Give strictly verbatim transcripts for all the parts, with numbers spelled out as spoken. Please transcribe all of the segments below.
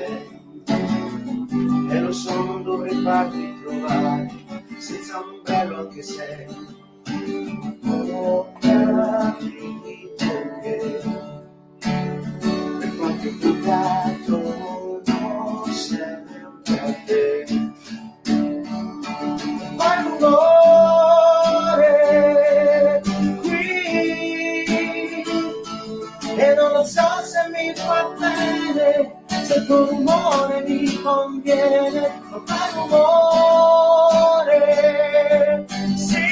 sei, e lo so non dovrei farti trovare senza un ombrello anche se ho capito che per quanto ho peccato non serve un te. Fai rumore qui e non lo so se mi fa bene, se il tuo rumore mi conviene, ma fai rumore, sì,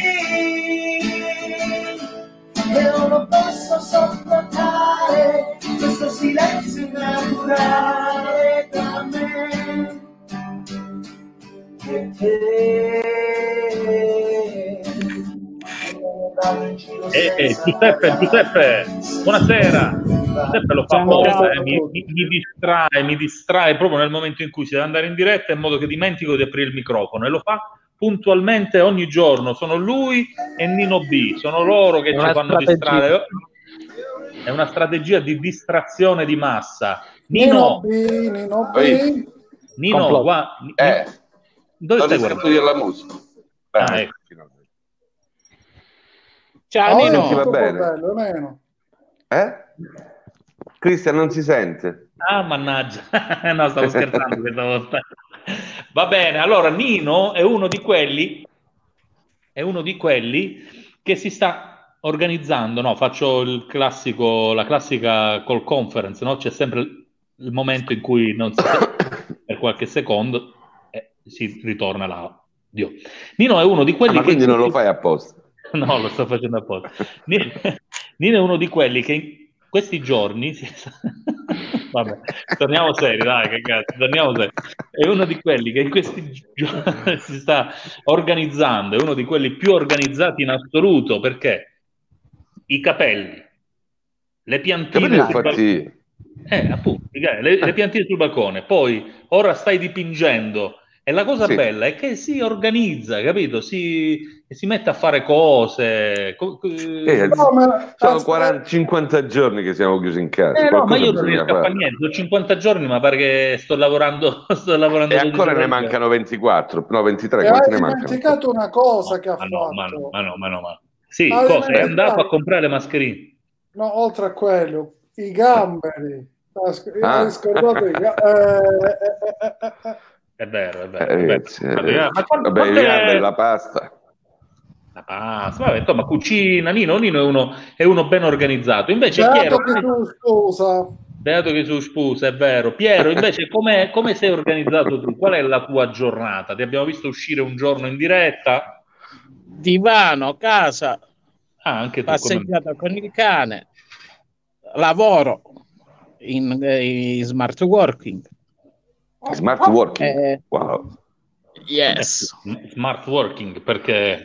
e non lo posso sopportare, questo silenzio naturale tra me e te. Eh, eh, Giuseppe, Giuseppe, buonasera. Giuseppe lo fa apposta, eh, mi, mi, mi distrae, mi distrae proprio nel momento in cui si deve andare in diretta, in modo che dimentico di aprire il microfono, e lo fa puntualmente ogni giorno. Sono lui e Nino B, sono loro che ci fanno distrarre. È una strategia di distrazione di massa. Nino, Nino B, Nino B. Nino, qua, eh, dove stai guardando? Io la musica. Ah, ecco. Ciao, oh, Nino. Ti va bene? Bello, Nino. Eh? Cristian non si sente. Ah, mannaggia. No, stavo scherzando questa volta. Va bene, allora Nino è uno di quelli è uno di quelli che si sta organizzando, no? Faccio il classico, la classica call conference, no? C'è sempre il momento in cui non si per qualche secondo e si ritorna là. Dio. Nino è uno di quelli ah, ma quindi che non lo fai apposta. No, lo sto facendo apposta. Nino, Nino è uno di quelli che in questi giorni si... Vabbè, torniamo seri, dai, che cazzo, torniamo seri. È uno di quelli che in questi giorni si sta organizzando, è uno di quelli più organizzati in assoluto, perché i capelli, le piantine sul balcone, eh, appunto, le, le piantine sul balcone, poi ora stai dipingendo. E la cosa sì. bella è che si organizza, capito? Si, si mette a fare cose. Eh, no, ma... Sono quaranta cinquanta giorni che siamo chiusi in casa. Eh, no, ma io non riesco a fare niente. Sono cinquanta giorni, ma pare che sto lavorando. Sto lavorando e ancora ne mancano ventiquattro, no, ventitré. E hai ne dimenticato mancano? una cosa no, che ha ma fatto. No, ma no, ma no, ma no. Ma... Sì, ah, cosa? È andato a comprare le mascherine. No, oltre a quello, i gamberi. Ah. Hai scordato i gamberi. Eh, eh, eh, eh. È vero, è vero. Eh, è vero. sì, ma quando, vabbè, quando è... la pasta. La pasta, vabbè, insomma, cucina. Nino, Nino è uno, è uno ben organizzato. Invece Beato Piero... che tu scusa. Beato che tu scusa, è vero. Piero, invece, come come sei organizzato tu? Qual è la tua giornata? Ti abbiamo visto uscire un giorno in diretta? Divano, casa, ah, anche tu, passeggiata con il cane, lavoro in, in smart working. Smart working, eh, wow. Yes. Smart working, perché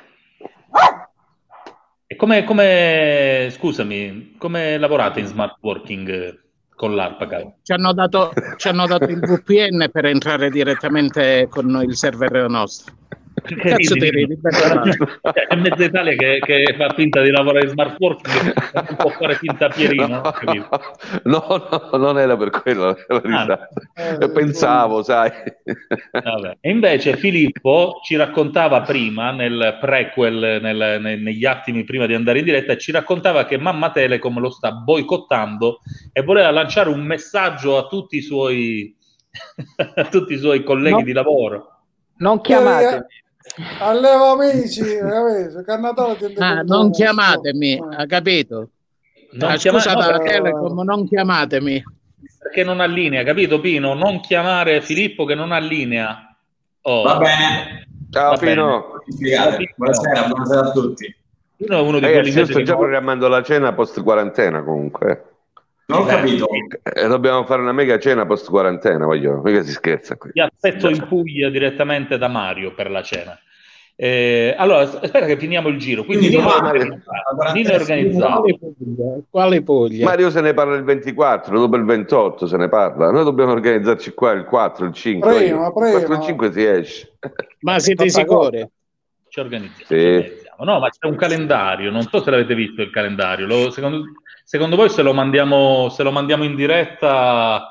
e come, come scusami, come lavorate in smart working con l'ARPA? Ci hanno dato, ci hanno dato il V P N per entrare direttamente con il server nostro. Che cazzo ti ridi? È mezza Italia che, che fa finta di lavorare in smart working e non può fare finta Pierino. No, no, no, non era per quello, ah, eh, pensavo, sai. Vabbè. E invece Filippo ci raccontava prima, nel prequel, nel, nel, negli attimi prima di andare in diretta, ci raccontava che Mamma Telecom lo sta boicottando e voleva lanciare un messaggio a tutti i suoi, a tutti i suoi colleghi no. di lavoro. Non chiamatemi. Alleva amici, ah, non chiamatemi, ha capito? Non ah, chiama- scusate no, la Telecom, non chiamatemi. Perché non ha linea, capito Pino? Non chiamare Filippo che non ha linea. Oh. Va bene. Ciao Va Pino. Bene. Buonasera, buonasera a tutti. Pino è uno di Ragazzi, quelli io sto già che... programmando la cena post quarantena comunque. Non ho capito. Eh, dobbiamo fare una mega cena post quarantena, voglio, mica si scherza qui. Ti aspetto in Puglia direttamente da Mario per la cena. Eh, allora, aspetta che finiamo il giro. Quindi Nino è organizzato. Quale Puglia? Mario se ne parla il ventiquattro, dopo il ventotto se ne parla. Noi dobbiamo organizzarci qua il quattro, il cinque. Prima, prima. Il quattro e il cinque si esce. Ma siete sicuri? Ci organizziamo. Sì. Ci organizziamo. No, ma c'è un calendario. Non so se l'avete visto il calendario. Lo, secondo, secondo voi se lo mandiamo, se lo mandiamo in diretta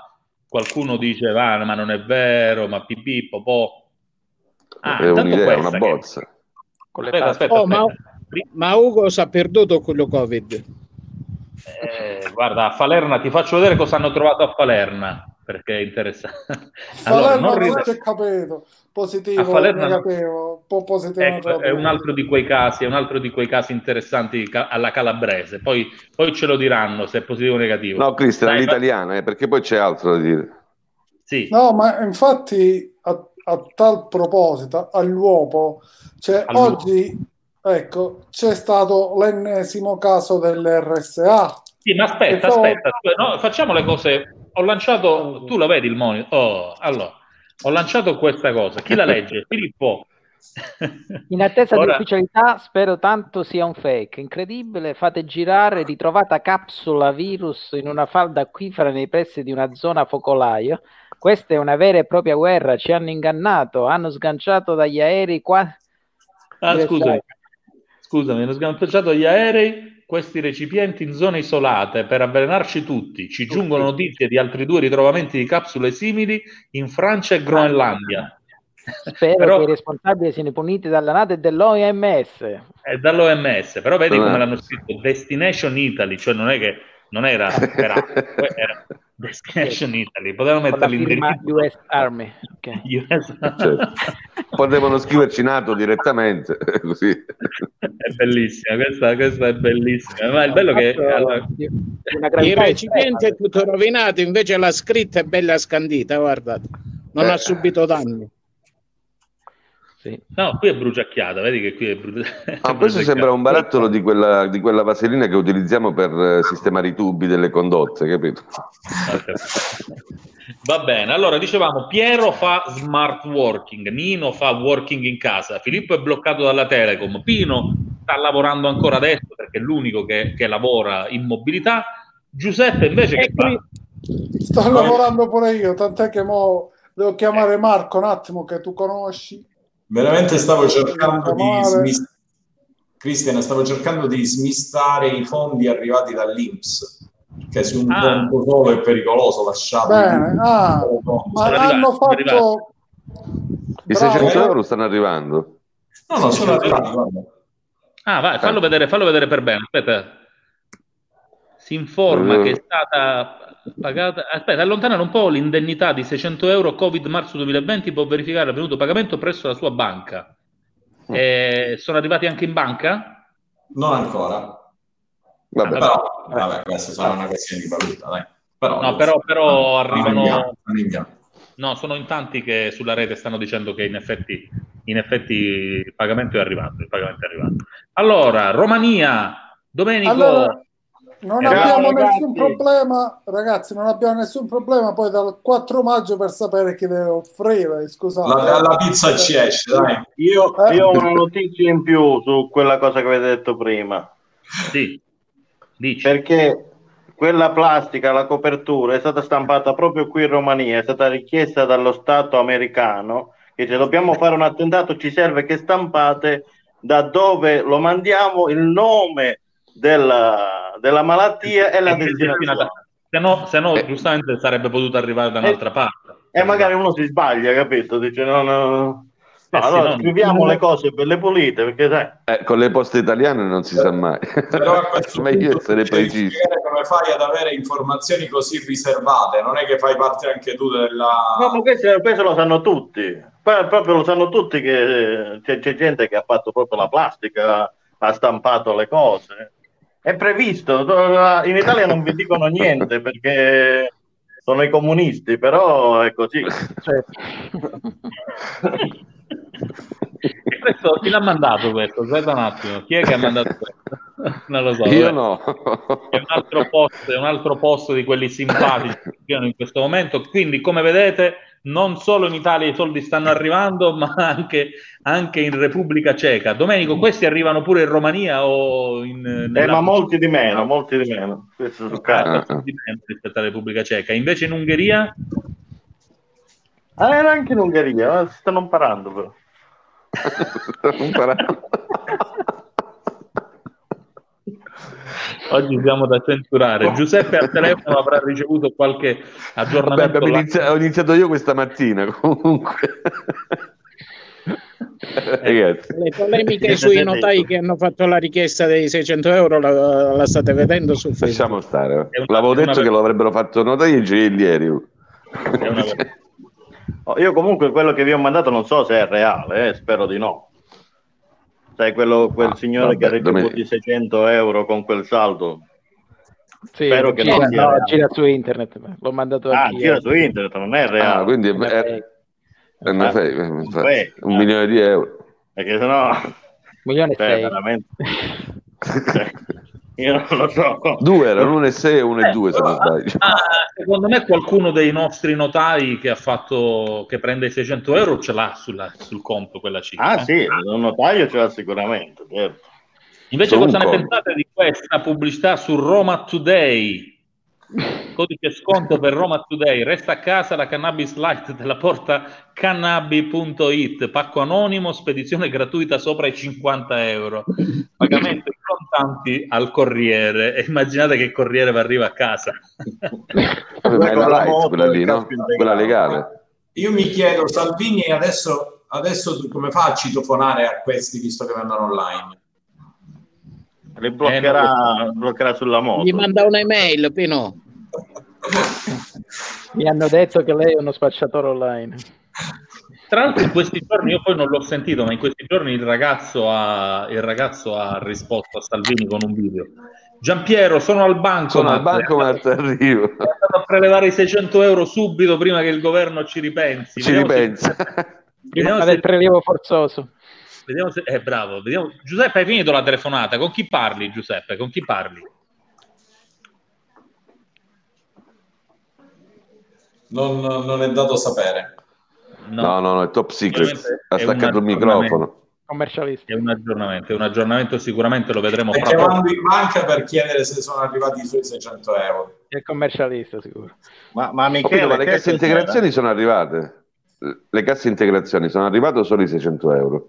qualcuno dice ah, ma non è vero, ma pipì, popò. Ah, è un'idea, una bozza. Che... Aspetta, aspetta, oh, aspetta. Ma, ma Ugo si è perduto quello Covid. Eh, guarda, a Falerna ti faccio vedere cosa hanno trovato a Falerna, perché è interessante. Falerna Allora, non non ride... si è capito, positivo o Falerna... negativo, un po' positivo. Ecco, è un altro di quei casi, è un altro di quei casi interessanti alla calabrese. Poi, poi ce lo diranno se è positivo o negativo. No, Cristian, Dai, l'italiana, eh, perché poi c'è altro da dire. Sì. No, ma infatti a, a tal proposito, all'uopo, cioè All'uopo. oggi, ecco, c'è stato l'ennesimo caso dell'R S A. Sì, ma aspetta, so... aspetta, no, facciamo le cose. Ho lanciato, tu lo vedi il monitor? Oh, allora, ho lanciato questa cosa. Chi la legge? Filippo. In attesa Ora... di ufficialità, spero tanto sia un fake. Incredibile, fate girare ritrovata capsula virus in una falda acquifera nei pressi di una zona focolaio. Questa è una vera e propria guerra, ci hanno ingannato, hanno sganciato dagli aerei qua. Ah, scusami. Scusami, hanno sganciato gli aerei questi recipienti in zone isolate per avvelenarci tutti. Ci giungono notizie di altri due ritrovamenti di capsule simili in Francia e Groenlandia. Spero però, che i responsabili siano puniti dalla NATO e dall'O M S. E dall'O M S, però vedi ah. come l'hanno scritto Destination Italy, cioè non è che non era, era, era Destination Italy, potevano mettere l'indirizzo U S Army. Okay. U S Certo. Potevano scriverci NATO direttamente, così. È bellissima, questa, questa è bellissima. Ma il bello che allora... il recipiente è tutto rovinato, invece la scritta è bella scandita, guardate, non eh. ha subito danni. Sì. No, qui è bruciacchiata, vedi che qui è bruciacchiata. Ah, questo sembra un barattolo di quella, di quella vaselina che utilizziamo per uh, sistemare i tubi delle condotte, capito? Va bene, allora dicevamo Piero fa smart working, Nino fa working in casa, Filippo è bloccato dalla Telecom, Pino sta lavorando ancora adesso perché è l'unico che, che lavora in mobilità, Giuseppe invece che fa? Sto Poi... lavorando pure io, tant'è che mo devo chiamare Marco un attimo che tu conosci. Veramente stavo cercando di smist... Cristian, stavo cercando di smistare i fondi arrivati dall'I N P S, che su un ah. conto solo è pericoloso lasciarlo. Bene, ah, ma hanno fatto i seicento euro stanno arrivando. No, no, sono arrivati. Ah, vai, fallo vedere, fallo vedere per bene. Aspetta. Si informa uh. che è stata pagata. Aspetta, allontanare un po' l'indennità di seicento euro Covid marzo duemilaventi, può verificare l'avvenuto pagamento presso la sua banca. Eh, sono arrivati anche in banca? Non ancora. Vabbè. Però, vabbè, questa sarà una questione di valuta, dai. Però, no, però, però arrivano. Arriviamo. No, sono in tanti che sulla rete stanno dicendo che in effetti, in effetti il pagamento è arrivato. Il pagamento è arrivato. Allora, Romania, Domenico. Allora... Non eh, abbiamo ragazzi. nessun problema, ragazzi, non abbiamo nessun problema poi dal quattro maggio per sapere chi deve offrire, scusate. La, la pizza ci esce, dai. Io, eh? io ho una notizia in più su quella cosa che avete detto prima. Sì, dici. Perché quella plastica, la copertura, è stata stampata proprio qui in Romania, è stata richiesta dallo Stato americano, che se dobbiamo fare un attentato ci serve che stampate da dove lo mandiamo il nome della, della malattia e la destinazione. Se no, se no giustamente sarebbe potuto arrivare da un'altra e, parte. E magari uno si sbaglia, capito? Dice no, no, no. Eh No, sì, allora no, scriviamo no. le cose belle pulite, perché sai. Eh, con le poste italiane non si sa mai. Però a questo meglio punto essere preciso. Come fai ad avere informazioni così riservate? Non è che fai parte anche tu della... No, ma questo, questo lo sanno tutti. Poi proprio lo sanno tutti che c'è, c'è gente che ha fatto proprio la plastica, ha stampato le cose. È previsto. In Italia non vi dicono niente perché sono i comunisti, però è così. E questo chi l'ha mandato questo? Aspetta un attimo, chi è che ha mandato questo? Non lo so. Io vabbè. no. È un altro posto, è un altro posto di quelli simpatici che in questo momento. Quindi, come vedete, non solo in Italia i soldi stanno arrivando, ma anche, anche in Repubblica Ceca. Domenico, questi arrivano pure in Romania o in nella... eh, ma molti di meno, molti di meno. Questo su ah, molti di meno rispetto alla Repubblica Ceca. Invece in Ungheria? Ah, era anche in Ungheria, si stanno imparando però. Oggi siamo da censurare. Giuseppe al telefono avrà ricevuto qualche aggiornamento. Vabbè, iniziato, ho iniziato io questa mattina, comunque. Ragazzi. Le polemiche sui notai che hanno fatto la richiesta dei seicento euro la, la state vedendo su Facebook? Lasciamo stare. L'avevo detto che lo avrebbero fatto notai i gioiellieri. È una... oh, io comunque quello che vi ho mandato non so se è reale, eh, spero di no. Sai, quello, quel ah, signore vabbè, che ha ricevuto dove... i seicento euro con quel saldo. Sì, spero che gira, non sia no, gira su internet. L'ho mandato ah, anch'io. gira su internet, non è reale. Ah, quindi è, è, è una fake, fake. Un milione di euro. Perché sennò... milione e cioè, sei. Veramente... Io non lo so. Due erano uno e sei e uno e due, se non sbaglio. Ah, secondo me qualcuno dei nostri notai che ha fatto che prende i seicento euro ce l'ha sulla, sul conto quella cifra. Ah, sì, un notaio ce l'ha sicuramente. Certo. Invece, cosa ne pensate di questa pubblicità su Roma Today? Codice sconto per Roma Today: resta a casa, la cannabis light della porta cannabi punto it, pacco anonimo, spedizione gratuita sopra i cinquanta euro, pagamento in contanti al corriere. E immaginate che il corriere vi arriva a casa. Ma è la light, quella lì, no? Quella legale. Io mi chiedo, Salvini adesso, adesso come fa a citofonare a questi visto che vendono online? Le bloccherà, eh, bloccherà sulla moto. Gli manda un'email, Pino. Mi hanno detto che lei è uno spacciatore online. Tra l'altro in questi giorni, io poi non l'ho sentito, ma in questi giorni il ragazzo ha, il ragazzo ha risposto a Salvini con un video. Giampiero, sono al banco. Sono al banco, ma arrivo. È andato a prelevare i seicento euro subito prima che il governo ci ripensi. Ci Vediamo ripensa. Se... Prima del prelievo forzoso. Vediamo se... Eh, bravo. Vediamo... Giuseppe, hai finito la telefonata? Con chi parli, Giuseppe? Con chi parli? Non, non è dato sapere. No, no, no, no, è top secret. Ha staccato il microfono. Commercialista. È un aggiornamento, è un aggiornamento, sicuramente lo vedremo. È chiamando in banca per chiedere se sono arrivati i suoi seicento euro. È commercialista, sicuro. Ma, ma, Michele, ma le casse integrazioni sono arrivate. Le casse integrazioni sono arrivate o solo i seicento euro?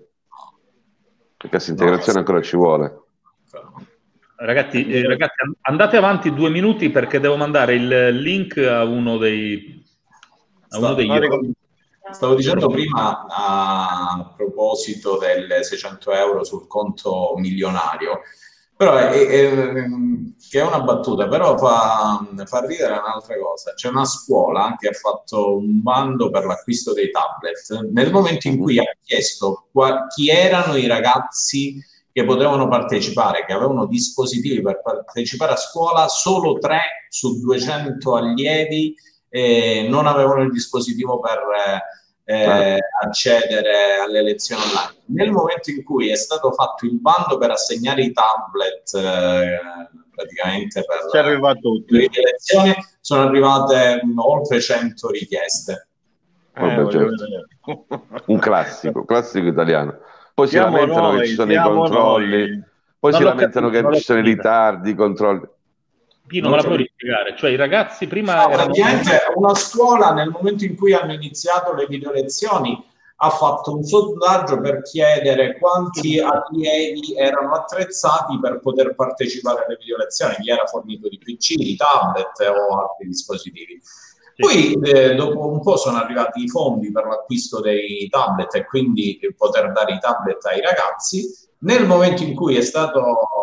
Le casse integrazioni no, ancora ci vuole. Ragazzi, eh, ragazzi, andate avanti due minuti perché devo mandare il link a uno dei a uno degli stavo, stavo dicendo prima a proposito delle seicento euro sul conto milionario, però è, è, è, che è una battuta, però fa, fa ridere un'altra cosa. C'è una scuola che ha fatto un bando per l'acquisto dei tablet. Nel momento in cui ha chiesto qua, chi erano i ragazzi che potevano partecipare, che avevano dispositivi per partecipare a scuola, solo tre su duecento allievi eh, non avevano il dispositivo per eh, accedere alle lezioni online. Nel momento in cui è stato fatto il bando per assegnare i tablet eh, praticamente per le lezioni, sono arrivate mh, oltre cento richieste. Eh, certo. Un classico, classico italiano. Poi si lamentano noi, che ci sono i controlli, noi. poi non si lamentano capito, che ci sono i ritardi, i controlli. Pino, me la puoi spiegare? Cioè i ragazzi prima no, erano... praticamente una scuola nel momento in cui hanno iniziato le video lezioni ha fatto un sondaggio per chiedere quanti allievi erano attrezzati per poter partecipare alle video lezioni, chi era fornito di P C, di tablet o altri dispositivi. Poi eh, dopo un po' sono arrivati i fondi per l'acquisto dei tablet e quindi poter dare i tablet ai ragazzi. Nel momento in cui è stato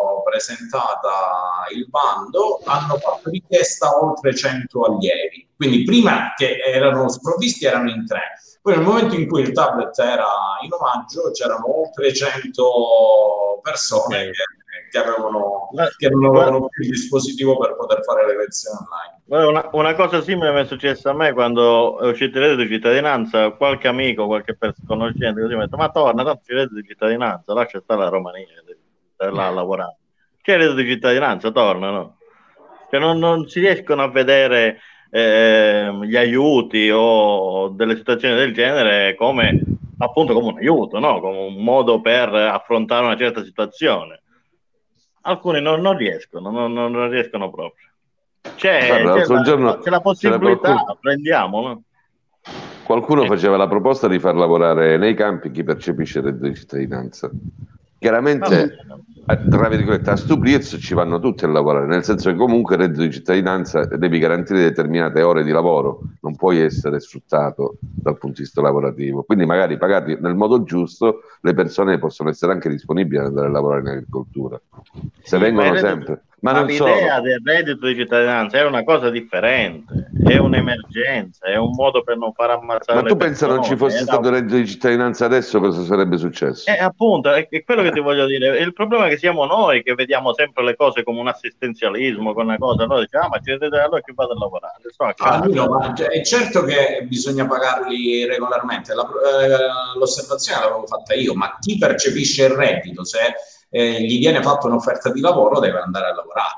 presentata il bando hanno fatto richiesta oltre cento allievi, quindi prima che erano sprovvisti erano in tre, poi nel momento in cui il tablet era in omaggio c'erano oltre cento persone okay. che, che, avevano, che non avevano più il dispositivo per poter fare le lezioni online. Una, una cosa simile mi è successa a me quando è uscito il reddito di cittadinanza. Qualche amico, qualche conoscente così mi ha detto: ma torna, tanto il reddito di cittadinanza, lascia stare la Romania, stai là a lavorare, c'è il reddito di cittadinanza, torna, no? Cioè non, non si riescono a vedere eh, gli aiuti o delle situazioni del genere come appunto come un aiuto, no? Come un modo per affrontare una certa situazione. Alcuni non, non riescono, non, non riescono proprio. C'è, Guarda, c'è, la, giorno, c'è la possibilità, qualcuno, prendiamola. Qualcuno eh. faceva la proposta di far lavorare nei campi chi percepisce il reddito di cittadinanza. Chiaramente tra virgolette a stu prezzo ci vanno tutti a lavorare, nel senso che comunque il reddito di cittadinanza devi garantire determinate ore di lavoro, non puoi essere sfruttato dal punto di vista lavorativo, quindi magari pagati nel modo giusto le persone possono essere anche disponibili ad andare a lavorare in agricoltura, se vengono ma sempre. Ma, ma non l'idea solo. del reddito di cittadinanza è una cosa differente, è un'emergenza, è un modo per non far ammazzare Ma le tu pensa non ci persone, fosse è stato il da- reddito di cittadinanza adesso cosa sarebbe successo? Eh, appunto, è, è quello che ti voglio dire. Il problema è che siamo noi che vediamo sempre le cose come un assistenzialismo, come una cosa. Noi diciamo, ah, ma ci vedete allora che vado a lavorare. Sto a casa. Ah, Nino, ma è certo che bisogna pagarli regolarmente. La- eh, l'osservazione l'avevo fatta io, ma chi percepisce il reddito, se eh, gli viene fatta un'offerta di lavoro, deve andare a lavorare.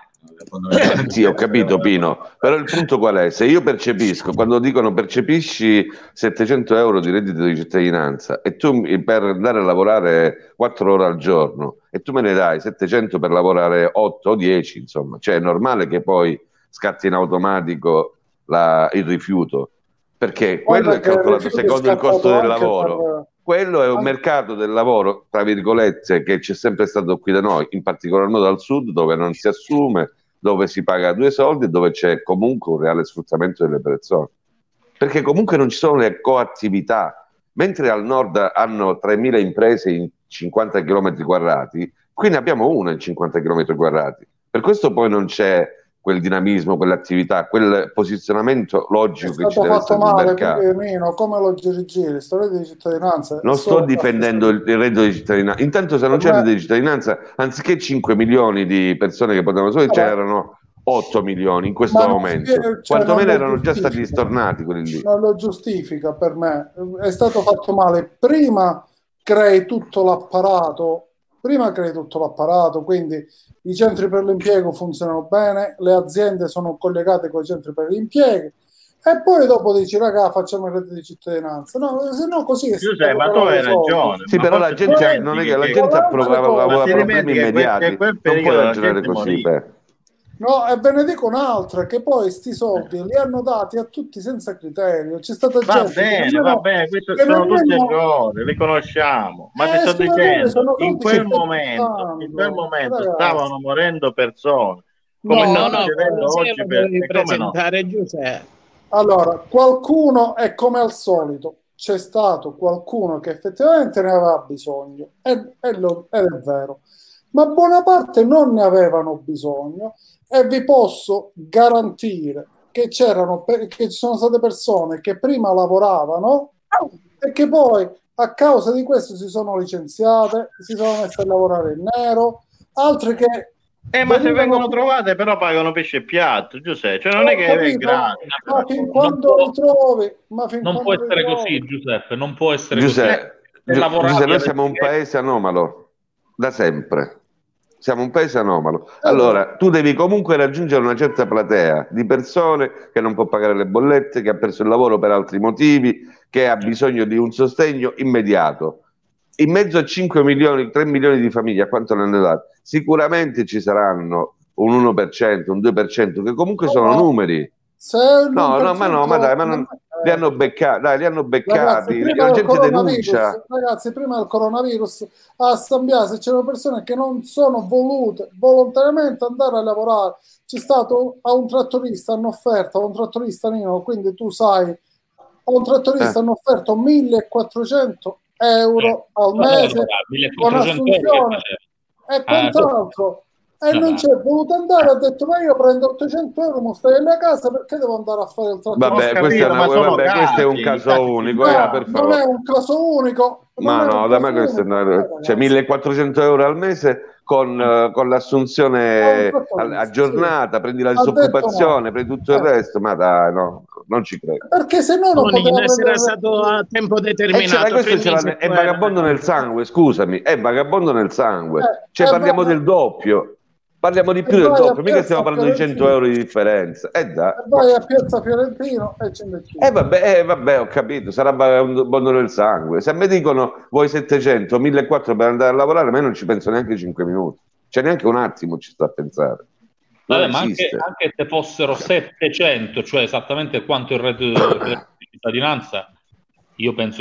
Sì, ho capito Pino, però il punto qual è? Se io percepisco, quando dicono percepisci settecento euro di reddito di cittadinanza e tu mi- per andare a lavorare quattro ore al giorno e tu me ne dai settecento per lavorare otto o dieci, insomma, cioè è normale che poi scatti in automatico la- il rifiuto, perché quello è Guarda che il calcolato rifiuto è secondo il costo scattato del anche lavoro. per- Quello è un anche- mercato del lavoro, tra virgolette, che c'è sempre stato qui da noi, in particolar modo al sud, dove non si assume, dove si paga due soldi e dove c'è comunque un reale sfruttamento delle persone. Perché comunque non ci sono le coattività. Mentre al nord hanno tremila imprese in cinquanta chilometri quadrati, qui ne abbiamo una in cinquanta chilometri quadrati. Per questo poi non c'è quel dinamismo, quell'attività, quel posizionamento È logico che ci stato deve fatto essere sul male, mercato. perché Mino, come lo giri giri, storia di cittadinanza. Non sto solo- difendendo il, il reddito di cittadinanza. Intanto, se non c'è il Per me- reddito di cittadinanza, anziché cinque milioni di persone che potevano solo, Vabbè. c'erano otto milioni in questo Ma non momento. si- cioè, Quantomeno non lo erano già stati giustifica. stornati quelli lì. Non lo giustifica per me. È stato fatto male. Prima crei tutto l'apparato, prima crei tutto l'apparato, quindi i centri per l'impiego funzionano bene, le aziende sono collegate con i centri per l'impiego e poi dopo dici, raga, facciamo il reddito di cittadinanza. No, se no così è Giuseppe, stato ma tu però hai i soldi. ragione. Sì, ma però la forse gente, ti ha- non è che la dimentichi gente che- approva, Ma lavora ti problemi dimentichi che quel- immediati. che quel Non puoi periodo la ragionare gente così. moriva. Beh. No, e ve ne dico un'altra, che poi sti soldi li hanno dati a tutti senza criterio. C'è stata Va gente che bene, nemmeno- va bene, questi che sono tutti nemmeno- errori, li conosciamo, ma ti Eh, sto scusa, quelli dicendo, sono in soldi quel che stai momento, buttando, in quel momento ragazzi. stavano morendo persone, come No, sta No, no, succedendo quello sì oggi lo per... devi e come no? presentare, Giuseppe. Allora, qualcuno è come al solito, c'è stato qualcuno che effettivamente ne aveva bisogno, e, e lo- ed è vero, ma buona parte non ne avevano bisogno e vi posso garantire che c'erano, pe- che ci sono state persone che prima lavoravano e che poi a causa di questo si sono licenziate, si sono messe a lavorare in nero, altre che Eh, ma se venivano- vengono trovate però pagano pesce e piatto, Giuseppe, cioè non è Ho che è capito, gratis. ma fin Non quando può- li trovi, ma fin Non quando può li essere trovi. così, Giuseppe, non può essere Giuseppe, così. Se Gi- lavoravi Giuseppe, noi alle- siamo un paese anomalo da sempre. Siamo un paese anomalo. Eh, Allora, tu devi comunque raggiungere una certa platea di persone che non può pagare le bollette, che ha perso il lavoro per altri motivi, che ha bisogno di un sostegno immediato. In mezzo a cinque milioni, tre milioni di famiglie, a quanto ne hanno dato? Sicuramente ci saranno un uno per cento, un due per cento, che comunque sono No, numeri. se il No, no, ma no, ma dai, ma non, eh, li hanno beccati, dai, li hanno Ragazzi, beccati, prima la del gente coronavirus, denuncia. ragazzi, prima del coronavirus a San Biase c'erano persone che non sono volute volontariamente andare a lavorare. C'è stato a un trattorista, hanno offerto a un trattorista Nino, quindi tu sai, a un trattorista Eh. hanno offerto millequattrocento euro al mese con millequattrocento assunzione euro. e quant'altro. E no, non no. c'è voluto andare, ha detto ma io prendo ottocento euro, ma stai a casa, perché devo andare a fare il trattorista? Vabbè, Ho questo è, capito, una- ma sono vabbè, questo è un casi, caso casi unico, di- eh, No, per non è favore. un caso unico. non Ma è un no, da me caso questo è unico. una- Eh, cioè ragazzi. millequattrocento euro al mese con, eh, con l'assunzione Con il a, a giornata, prendi la Ha detto disoccupazione, no. prendi tutto il Eh. resto, ma dai, no, non ci credo. Perché se no non Tonino, poteva essere prendere... stato a tempo E ce l'ha- determinato. questo tre ce l'ha- mesi è poi vagabondo era- nel sangue, scusami, è vagabondo nel sangue. Eh, Cioè eh, parliamo ma- del doppio, parliamo di E più del vai a doppio, mica Piazza stiamo parlando di cento Fiorentino. euro di differenza. Eh, dai. E vai a Piazza Fiorentino e ci metti. Eh vabbè, eh, vabbè, ho capito, sarà vagabondo nel sangue. Se mi dicono vuoi settecento, millequattrocento per andare a lavorare, a me non ci penso neanche cinque minuti. Cioè neanche un attimo ci sto a pensare. Non Vabbè, ma anche, esiste. anche se fossero settecento, cioè esattamente quanto il reddito di cittadinanza, io penso che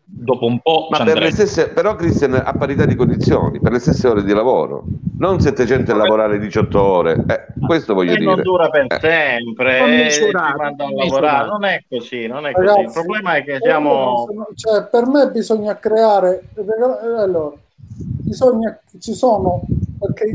dopo un po' ma per le stesse, però Cristian, a parità di condizioni, per le stesse ore di lavoro, non settecento a lavorare diciotto ore, eh, questo voglio e dire. non dura per eh. sempre, Non eh, misurato, ci mandano a non lavorare, misurato. non è così, non è Ragazzi, così. Il problema è che siamo... Cioè, per me bisogna creare, allora, bisogna, ci sono, perché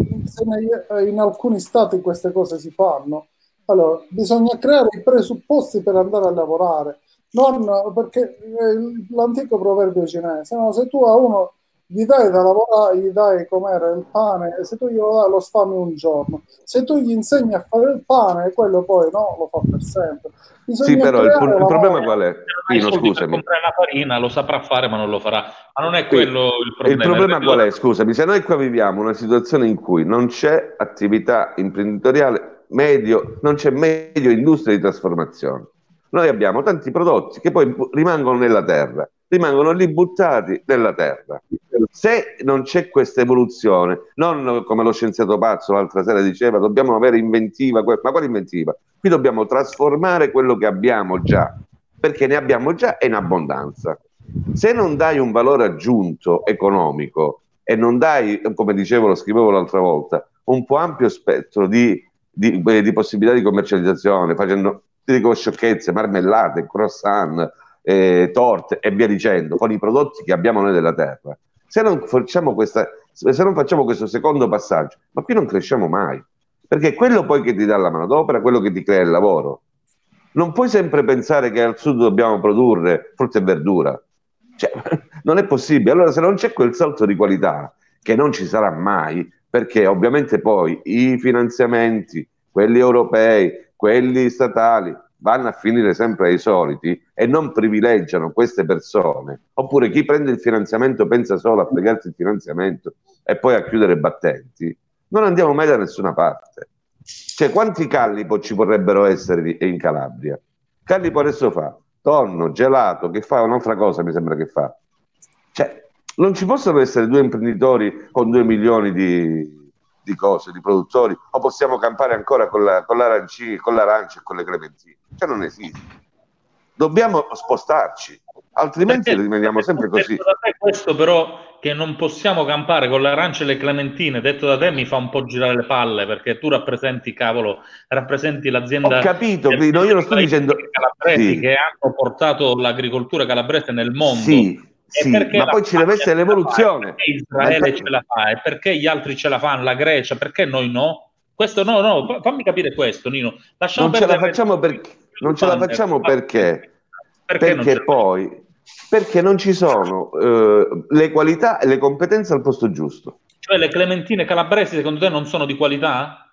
in, in alcuni stati queste cose si fanno, allora, bisogna creare i presupposti per andare a lavorare, non perché eh, l'antico proverbio cinese, no? Se tu a uno gli dai da lavorare, gli dai com'era il pane, e se tu glielo dai lo sfami un giorno, se tu gli insegni a fare il pane, quello poi no, lo fa per sempre. Bisogna sì, però il, creare il problema qual è? Se non hai Pino, soldi per scusami. comprare la farina, lo saprà fare, ma non lo farà. Ma non è Sì. quello il problema. Il problema qual è? Scusami, se noi qua viviamo una situazione in cui non c'è attività imprenditoriale medio, non c'è medio industria di trasformazione. Noi abbiamo tanti prodotti che poi rimangono nella terra, rimangono lì buttati nella terra. Se non c'è questa evoluzione, non come lo scienziato pazzo l'altra sera diceva, dobbiamo avere inventiva, ma quale inventiva? Qui dobbiamo trasformare quello che abbiamo già, perché ne abbiamo già in abbondanza. Se non dai un valore aggiunto economico e non dai, come dicevo, lo scrivevo l'altra volta, un po' ampio spettro di, di, di possibilità di commercializzazione, facendo, ti dico, sciocchezze, marmellate, croissant, eh, torte e via dicendo, con i prodotti che abbiamo noi della terra. Se non facciamo questa, se non facciamo questo secondo passaggio, ma qui non cresciamo mai, perché quello poi che ti dà la manodopera, quello che ti crea il lavoro. Non puoi sempre pensare che al sud dobbiamo produrre frutta e verdura. Cioè, non è possibile. Allora, se non c'è quel salto di qualità, che non ci sarà mai, perché ovviamente poi i finanziamenti, quelli europei, quelli statali, vanno a finire sempre ai soliti e non privilegiano queste persone, oppure chi prende il finanziamento pensa solo a fregarsi il finanziamento e poi a chiudere battenti, non andiamo mai da nessuna parte. Cioè, quanti Callipo ci vorrebbero essere in Calabria? Callipo adesso fa tonno, gelato, che fa un'altra cosa, mi sembra che fa. Cioè, non ci possono essere due imprenditori con due milioni di, di cose, di produttori, o possiamo campare ancora con, la, con, l'arancia, con l'arancia e con le clementine. Cioè, non esiste. Dobbiamo spostarci, altrimenti perché rimaniamo sempre così. Detto da te questo però, che non possiamo campare con l'arancia e le clementine, detto da te mi fa un po' girare le palle, perché tu rappresenti, cavolo, rappresenti l'azienda... Ho capito, Pino, io lo sto dicendo... Calabresi, sì, che hanno portato l'agricoltura calabrese nel mondo. Sì, sì, ma poi ci deve essere l'evoluzione. Perché Israele ma... ce la fa e perché gli altri ce la fanno, la Grecia, perché noi no? Questo no, no, fammi capire questo, Nino. Lasciamo non ce la facciamo perché... Non ce la facciamo perché? Perché, perché poi... Perché non ci sono eh, le qualità e le competenze al posto giusto. Cioè le clementine calabresi secondo te non sono di qualità?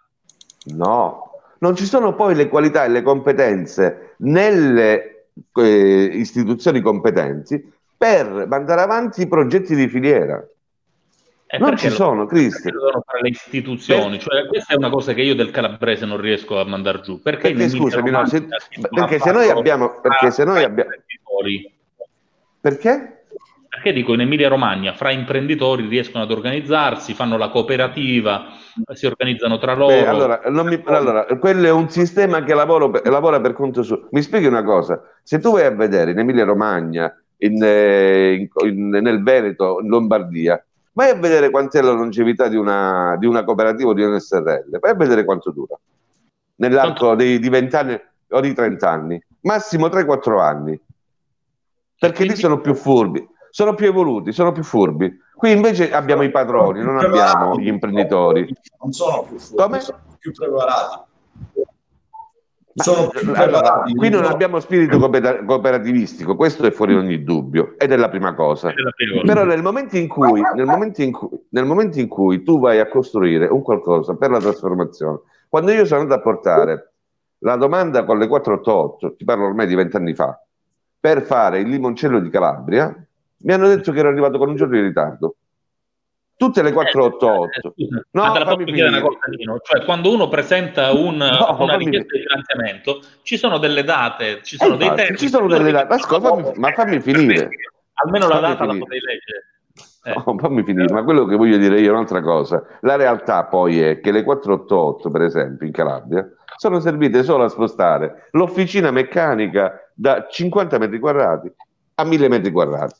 No, non ci sono poi le qualità e le competenze nelle eh, istituzioni competenti per mandare avanti i progetti di filiera. E non ci sono, Cristian. Devono fare le istituzioni, per... cioè questa è una cosa che io del calabrese non riesco a mandare giù. Perché, perché scusami, no, se, perché se noi abbiamo... Perché se noi abbiamo... Perché? Perché dico, in Emilia Romagna fra imprenditori riescono ad organizzarsi, fanno la cooperativa, si organizzano tra loro. Beh, allora, non mi, allora, quello è un sistema che lavoro per, lavora per conto suo. Mi spieghi una cosa, se tu vai a vedere in Emilia Romagna, in, in, in, nel Veneto, in Lombardia, vai a vedere quant'è la longevità di una, di una cooperativa o di un S R L, vai a vedere quanto dura, nell'arco dei, di venti anni o di trenta anni, massimo tre quattro anni. Perché lì sono più furbi, sono più evoluti, sono più furbi. Qui invece abbiamo i padroni, non abbiamo gli imprenditori. Non sono più furbi, come? Sono più preparati. Ma, sono più allora, preparati. Qui non abbiamo spirito cooperativistico, questo è fuori ogni dubbio, ed è la prima cosa. Però nel momento in cui, nel momento in cui, nel momento in cui tu vai a costruire un qualcosa per la trasformazione, quando io sono andato a portare la domanda con le quattrocentottantotto, ti parlo ormai di vent'anni fa, per fare il limoncello di Calabria, mi hanno detto che ero arrivato con un giorno di ritardo. Tutte le quattrocentottantotto. Eh, no, ma te la posso dire una cosa, Nino? Cioè, quando uno presenta un, no, una richiesta di finanziamento, ci sono delle date, ci sono eh, dei infatti, tempi. Ci sono delle date. Ma, scusa, fammi, ma fammi finire. Almeno la fammi data finire. la potrei leggere. Eh. No, fammi finire, ma quello che voglio dire io è un'altra cosa. La realtà poi è che le quattrocentottantotto, per esempio, in Calabria, sono servite solo a spostare l'officina meccanica da cinquanta metri quadrati a mille metri quadrati.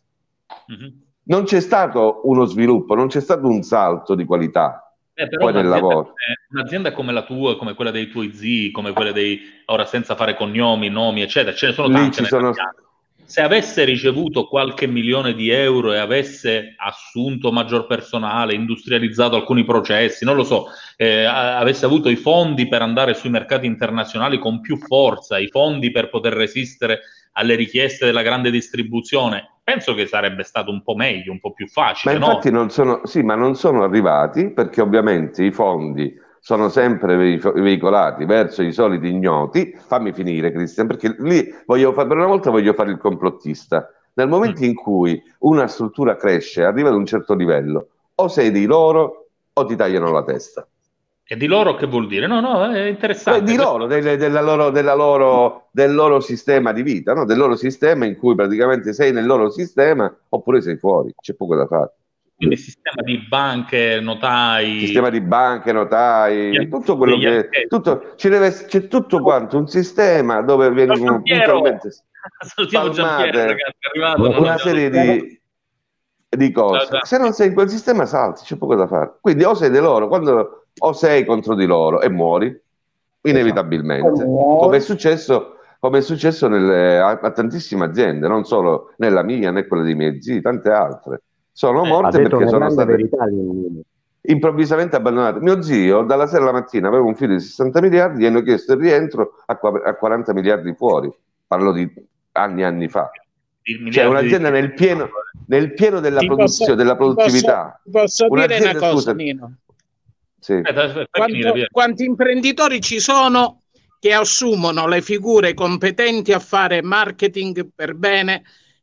Mm-hmm. Non c'è stato uno sviluppo, non c'è stato un salto di qualità. Eh, però poi nel lavoro. Come, un'azienda come la tua, come quella dei tuoi zii, come quelle dei, ora senza fare cognomi, nomi, eccetera, ce ne sono Lì tante. Ci sono... Se avesse ricevuto qualche milione di euro e avesse assunto maggior personale, industrializzato alcuni processi, non lo so, eh, avesse avuto i fondi per andare sui mercati internazionali con più forza, i fondi per poter resistere alle richieste della grande distribuzione, penso che sarebbe stato un po' meglio, un po' più facile. Ma infatti no? non sono, sì, ma non sono arrivati perché ovviamente i fondi sono sempre veicolati verso i soliti ignoti. Fammi finire, Cristian, perché lì voglio fare, per una volta voglio fare il complottista. Nel momento in cui una struttura cresce, arriva ad un certo livello, o sei di loro o ti tagliano la testa. E di loro che vuol dire? No, no, è interessante. Beh, di loro, delle, della loro, della loro, del loro sistema di vita, no? Del loro sistema in cui praticamente sei nel loro sistema oppure sei fuori, c'è poco da fare. Quindi sistema di banche, notai... Sistema di banche, notai, tutto quello che... Tutto, ci deve, c'è tutto quanto, un sistema dove vengono puntualmente spalmate ragazzi, una serie di, di cose. Se non sei in quel sistema salti, c'è poco da fare. Quindi o sei di loro, quando... o sei contro di loro e muori inevitabilmente, come è successo, come è successo nelle, a, a tantissime aziende, non solo nella mia né quella dei miei zii, tante altre sono morte eh, perché sono state verità, improvvisamente abbandonate. Mio zio dalla sera alla mattina aveva un figlio di sessanta miliardi, gli hanno chiesto il rientro a, a quaranta miliardi fuori, parlo di anni e anni fa. Cioè un'azienda nel pieno, nel pieno della ti produzione, posso, della produttività. Posso, posso dire una cosa, scusa, Nino? Sì. Aspetta, aspetta, Quanto, quanti imprenditori ci sono che assumono le figure competenti a fare marketing per bene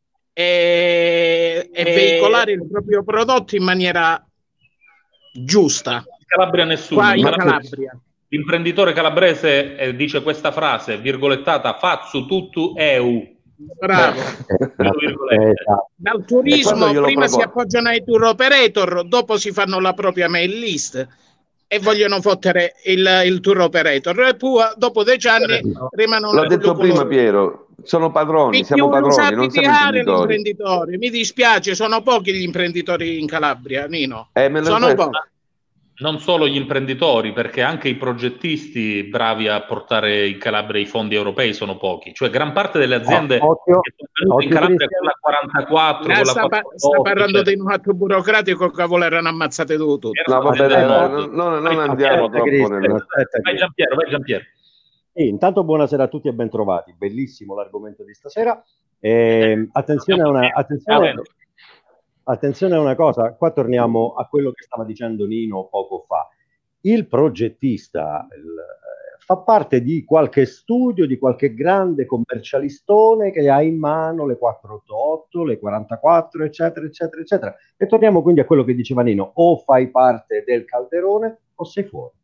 e, e veicolare il proprio prodotto in maniera giusta? In Calabria nessuno. Qua in in Calabria. L'imprenditore calabrese eh, dice questa frase, virgolettata, faccio tutto eu. Bravo. Dal turismo prima si appoggiano ai tour operator, dopo si fanno la propria mail list e vogliono fottere il, il tour operator e poi dopo dieci anni rimangono. L'ho detto prima colore. Piero, sono padroni, Mi siamo padroni, non siamo imprenditori. imprenditori. Mi dispiace, sono pochi gli imprenditori in Calabria, Nino. Eh, me sono fai... pochi. Non solo gli imprenditori, perché anche i progettisti bravi a portare in Calabria i fondi europei sono pochi. Cioè gran parte delle aziende oh, occhio, che sono in Calabria con la quarantaquattro, no, con sta, la pa- sta parlando di un atto burocratico che voleranno ammazzate tutto. No, vabbè, dai, non, non, non andiamo troppo nel... Vai Giampiero, vai Giampiero. Sì, intanto buonasera a tutti e bentrovati. Bellissimo l'argomento di stasera. Eh, attenzione a una... Attenzione, Attenzione a una cosa, qua torniamo a quello che stava dicendo Nino poco fa. Il progettista il, fa parte di qualche studio, di qualche grande commercialistone che ha in mano le quattrocentottantotto, le quarantaquattro, eccetera, eccetera, eccetera. E torniamo quindi a quello che diceva Nino, o fai parte del calderone o sei fuori.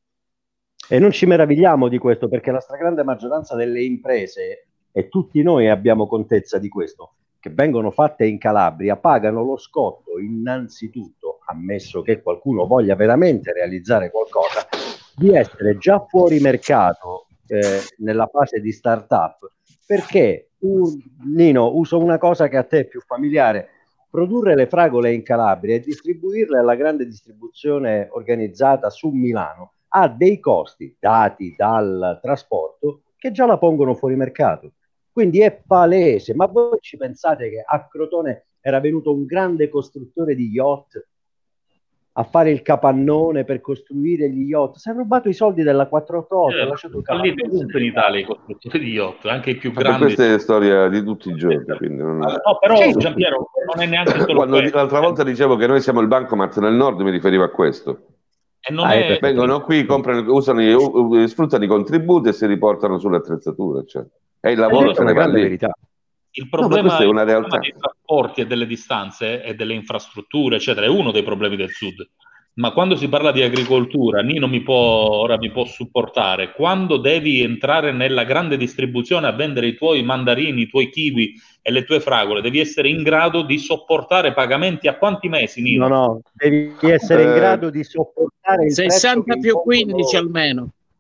E non ci meravigliamo di questo, perché la stragrande maggioranza delle imprese, e tutti noi abbiamo contezza di questo, che vengono fatte in Calabria, pagano lo scotto innanzitutto, ammesso che qualcuno voglia veramente realizzare qualcosa, di essere già fuori mercato eh, nella fase di start-up, perché, uh, Nino, uso una cosa che a te è più familiare, produrre le fragole in Calabria e distribuirle alla grande distribuzione organizzata su Milano ha dei costi dati dal trasporto che già la pongono fuori mercato. Quindi è palese, ma voi ci pensate che a Crotone era venuto un grande costruttore di yacht a fare il capannone per costruire gli yacht? Si è rubato i soldi della quattrocentottantotto, eh, ha lasciato il capannone. In Italia i costruttori di yacht, anche i più ma grandi. Questa è la storia di tutti i giorni. Quindi non... No, però Giampiero non è neanche solo Quando questo. l'altra volta dicevo che noi siamo il bancomat nel nord, mi riferivo a questo. E non ah, è... Vengono qui, comprano, usano, sfruttano i contributi e si riportano sulle attrezzature, eccetera. È il lavoro che è una grande lì. verità. Il problema, no, è una il realtà. problema dei trasporti e delle distanze e delle infrastrutture, eccetera, è uno dei problemi del sud. Ma quando si parla di agricoltura, Nino mi può, ora mi può supportare. Quando devi entrare nella grande distribuzione a vendere i tuoi mandarini, i tuoi kiwi e le tue fragole, devi essere in grado di sopportare pagamenti a quanti mesi, Nino? No, no, devi essere in grado di sopportare il sessanta più quindici almeno.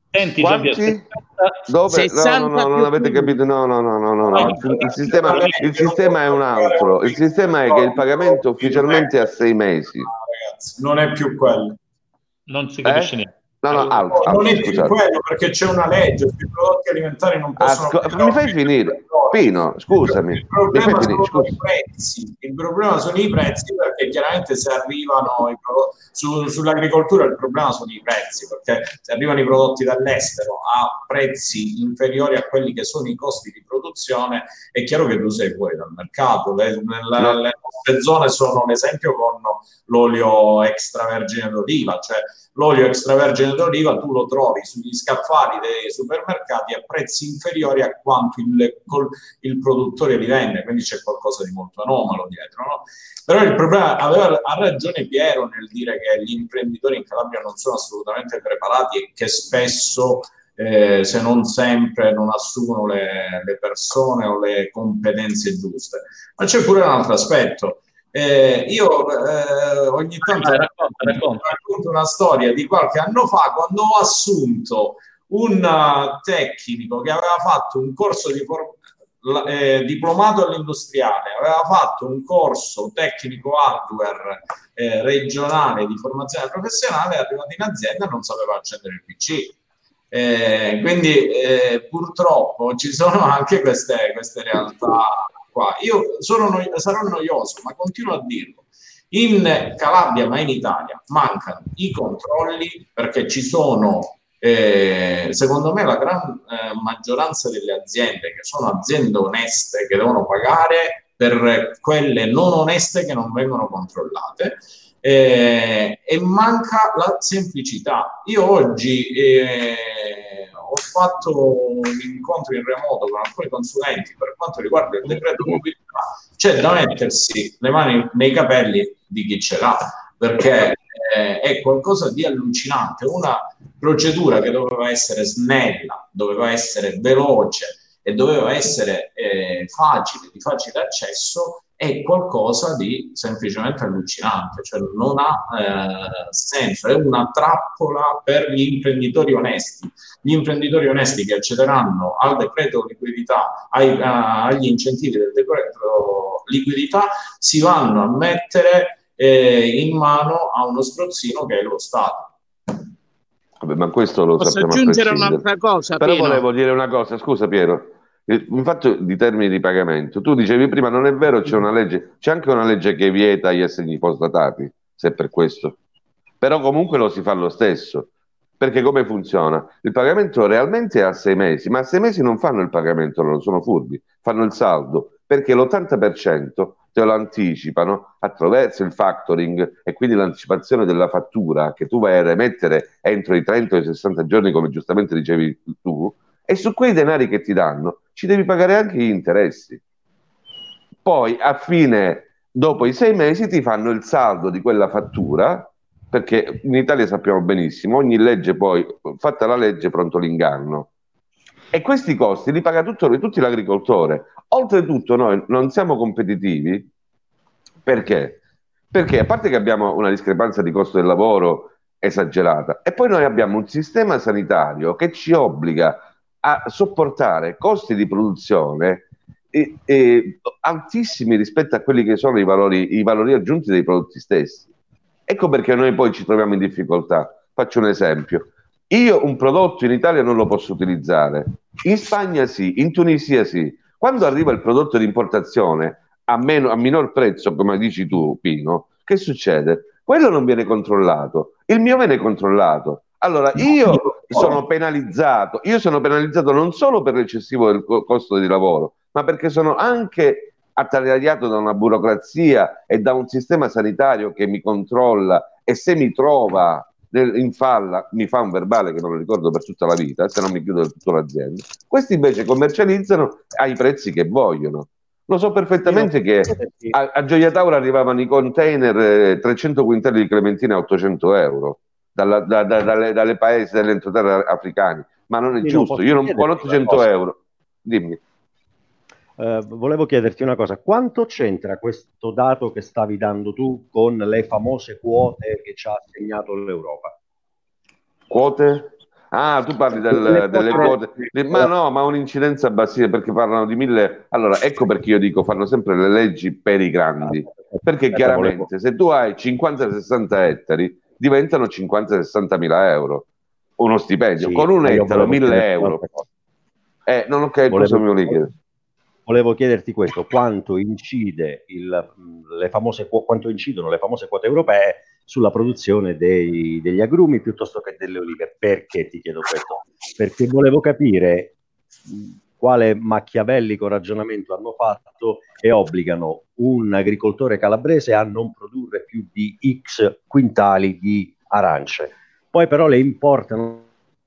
Senti, quanti? Giampiero, Dove? sessanta No, no, no, non più avete più. capito? No, no, no, no, no, no. Il, il sistema, il sistema è un altro. Il sistema è che il pagamento ufficialmente è a sei mesi. Ragazzi, non è più quello. non si capisce Eh? niente. No, no, alto, non alto, è più scusate. quello perché c'è una legge sui prodotti alimentari non possono Asco- mi fai finire? Pino, scusami. il problema Mi fai finire? sono Scusa. i prezzi il problema sono i prezzi perché chiaramente se arrivano i prodotti su, sull'agricoltura il problema sono i prezzi perché se arrivano i prodotti dall'estero a prezzi inferiori a quelli che sono i costi di produzione è chiaro che tu sei fuori dal mercato. Le, le, No. le nostre zone sono un esempio con l'olio extravergine d'oliva, cioè l'olio extravergine d'oliva tu lo trovi sugli scaffali dei supermercati a prezzi inferiori a quanto il, il produttore li vende, quindi c'è qualcosa di molto anomalo dietro, no? Però il problema, aveva, ha ragione Piero nel dire che gli imprenditori in Calabria non sono assolutamente preparati e che spesso, eh, se non sempre, non assumono le, le persone o le competenze giuste. Ma c'è pure un altro aspetto. Eh, io eh, ogni tanto racconta, racconta. racconto una storia di qualche anno fa quando ho assunto un uh, tecnico che aveva fatto un corso di for- eh, diplomato all'industriale, aveva fatto un corso tecnico hardware eh, regionale di formazione professionale, è arrivato in azienda e non sapeva accendere il P C. Eh, quindi eh, purtroppo ci sono anche queste, queste realtà qua. Io sono noi- sarò noioso, ma continuo a dirlo. In Calabria, ma in Italia, mancano i controlli perché ci sono, eh, secondo me, la gran eh, maggioranza delle aziende che sono aziende oneste che devono pagare per quelle non oneste che non vengono controllate. Eh, e manca la semplicità. Io oggi eh, ho fatto un incontro in remoto con alcuni consulenti per quanto riguarda il decreto mobilità. C'è da mettersi le mani nei capelli di chi ce l'ha, perché eh, è qualcosa di allucinante. Una procedura che doveva essere snella, doveva essere veloce e doveva essere eh, facile, di facile accesso, è qualcosa di semplicemente allucinante, cioè non ha eh, senso, è una trappola per gli imprenditori onesti. Gli imprenditori onesti che accederanno al decreto liquidità, ai, a, agli incentivi del decreto liquidità, si vanno a mettere eh, in mano a uno strozzino che è lo Stato. Vabbè, ma questo lo Posso sappiamo aggiungere a prescindere. un'altra cosa, Però Pino? volevo dire una cosa, scusa Piero, in fatto di termini di pagamento, tu dicevi prima non è vero, c'è una legge, c'è anche una legge che vieta gli assegni postdatati, se è per questo, però comunque lo si fa lo stesso, perché come funziona? Il pagamento realmente è a sei mesi, ma a sei mesi non fanno il pagamento, loro sono furbi, fanno il saldo, perché l'ottanta per cento te lo anticipano attraverso il factoring e quindi l'anticipazione della fattura che tu vai a remettere entro i trenta o i sessanta giorni, come giustamente dicevi tu, e su quei denari che ti danno ci devi pagare anche gli interessi. Poi a fine, dopo i sei mesi, ti fanno il saldo di quella fattura, perché in Italia sappiamo benissimo, ogni legge poi, fatta la legge, pronto l'inganno. E questi costi li paga tutto, tutti l'agricoltore. Oltretutto noi non siamo competitivi, perché? Perché a parte che abbiamo una discrepanza di costo del lavoro esagerata, e poi noi abbiamo un sistema sanitario che ci obbliga a sopportare costi di produzione e, e, altissimi rispetto a quelli che sono i valori, i valori aggiunti dei prodotti stessi. Ecco perché noi poi ci troviamo in difficoltà. Faccio un esempio. Io un prodotto in Italia non lo posso utilizzare, in Spagna sì, in Tunisia sì. Quando arriva il prodotto di importazione a, meno, a minor prezzo, come dici tu, Pino, che succede? Quello non viene controllato, il mio viene controllato. Allora io sono penalizzato, io sono penalizzato non solo per l'eccessivo del costo di lavoro, ma perché sono anche attanagliato da una burocrazia e da un sistema sanitario che mi controlla, e se mi trova in falla mi fa un verbale che non lo ricordo per tutta la vita, se non mi chiudo tutta l'azienda. Questi invece commercializzano ai prezzi che vogliono. Lo so perfettamente che a, a Gioia Tauro arrivavano i container eh, trecento quintali di clementine a ottocento euro dalla, da, da, dalle, dalle paesi dell'entroterra africani, ma non è Io giusto. non Io non con ottocento euro. Dimmi. Uh, volevo chiederti una cosa, quanto c'entra questo dato che stavi dando tu con le famose quote che ci ha assegnato l'Europa? Quote? Ah, tu parli del, delle quote, ma no, ma un'incidenza bassina, perché parlano di mille. Allora, ecco perché io dico fanno sempre le leggi per i grandi, perché chiaramente se tu hai cinquanta sessanta ettari diventano cinquanta sessanta mila euro uno stipendio, Sì, con un ma io ettaro volevo mille chiederti euro. un'altra cosa. Eh, non ho capito cosa mi volevi chiedere. Volevo chiederti questo: quanto incide il, le famose, quanto incidono le famose quote europee sulla produzione dei, degli agrumi piuttosto che delle olive? Perché ti chiedo questo? Perché volevo capire quale macchiavellico ragionamento hanno fatto e obbligano un agricoltore calabrese a non produrre più di X quintali di arance. Poi però le importano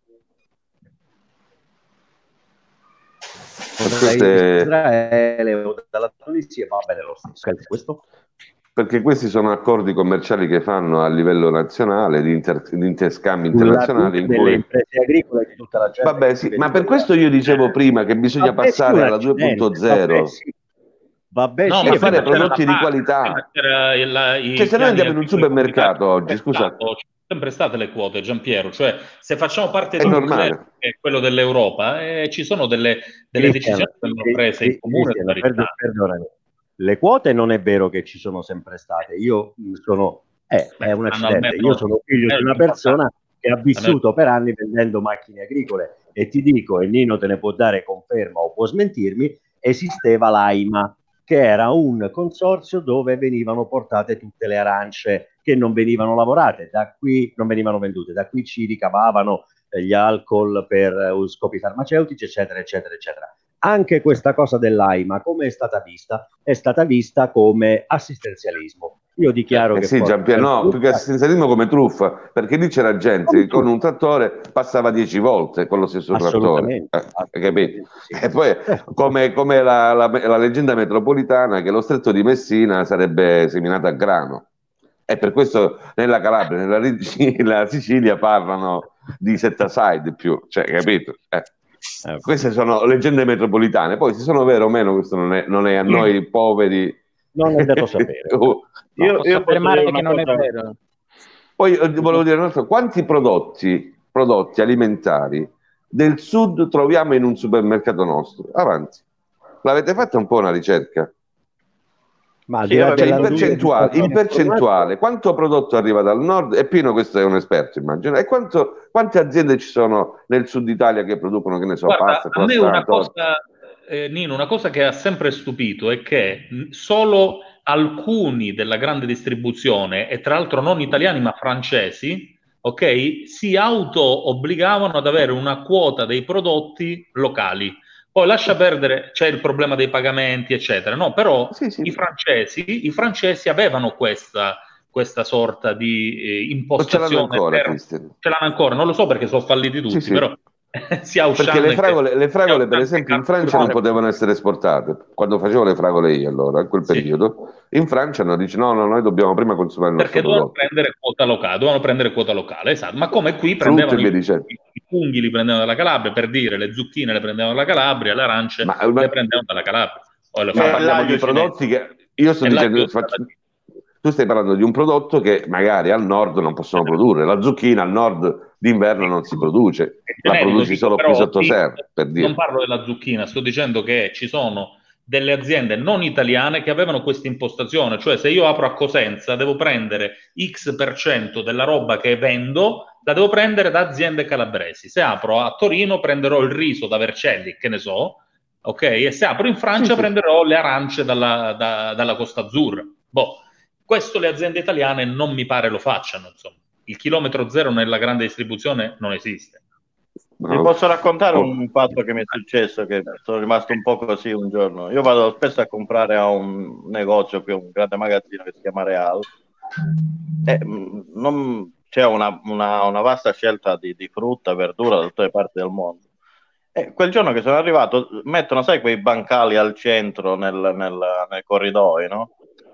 da Israele o dalla Tunisia, va bene lo stesso. Questo? Perché questi sono accordi commerciali che fanno a livello nazionale, di, inter, di interscambi internazionali in delle cui... imprese agricole di tutta la gente. Vabbè, sì, ma per questo io dicevo prima che bisogna vabbè, passare sì, alla due punto zero. Vabbè, sì. Vabbè, no, sì, ma e fare prodotti di la qualità. Il, cioè, se noi andiamo in un supermercato oggi, scusa, sono sempre state le quote, Giampiero, cioè se facciamo parte è di un normale. club che è quello dell'Europa, eh, ci sono delle, delle decisioni che vengono prese in comune. Perdonami. Perdonami. Le quote non è vero che ci sono sempre state. Io sono, eh, Beh, è un accidente. Almeno, Io sono figlio di una persona che ha vissuto almeno per anni vendendo macchine agricole e ti dico, e Nino te ne può dare conferma o può smentirmi, esisteva l'AIMA, che era un consorzio dove venivano portate tutte le arance che non venivano lavorate, da qui non venivano vendute, da qui ci ricavavano gli alcol per uh, scopi farmaceutici, eccetera, eccetera, eccetera. Anche questa cosa dell'AIMA, come è stata vista? È stata vista come assistenzialismo. Io dichiaro eh che... sì, Giampiero, no, più che assistenzialismo come truffa, perché lì c'era gente che con un trattore passava dieci volte con lo stesso trattore. Eh, hai capito? Sì. E poi, come, come la, la, la leggenda metropolitana, che lo stretto di Messina sarebbe seminato a grano. E per questo nella Calabria, nella, nella Sicilia parlano di set aside più, cioè, capito? Eh. Eh, queste sono leggende metropolitane, poi se sono vere o meno questo non è, non è a noi poveri non è dato sapere. oh, no, io, posso io affermare che non cosa... è vero. Poi volevo dire un'altra, quanti prodotti, prodotti alimentari del sud troviamo in un supermercato nostro? Avanti, l'avete fatta un po' una ricerca? Ma sì, cioè, in percentuale, in percentuale quanto prodotto arriva dal nord? E Pino questo è un esperto, immagino. E quanto, quante aziende ci sono nel sud Italia che producono, che ne so, Guarda, pasta, a me una cosa, eh, Nino, una cosa che ha sempre stupito è che solo alcuni della grande distribuzione, e tra l'altro non italiani ma francesi, ok, si auto-obbligavano ad avere una quota dei prodotti locali. Poi lascia perdere, c'è il problema dei pagamenti, eccetera. No, però sì, sì. I, francesi, i francesi avevano questa, questa sorta di eh, impostazione. Ce l'hanno ancora, per, ce l'hanno ancora, non lo so perché sono falliti tutti, sì, sì. Però si ha perché le fragole, le fragole per esempio, in Francia non potevano essere esportate. Quando facevo le fragole io, allora, in quel periodo, sì. In Francia hanno detto no, no, noi dobbiamo prima consumare il nostro perché prodotto. Perché dovevano prendere quota locale, dovevano prendere quota locale, esatto. Ma come qui prendevano i, i funghi li prendevano dalla Calabria, per dire, le zucchine le prendevano dalla Calabria, le arance ma, le prendevano dalla Calabria. O le ma parliamo di prodotti che io sto dicendo, faccio, tu stai parlando di un prodotto che magari al nord non possono produrre, la zucchina al nord d'inverno non si produce, la produci solo qui sotto serra, per dire. Non parlo della zucchina, sto dicendo che ci sono delle aziende non italiane che avevano questa impostazione, cioè se io apro a Cosenza devo prendere X per cento della roba che vendo, la devo prendere da aziende calabresi. Se apro a Torino prenderò il riso da Vercelli, che ne so, ok? E se apro in Francia sì, prenderò sì. le arance dalla, da, dalla Costa Azzurra. Boh, questo le aziende italiane non mi pare lo facciano, insomma. Il chilometro zero nella grande distribuzione non esiste. Vi posso raccontare un fatto che mi è successo, che sono rimasto un po' così un giorno. Io vado spesso a comprare a un negozio, qui un grande magazzino che si chiama Real, e non, c'è una, una, una vasta scelta di, di frutta, verdura da tutte le parti del mondo. E quel giorno che sono arrivato, mettono, sai, quei bancali al centro nel, nel, nel corridoio, no?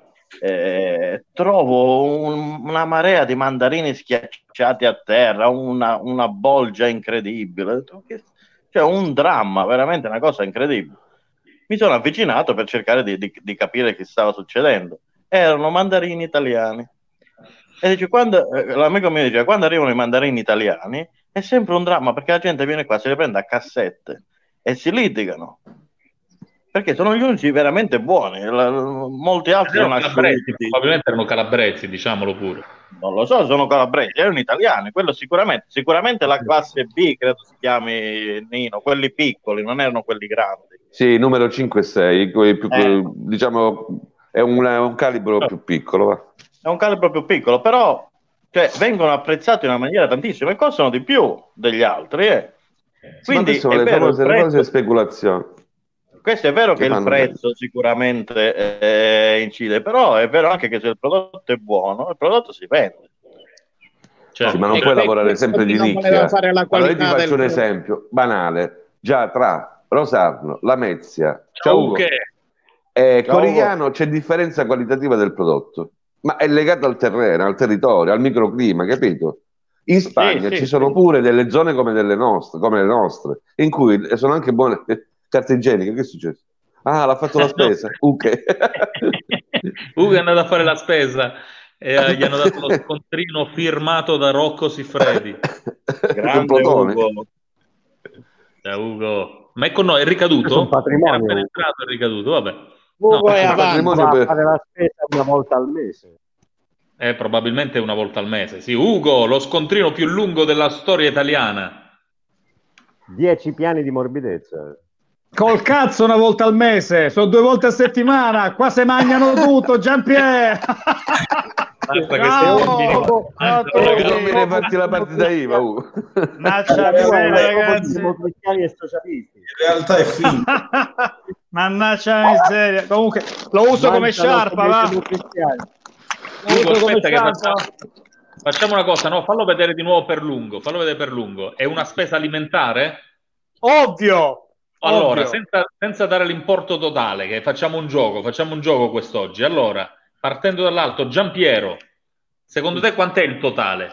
Eh, trovo un, una marea di mandarini schiacciati a terra, una, una bolgia incredibile, cioè un dramma, veramente una cosa incredibile. Mi sono avvicinato per cercare di, di, di capire che stava succedendo. Erano mandarini italiani. E dice, quando, eh, l'amico mio dice, quando arrivano i mandarini italiani, è sempre un dramma, perché la gente viene qua, se le prende a cassette e si litigano. Perché sono gli unici veramente buoni, la, molti altri sono calabresi, probabilmente erano calabresi, diciamolo pure. Non lo so, sono calabresi, erano italiani, quello sicuramente, sicuramente la classe B, credo si chiami Nino, quelli piccoli, non erano quelli grandi. Sì, numero cinque e sei, più, eh. diciamo, è un, un calibro più piccolo. Va. È un calibro più piccolo, però cioè, vengono apprezzati in una maniera tantissima e costano di più degli altri. Eh. Quindi sono è le vero, famose, prezzo... famose speculazioni. Questo è vero che, che il prezzo bene. sicuramente eh, incide, però è vero anche che se il prodotto è buono, il prodotto si vende. Cioè, sì, ma non puoi lavorare sempre di nicchia. Allora io ti faccio un esempio banale. Già tra Rosarno, Lamezia, ciao Ugo, e Corigliano c'è differenza qualitativa del prodotto, ma è legato al terreno, al territorio, al microclima, capito? In Spagna sì, ci sì, sono sì. pure delle zone come, delle nostre, come le nostre, in cui sono anche buone carte igieniche. Che è successo? Ah, l'ha fatto la spesa. Ok. Ugo è andato a fare la spesa e eh, gli hanno dato lo scontrino firmato da Rocco Siffredi. Grande Ugo. Da Ugo. Ma è con noi, è ricaduto? È patrimonio. Era appena entrato, è ricaduto, vabbè. Ugo no, è avanti. Va a fare la spesa una volta al mese. Eh, probabilmente una volta al mese. Sì, Ugo, lo scontrino più lungo della storia italiana. Dieci piani di morbidezza. Col cazzo una volta al mese, sono due volte a settimana, qua se mangiano tutto, Giampier. Basta che sei non mi ne fatti la partita I V A. Uh. Maccia miseria, ragazzi. In realtà è finta. Mannaggia miseria. Comunque lo uso come sciarpa, va. Ugo, aspetta che facciamo, facciamo una cosa, no? Fallo vedere di nuovo per lungo, fallo vedere per lungo. È una spesa alimentare? Ovvio. Allora, senza, senza dare l'importo totale, che facciamo un gioco, facciamo un gioco quest'oggi. Allora, partendo dall'alto, Giampiero, secondo te quant'è il totale?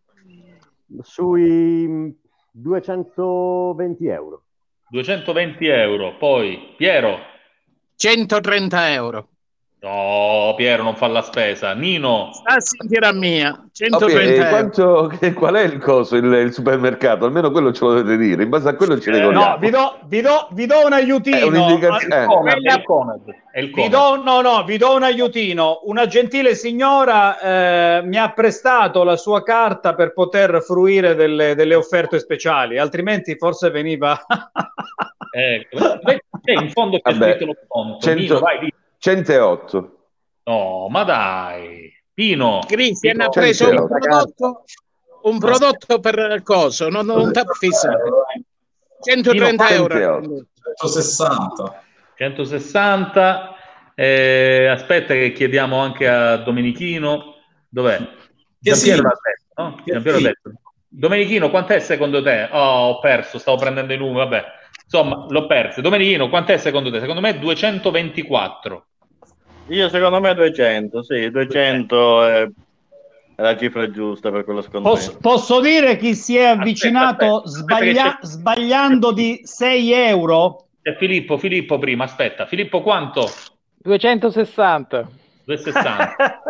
Sui duecentoventi euro. duecentoventi euro. Poi, Piero? centotrenta euro. No, Piero non fa la spesa. Nino? Sta a sentire a mia. centotrenta okay, quanto, che, qual è il coso, il, il supermercato? Almeno quello ce lo dovete dire. In base a quello ci regoliamo. No, vi do, vi do, vi do un aiutino. È un'indicazione. È il Conad, è il Conad, è il vi do, no, no, vi do un aiutino. Una gentile signora eh, mi ha prestato la sua carta per poter fruire delle, delle offerte speciali, altrimenti forse veniva... eh, in fondo c'è Vabbè, scritto lo sconto. cento, Nino, vai, vai. centootto. No, ma dai. Pino. Cristian ha preso un prodotto, un prodotto per il coso, non, non t'ha fissato. centotrenta euro. centosessanta. centosessanta. Eh, aspetta che chiediamo anche a Domenichino. Dov'è? Giampiero l'ha detto, no? Giampiero l'ha detto. Domenichino, quant'è secondo te? Oh, ho perso, stavo prendendo i numeri, vabbè. Insomma, l'ho perso. Domenichino, quant'è secondo te? Secondo me duecentoventiquattro. Io secondo me duecento, sì, duecento è, è la cifra giusta per quello scontrino. Posso, posso dire chi si è avvicinato aspetta, aspetta, sbaglia, aspetta sbagliando di sei euro? C'è Filippo, Filippo prima, aspetta. Filippo quanto? duecentosessanta. duecentosessanta.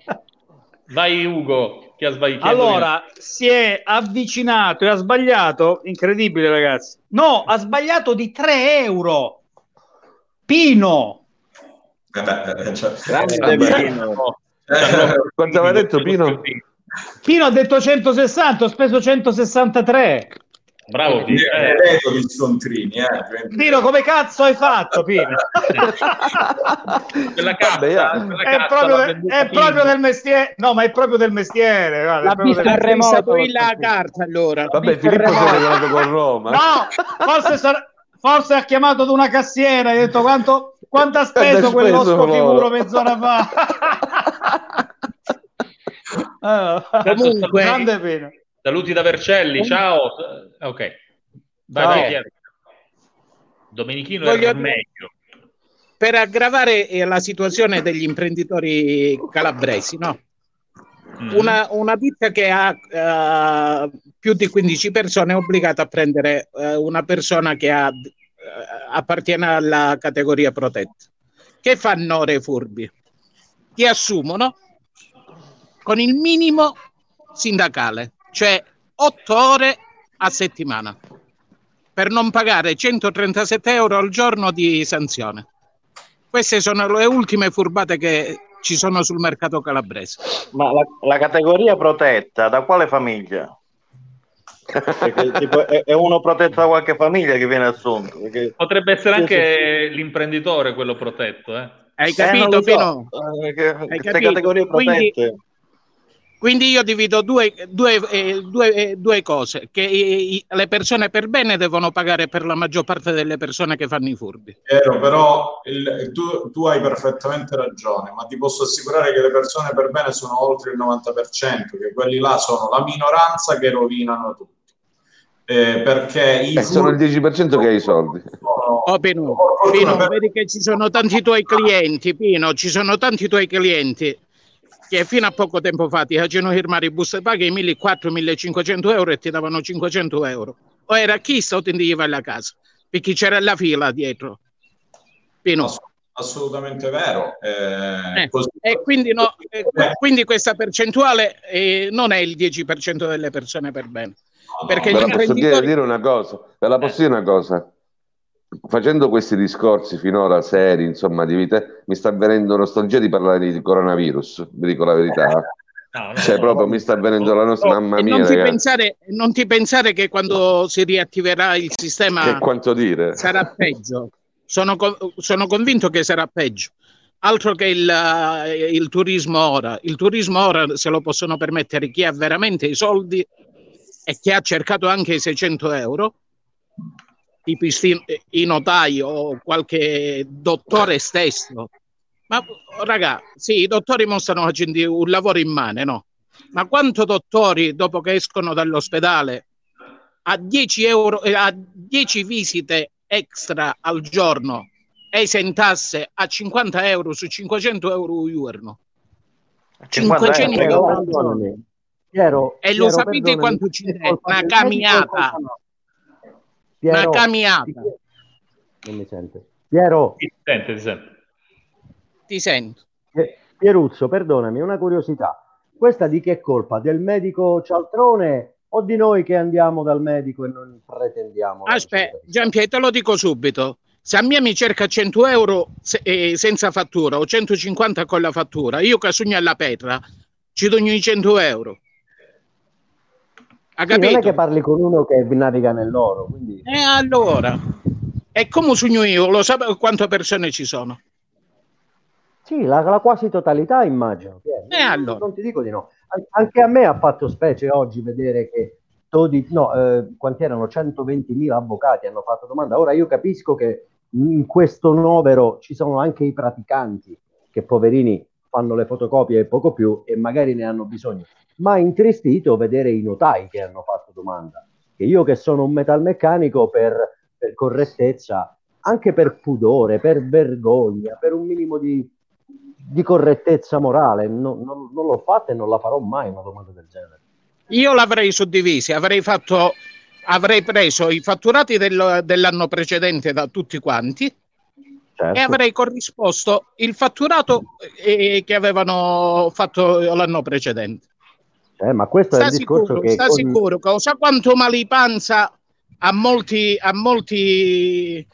Vai Ugo, chi ha sbagliato? Allora, si è avvicinato e ha sbagliato, incredibile ragazzi. No, ha sbagliato di tre euro. Pino. Eh, cioè, Grande Pino. Eh, quanto aveva detto Pino? Pino ha detto centosessanta, ho speso centosessantatré. Bravo Pino. Eh, eh. Di scontrini, eh. Pino, come cazzo hai fatto, Pino? Quella carta, yeah. quella è, carta proprio, del, è proprio del mestiere. No, ma è proprio del mestiere. Guarda, l'ha visto il remoto la carta allora. Vabbè, Filippo si è regolato con Roma. No, forse sarà... Forse ha chiamato ad una cassiera e ha detto quanto, quanto ha speso quell'osco figuro mezz'ora fa. allora, Comunque, grande pena. Saluti da Vercelli, ciao. Ok, vai, vai, chiaro. Domenichino Voglio è meglio. Per aggravare la situazione degli imprenditori calabresi, no? Mm. Una, una ditta che ha uh, più di quindici persone è obbligata a prendere uh, una persona che ha, uh, appartiene alla categoria protetta. Che fanno ora i furbi? Ti assumono con il minimo sindacale, cioè otto ore a settimana per non pagare centotrentasette euro al giorno di sanzione. Queste sono le ultime furbate che ci sono sul mercato calabrese. Ma la, la categoria protetta da quale famiglia? Perché, tipo, è, è uno protetto da qualche famiglia che viene assunto. Perché... Potrebbe essere anche l'imprenditore quello protetto, eh? Hai capito, eh, Pino? So. Eh, che, Hai queste capito? categorie protette. Quindi, quindi io divido due, due, eh, due, eh, due cose, che i, le persone per bene devono pagare per la maggior parte delle persone che fanno i furbi. Vero, però il, tu, tu hai perfettamente ragione, ma ti posso assicurare che le persone per bene sono oltre il novanta per cento, che quelli là sono la minoranza che rovinano tutto. Eh, perché i eh, sono il dieci per cento che ha i soldi. Oh, Pino, Pino, vedi che ci sono tanti tuoi clienti, Pino, ci sono tanti tuoi clienti che fino a poco tempo fa ti facevano firmare i buste paghi millequattrocento millecinquecento euro e ti davano cinquecento euro. O era chissà o ti andavi alla casa, perché c'era la fila dietro. Pino. Ass- assolutamente vero. Eh, eh, così... E quindi, no, eh, quindi questa percentuale eh, non è il dieci per cento delle persone per bene. No, perché no, gli ve la imprenditori... posso dire una cosa, ve la posso dire una cosa. Facendo questi discorsi finora seri, insomma, di vita, mi sta venendo nostalgia di parlare di coronavirus, vi dico la verità. No, no, cioè, no, proprio no, mi sta venendo la nostra, no, mamma e mia, non ti, ragazzi. pensare, non ti pensare che quando si riattiverà il sistema Che quanto dire. sarà peggio. Sono, sono convinto che sarà peggio. Altro che il, il turismo ora. Il turismo ora se lo possono permettere chi ha veramente i soldi e chi ha cercato anche i seicento euro, tipo i notai o qualche dottore stesso. Ma raga, sì, i dottori mo stanno facendo un lavoro immane, no? Ma quanto dottori dopo che escono dall'ospedale a dieci euro, a dieci visite extra al giorno esentasse a cinquanta euro su cinquecento euro un giorno? cinquecento euro al giorno. Piero, e Piero, lo sapete quanto ci è? Una camminata. Piero, una camminata. Non mi sente. Piero. Ti sente, ti sente. Ti sento. Pieruzzo, perdonami, una curiosità. Questa di che colpa? Del medico cialtrone o di noi che andiamo dal medico e non pretendiamo? Aspetta, Gianpietro, te lo dico subito. Se a me mi cerca cento euro se, eh, senza fattura o centocinquanta con la fattura, io che sogno alla Petra ci do i cento euro. Ha sì, non capito? è che parli con uno che naviga nell'oro. Quindi... E allora? E come sogno io? Lo sapete quante persone ci sono? Sì, la, la quasi totalità immagino. E allora? Non ti dico di no. Anche a me ha fatto specie oggi vedere che dodici, no, eh, quanti erano? centoventimila avvocati hanno fatto domanda. Ora io capisco che in questo novero ci sono anche i praticanti che poverini fanno le fotocopie e poco più e magari ne hanno bisogno. Ma intristito vedere i notai che hanno fatto domanda. Che io che sono un metalmeccanico per, per correttezza, anche per pudore, per vergogna, per un minimo di, di correttezza morale, no, non, non l'ho fatta e non la farò mai una domanda del genere. Io l'avrei suddivisi, avrei fatto, avrei preso i fatturati del, dell'anno precedente da tutti quanti, certo, e avrei corrisposto il fatturato eh, che avevano fatto l'anno precedente. Eh, ma questo sta è il sicuro, discorso che sta con... sicuro che sa quanto mal di panza a molti a molti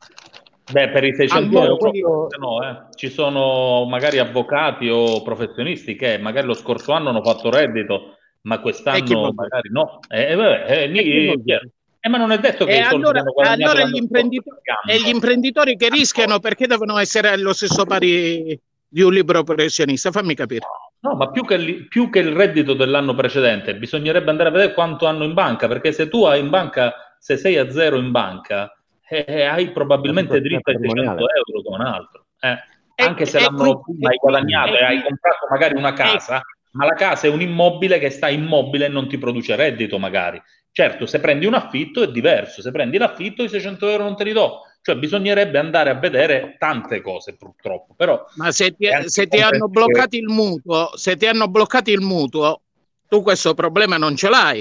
beh, per i seicento a euro molti... no, eh. Ci sono magari avvocati o professionisti che magari lo scorso anno hanno fatto reddito, ma quest'anno magari no. Eh, vabbè, eh, lì, eh, eh, ma non è detto che e i soldi allora, hanno guadagnato allora gli imprenditori, e gli imprenditori che rischiano perché devono essere allo stesso pari di un libero professionista? Fammi capire. No, ma più che, più che il reddito dell'anno precedente, bisognerebbe andare a vedere quanto hanno in banca, perché se tu hai in banca, se sei a zero in banca, eh, hai probabilmente diritto ai seicento euro come un altro. Eh. E, Anche se e, l'anno prima hai guadagnato e, e hai comprato magari una casa, e, ma la casa è un immobile che sta immobile e non ti produce reddito magari. Certo, se prendi un affitto è diverso, se prendi l'affitto i seicento euro non te li do. Cioè bisognerebbe andare a vedere tante cose purtroppo, però... Ma se ti, se ti hanno bloccato che... il mutuo, se ti hanno bloccato il mutuo, tu questo problema non ce l'hai.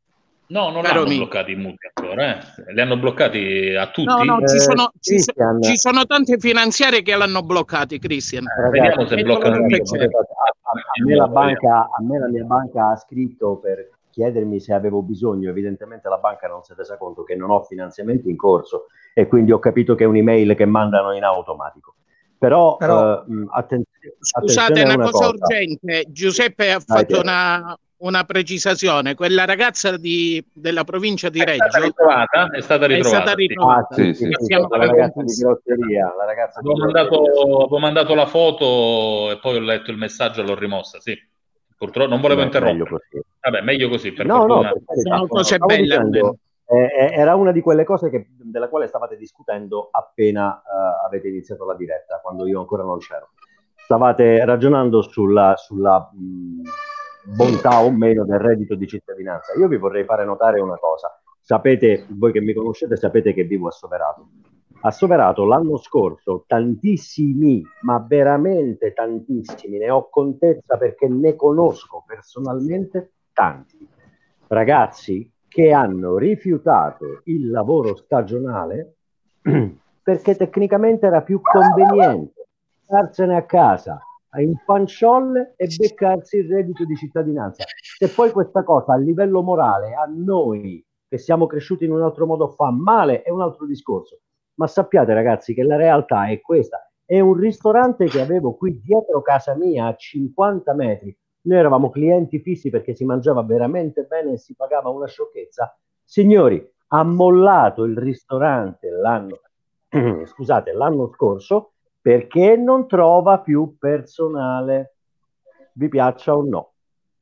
No, non hanno bloccato i mutui ancora, eh. Li hanno bloccati a tutti. No, no, ci sono, eh, ci, so, ci sono tante finanziarie che l'hanno bloccati, Cristian. Eh, Vediamo se bloccano il a, a, me la banca, a me la mia banca ha scritto per chiedermi se avevo bisogno. Evidentemente la banca non si è resa conto che non ho finanziamenti in corso e quindi ho capito che è un'email che mandano in automatico. Però, Però eh, attenzione, scusate, attenzione una a una cosa, cosa urgente. Giuseppe ha Dai, fatto Piero. una, una precisazione. Quella ragazza di, della provincia di È stata Reggio ritrovata, è stata è ritrovata, stata sì. ritrovata. Ah, sì, Sì, sì, sì. sì, Siamo la ragazza di concorsi. grosseria, la ragazza di Avevo mandato, grosseria. avevo mandato la foto e poi ho letto il messaggio e l'ho rimossa, sì. Purtroppo non volevo Beh, meglio interrompere. così. Vabbè, meglio così, per No, no, fortuna. per carità. Sono cose Stavo belle dicendo, almeno. eh, eh, era una di quelle cose che, della quale stavate discutendo appena eh, avete iniziato la diretta, quando io ancora non c'ero. Stavate ragionando sulla, sulla mh, bontà o meno del reddito di cittadinanza. Io vi vorrei fare notare una cosa. Sapete, voi che mi conoscete, sapete che vivo a Soverato. A Soverato l'anno scorso tantissimi, ma veramente tantissimi, ne ho contezza perché ne conosco personalmente tanti, ragazzi che hanno rifiutato il lavoro stagionale perché tecnicamente era più conveniente starsene a casa in fanciolle e beccarsi il reddito di cittadinanza. Se poi questa cosa a livello morale a noi che siamo cresciuti in un altro modo fa male è un altro discorso. Ma sappiate ragazzi che la realtà è questa. È un ristorante che avevo qui dietro casa mia a cinquanta metri. Noi eravamo clienti fissi perché si mangiava veramente bene e si pagava una sciocchezza. Signori, ha mollato il ristorante l'anno, scusate, l'anno scorso perché non trova più personale. Vi piaccia o no?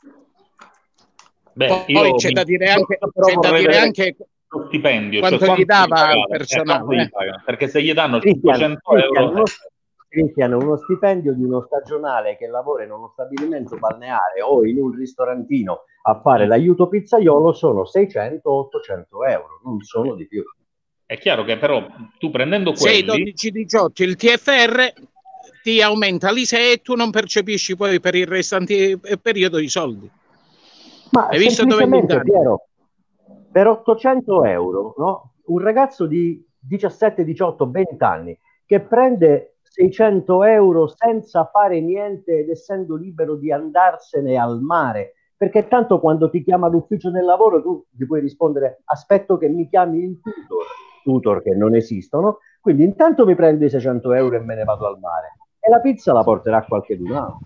Beh, Poi io c'è mi- da dire anche, però c'è da vorrei dire vedere anche lo stipendio, quanto cioè gli quanto gli dava al pagano, eh, quanto personale. gli pagano, perché se gli danno Cristian, cinquecento Cristian, euro, uno, eh, Cristian, uno stipendio di uno stagionale che lavora in uno stabilimento balneare o in un ristorantino a fare Mm. l'aiuto pizzaiolo sono seicento ottocento euro, non sono di più. è chiaro che però tu prendendo sei, quelli, dodici, diciotto il T F R ti aumenta l'I S E E e tu non percepisci poi per il restante periodo i soldi. Ma Hai visto dove li semplicemente, danno? Piero, per ottocento euro, no? Un ragazzo di diciassette, diciotto, venti anni che prende seicento euro senza fare niente ed essendo libero di andarsene al mare, perché tanto quando ti chiama l'ufficio del lavoro tu gli puoi rispondere aspetto che mi chiami il tutor, tutor che non esistono, quindi intanto mi prendo i seicento euro e me ne vado al mare e la pizza la porterà qualchedun altro.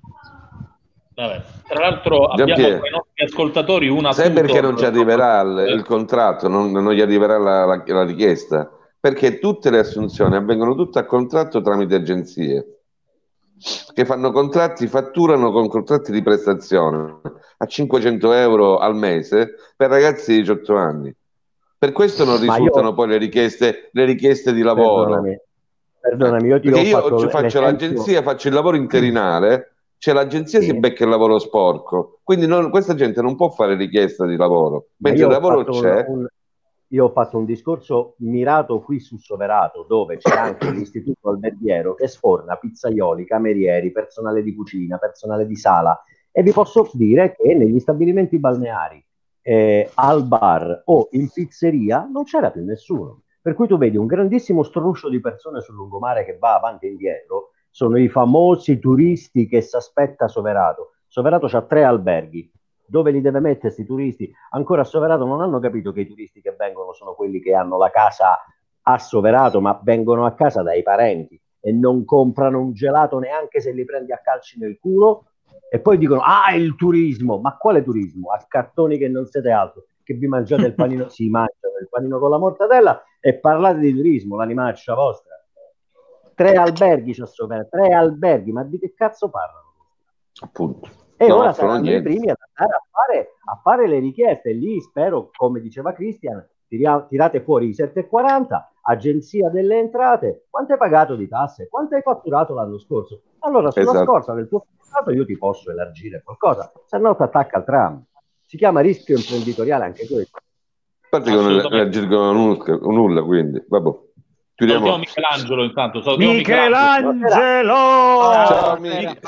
vabbè. Tra l'altro abbiamo Giampiero, con i nostri ascoltatori una sai perché tutor, non ci arriverà il, il contratto, non, non gli arriverà la, la- la richiesta? Perché tutte le assunzioni avvengono tutte a contratto tramite agenzie che fanno contratti, fatturano con contratti di prestazione a cinquecento euro al mese per ragazzi di diciotto anni. Per questo non Ma risultano io, poi le richieste, le richieste di lavoro. perdonami, perdonami, io ti Perché ho io fatto ci faccio l'esempio. l'agenzia, faccio il lavoro interinale, cioè l'agenzia si Sì. becca il lavoro sporco, quindi non- questa gente non può fare richiesta di lavoro, Ma mentre io il ho lavoro fatto un, c'è. un- io ho fatto un discorso mirato qui su Soverato, dove c'è anche l'istituto alberghiero che sforna pizzaioli, camerieri, personale di cucina, personale di sala, e vi posso dire che negli stabilimenti balneari, eh, al bar o in pizzeria non c'era più nessuno. Per cui tu vedi un grandissimo struscio di persone sul lungomare che va avanti e indietro, sono i famosi turisti che si aspetta Soverato. Soverato c'ha tre alberghi. Dove li deve mettere questi turisti? Ancora a Soverato non hanno capito che i turisti che vengono sono quelli che hanno la casa a Soverato, ma vengono a casa dai parenti e non comprano un gelato neanche se li prendi a calci nel culo e poi dicono ah il turismo, ma quale turismo? A cartoni che non siete altro, che vi mangiate il panino, si mangiano il panino con la mortadella e parlate di turismo, l'animaccia vostra. Tre alberghi c'è Soverato, tre alberghi, ma di che cazzo parlano? Appunto. E Non ora offrono saranno i niente. primi ad andare a fare, a fare le richieste. Lì spero, come diceva Cristian, tiria- tirate fuori i sette e quaranta, agenzia delle entrate, quanto hai pagato di tasse, quanto hai fatturato l'anno scorso. Allora sulla Esatto. scorta del tuo fatturato io ti posso elargire qualcosa, se no ti attacca al tram. Si chiama rischio imprenditoriale anche questo. A parte che non Assolutamente. elargiscono nulla, nulla, quindi vabbè. Chiudiamo. salutiamo Michelangelo intanto, salutiamo Michelangelo! Ciao, Mi- Mi-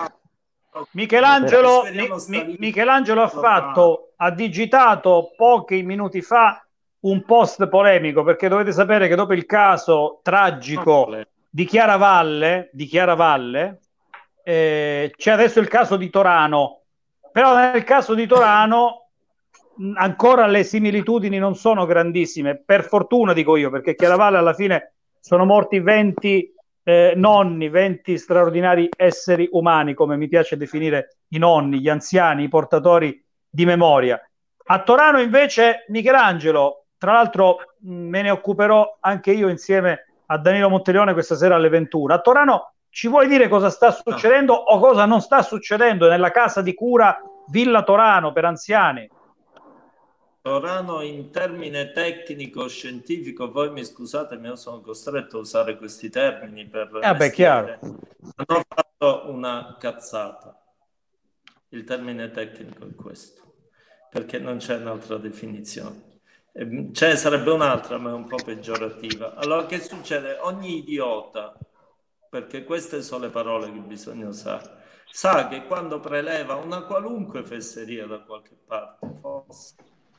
Michelangelo, Speriamo Mi- sta Mi- vita Michelangelo ha lo fatto, ha digitato pochi minuti fa un post polemico, perché dovete sapere che dopo il caso tragico di Chiara Valle, di Chiara Valle eh, c'è adesso il caso di Torano, però nel caso di Torano mh, ancora le similitudini non sono grandissime, per fortuna dico io, perché Chiaravalle alla fine sono morti venti eh, nonni, venti straordinari esseri umani, come mi piace definire i nonni, gli anziani, i portatori di memoria. A Torano invece Michelangelo, tra l'altro mh, me ne occuperò anche io insieme a Danilo Monterione questa sera alle ventuno. A Torano ci vuoi dire cosa sta succedendo o cosa non sta succedendo nella casa di cura Villa Torano per anziani? Torano in termine tecnico scientifico, voi mi scusate, ma io sono costretto a usare questi termini per eh beh, chiaro. hanno fatto una cazzata. Il termine tecnico è questo, perché non c'è un'altra definizione. C'è, sarebbe un'altra, ma è un po' peggiorativa. Allora, che succede? Ogni idiota, perché queste sono le parole che bisogna usare, sa che quando preleva una qualunque fesseria da qualche parte, forse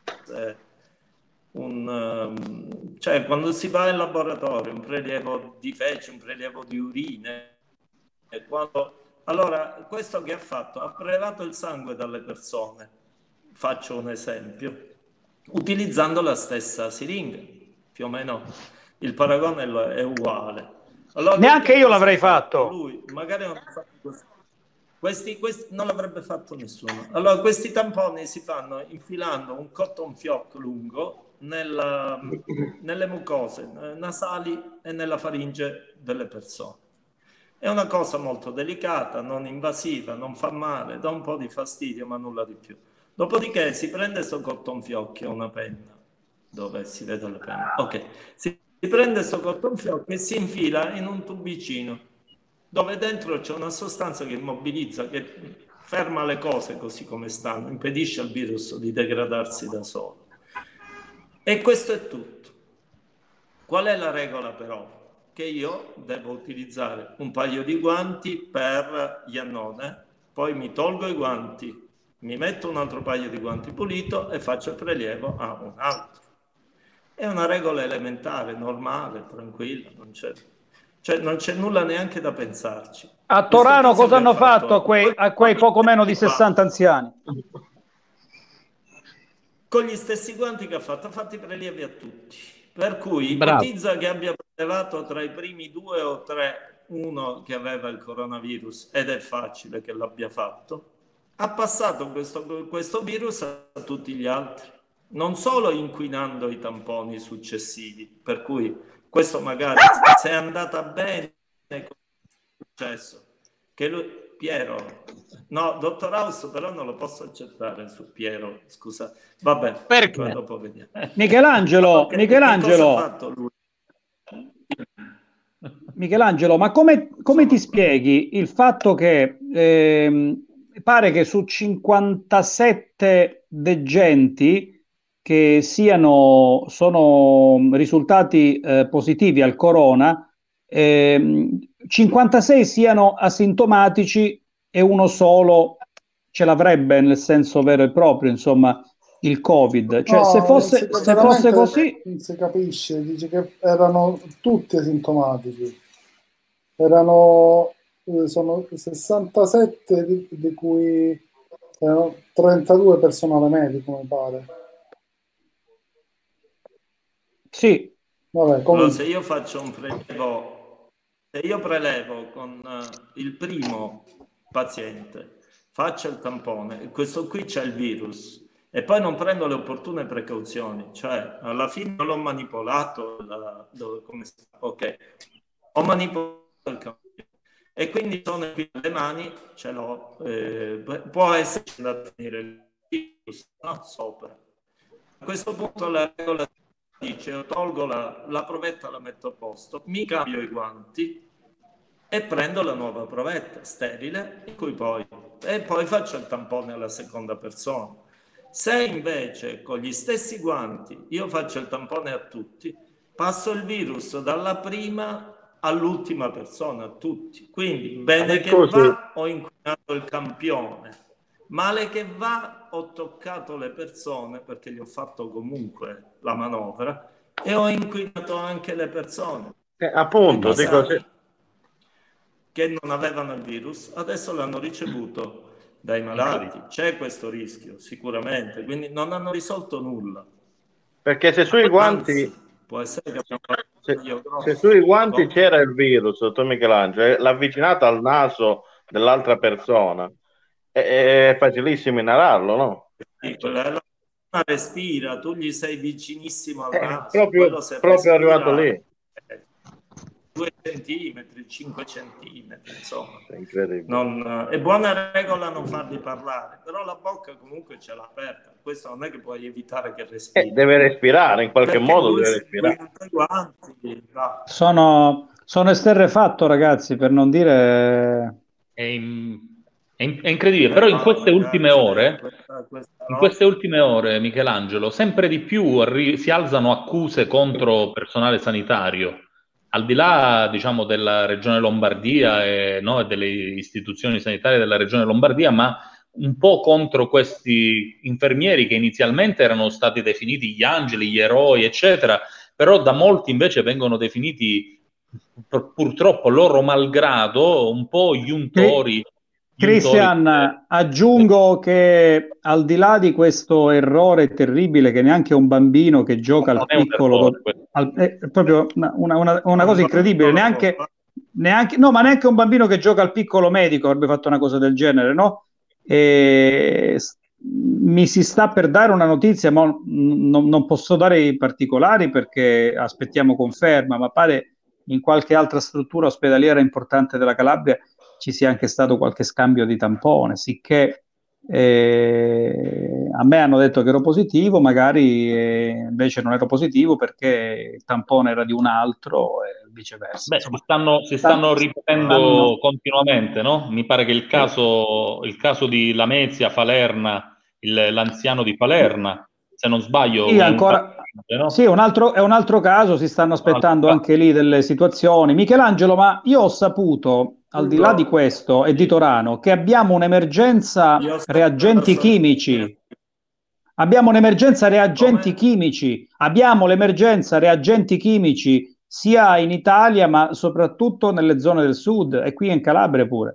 un, um, cioè quando si va in laboratorio, un prelievo di feci, un prelievo di urine, e quando, allora questo che ha fatto? Ha prelevato il sangue dalle persone, faccio un esempio, utilizzando la stessa siringa, più o meno il paragone è uguale. Allora, neanche io l'avrei fatto. Lui magari non ha fatto questo. Questi, questi non l'avrebbe fatto nessuno. Allora, questi tamponi si fanno infilando un cotton fioc lungo nella, nelle mucose nasali e nella faringe delle persone. È una cosa molto delicata, non invasiva, non fa male, dà un po' di fastidio, ma nulla di più. Dopodiché si prende questo cotton fioc, che è una penna, dove si vede la penna. Ok, si prende questo cotton fioc e si infila in un tubicino, dove dentro c'è una sostanza che immobilizza, che ferma le cose così come stanno, impedisce al virus di degradarsi da solo. E questo è tutto. Qual è la regola però? Che io devo utilizzare un paio di guanti per Iannone, poi mi tolgo i guanti, mi metto un altro paio di guanti pulito e faccio il prelievo a un altro. È una regola elementare, normale, tranquilla, non c'è... Cioè non c'è nulla neanche da pensarci. A Torano cosa hanno fatto, fatto a, quei, a quei poco meno di sessanta anziani? Con gli stessi guanti che ha fatto, ha fatto i prelievi a tutti. Per cui Bravo. ipotizza che abbia prelevato tra i primi due o tre uno che aveva il coronavirus, ed è facile che l'abbia fatto, ha passato questo, questo virus a tutti gli altri, non solo inquinando i tamponi successivi, per cui questo magari se è andata bene, è successo che lui, Piero, no, dottor House, però non lo posso accettare su Piero, scusa, vabbè, perché? Dopo vediamo. Michelangelo, Che, Michelangelo, che cosa ha fatto lui? Michelangelo, ma come, come ti spieghi il fatto che ehm, pare che su cinquantasette degenti che siano, sono risultati eh, positivi al corona, ehm, cinquantasei siano asintomatici e uno solo ce l'avrebbe nel senso vero e proprio, insomma, il Covid. Cioè, no, se fosse, si, se fosse così... Non si capisce, dice che erano tutti asintomatici. Erano, sono sessantasette di, di cui erano trentadue personale medico, mi pare. Sì. Vabbè, allora, se io faccio un prelevo, se io prelevo con uh, il primo paziente, faccio il tampone, questo qui c'è il virus, e poi non prendo le opportune precauzioni, cioè alla fine l'ho manipolato, la, dove, come si fa? Ok, ho manipolato il campione e quindi sono qui le mani, ce l'ho, eh, può esserci andato a finire il virus, no? Sopra. A questo punto la regola dice: io tolgo la, la provetta, la metto a posto, mi cambio i guanti e prendo la nuova provetta sterile, in cui poi, e poi faccio il tampone alla seconda persona. Se invece con gli stessi guanti io faccio il tampone a tutti, passo il virus dalla prima all'ultima persona, a tutti. Quindi bene che va, ho inquinato il campione, male che va, ho toccato le persone, perché gli ho fatto comunque la manovra, e ho inquinato anche le persone. Eh, appunto, dico, se... che non avevano il virus, adesso l'hanno ricevuto dai malati. C'è questo rischio, sicuramente, quindi non hanno risolto nulla. Perché se sui guanti... Anzi, può essere che se, se sui guanti c'era il virus, dottor Michelangelo, l'ha avvicinato al naso dell'altra persona, è, è facilissimo inalarlo, no? Sì, quella respira, tu gli sei vicinissimo al È naso, proprio, proprio arrivato lì. due centimetri, cinque centimetri, insomma. È incredibile. Non, è buona regola non farli parlare, però la bocca comunque ce l'ha aperta. Questo non è che puoi evitare che respiri. Eh, deve respirare, in qualche Perché modo lui deve si respirare. guarda i guanti, no. Sono, sono esterrefatto, ragazzi, per non dire... È, in- è in- è incredibile, però in No, queste ragazzi, ultime ore, questa- questa in roba- queste ultime ore, Michelangelo, sempre di più arri- si alzano accuse contro personale sanitario, al di là, diciamo, della Regione Lombardia e, no, e delle istituzioni sanitarie della Regione Lombardia, ma un po' contro questi infermieri che inizialmente erano stati definiti gli angeli, gli eroi, eccetera, però da molti invece vengono definiti pur- purtroppo loro malgrado un po' gli untori. gli Christian, untori- aggiungo che al di là di questo errore terribile che neanche un bambino che gioca Non al è un piccolo, errore, questo. al- è proprio una, una- una- una cosa Un incredibile, bambino neanche, può fare- neanche, no, ma neanche un bambino che gioca al piccolo medico avrebbe fatto una cosa del genere, no? E s- mi si sta per dare una notizia, ma non, non posso dare i particolari perché aspettiamo conferma, ma pare in qualche altra struttura ospedaliera importante della Calabria ci sia anche stato qualche scambio di tampone, sicché eh, a me hanno detto che ero positivo, magari eh, invece non ero positivo perché il tampone era di un altro e viceversa. Beh, Insomma, si stanno, si stanno ripetendo stanno- continuamente, no? Mi pare che il caso, il caso di Lamezia, Falerna, il- l'anziano di Falerna, se non sbaglio, Sì, è un ancora, caso, no? sì, un altro, è un altro caso, si stanno aspettando anche lì delle situazioni. Michelangelo, ma io ho saputo, al di là di questo e di Torano, che abbiamo un'emergenza Io so- reagenti so- chimici. Abbiamo un'emergenza reagenti chimici. Abbiamo l'emergenza reagenti chimici sia in Italia, ma soprattutto nelle zone del sud e qui in Calabria pure.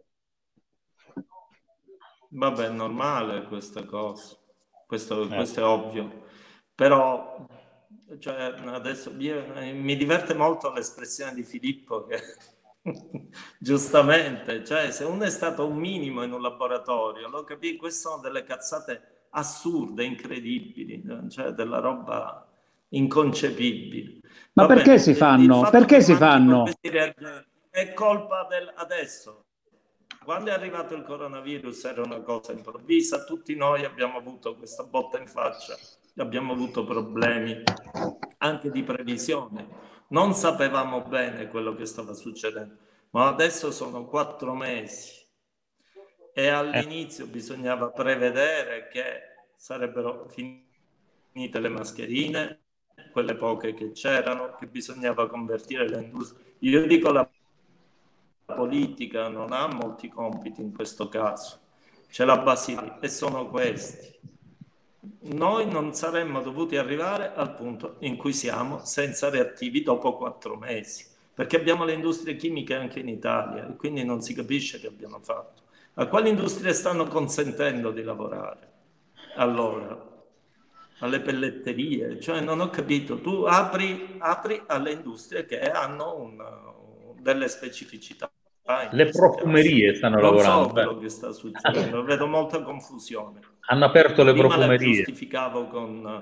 Vabbè, è normale questa cosa, questo, questo è ovvio, però cioè, adesso io- mi diverte molto l'espressione di Filippo che giustamente, cioè se uno è stato un minimo in un laboratorio, lo capisco, queste sono delle cazzate assurde, incredibili, cioè della roba inconcepibile. Ma Va perché bene, si il fanno? fatto Perché che si manchino fanno? questi reagenti è colpa del adesso. Quando è arrivato il coronavirus era una cosa improvvisa, tutti noi abbiamo avuto questa botta in faccia, abbiamo avuto problemi anche di previsione, non sapevamo bene quello che stava succedendo, ma adesso sono quattro mesi e all'inizio bisognava prevedere che sarebbero finite le mascherine, quelle poche che c'erano, che bisognava convertire le industrie. Io dico la La politica non ha molti compiti in questo caso, c'è la Basilica e sono questi. Noi non saremmo dovuti arrivare al punto in cui siamo senza reattivi dopo quattro mesi, perché abbiamo le industrie chimiche anche in Italia e quindi non si capisce che abbiano fatto. A quali industrie stanno consentendo di lavorare? Allora, alle pelletterie, cioè non ho capito, tu apri, apri alle industrie che hanno un, delle specificità. in Le questo profumerie caso. stanno Non lavorando. so quello beh. che sta succedendo, vedo molta confusione. Hanno aperto le Prima la profumerie. giustificavo con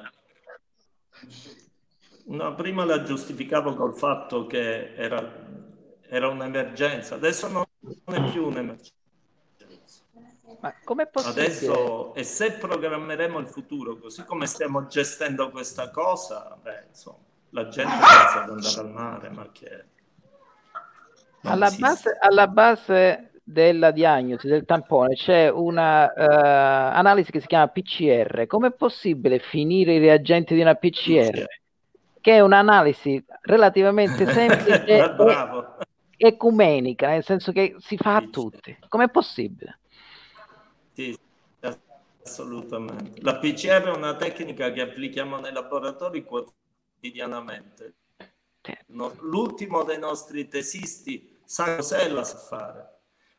no, prima la giustificavo col fatto che era, era un'emergenza, adesso non è più un'emergenza. Ma com'è possibile? Adesso, e se programmeremo il futuro così come stiamo gestendo questa cosa, beh, insomma, la gente pensa ad andare al mare, ma che non Alla esiste. base, alla base della diagnosi del tampone c'è una eh, analisi che si chiama P C R. Com'è possibile finire i reagenti di una P C R? Che è un'analisi relativamente semplice e Bravo. ecumenica, nel senso che si fa a tutti. Com'è possibile? Sì, assolutamente. La P C R è una tecnica che applichiamo nei laboratori quotidianamente. No, l'ultimo dei nostri tesisti sa cos'è, la sa fare.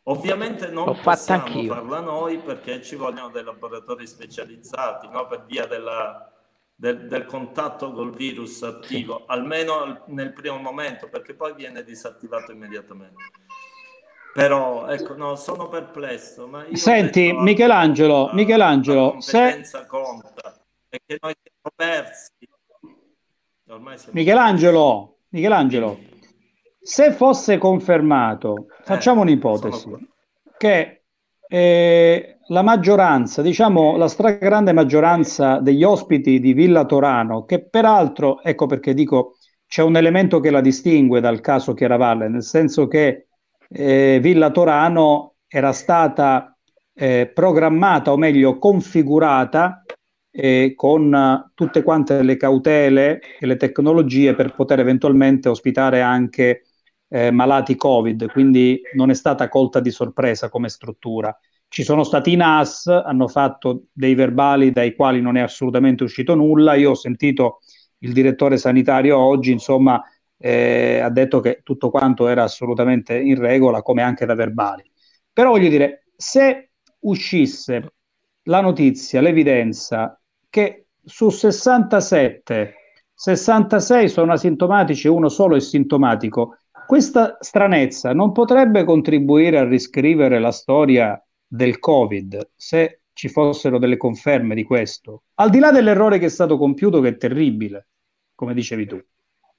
Ovviamente non L'ho fatta possiamo anch'io. farla noi perché ci vogliono dei laboratori specializzati, no? Per via della, del, del contatto col virus attivo, almeno nel primo momento, perché poi viene disattivato immediatamente. Però ecco, no, sono perplesso. Ma io ho Senti, detto, Michelangelo, la, Michelangelo, la se, competenza conta e che noi siamo persi. Ormai siamo Michelangelo, Michelangelo, se fosse confermato, facciamo sono un'ipotesi, qua. che eh, la maggioranza, diciamo la stragrande maggioranza degli ospiti di Villa Torano, che peraltro, ecco perché dico, c'è un elemento che la distingue dal caso Chiaravalle, nel senso che eh, Villa Torano era stata eh, programmata, o meglio configurata, eh, con uh, tutte quante le cautele e le tecnologie per poter eventualmente ospitare anche eh, malati Covid, quindi non è stata colta di sorpresa come struttura. Ci sono stati i N A S, hanno fatto dei verbali dai quali non è assolutamente uscito nulla. Io ho sentito il direttore sanitario oggi, insomma, eh, ha detto che tutto quanto era assolutamente in regola, come anche da verbali. Però voglio dire, se uscisse la notizia, l'evidenza che su sessantasette, sessantasei sono asintomatici e uno solo è sintomatico, questa stranezza non potrebbe contribuire a riscrivere la storia del Covid, se ci fossero delle conferme di questo, al di là dell'errore che è stato compiuto, che è terribile, come dicevi tu.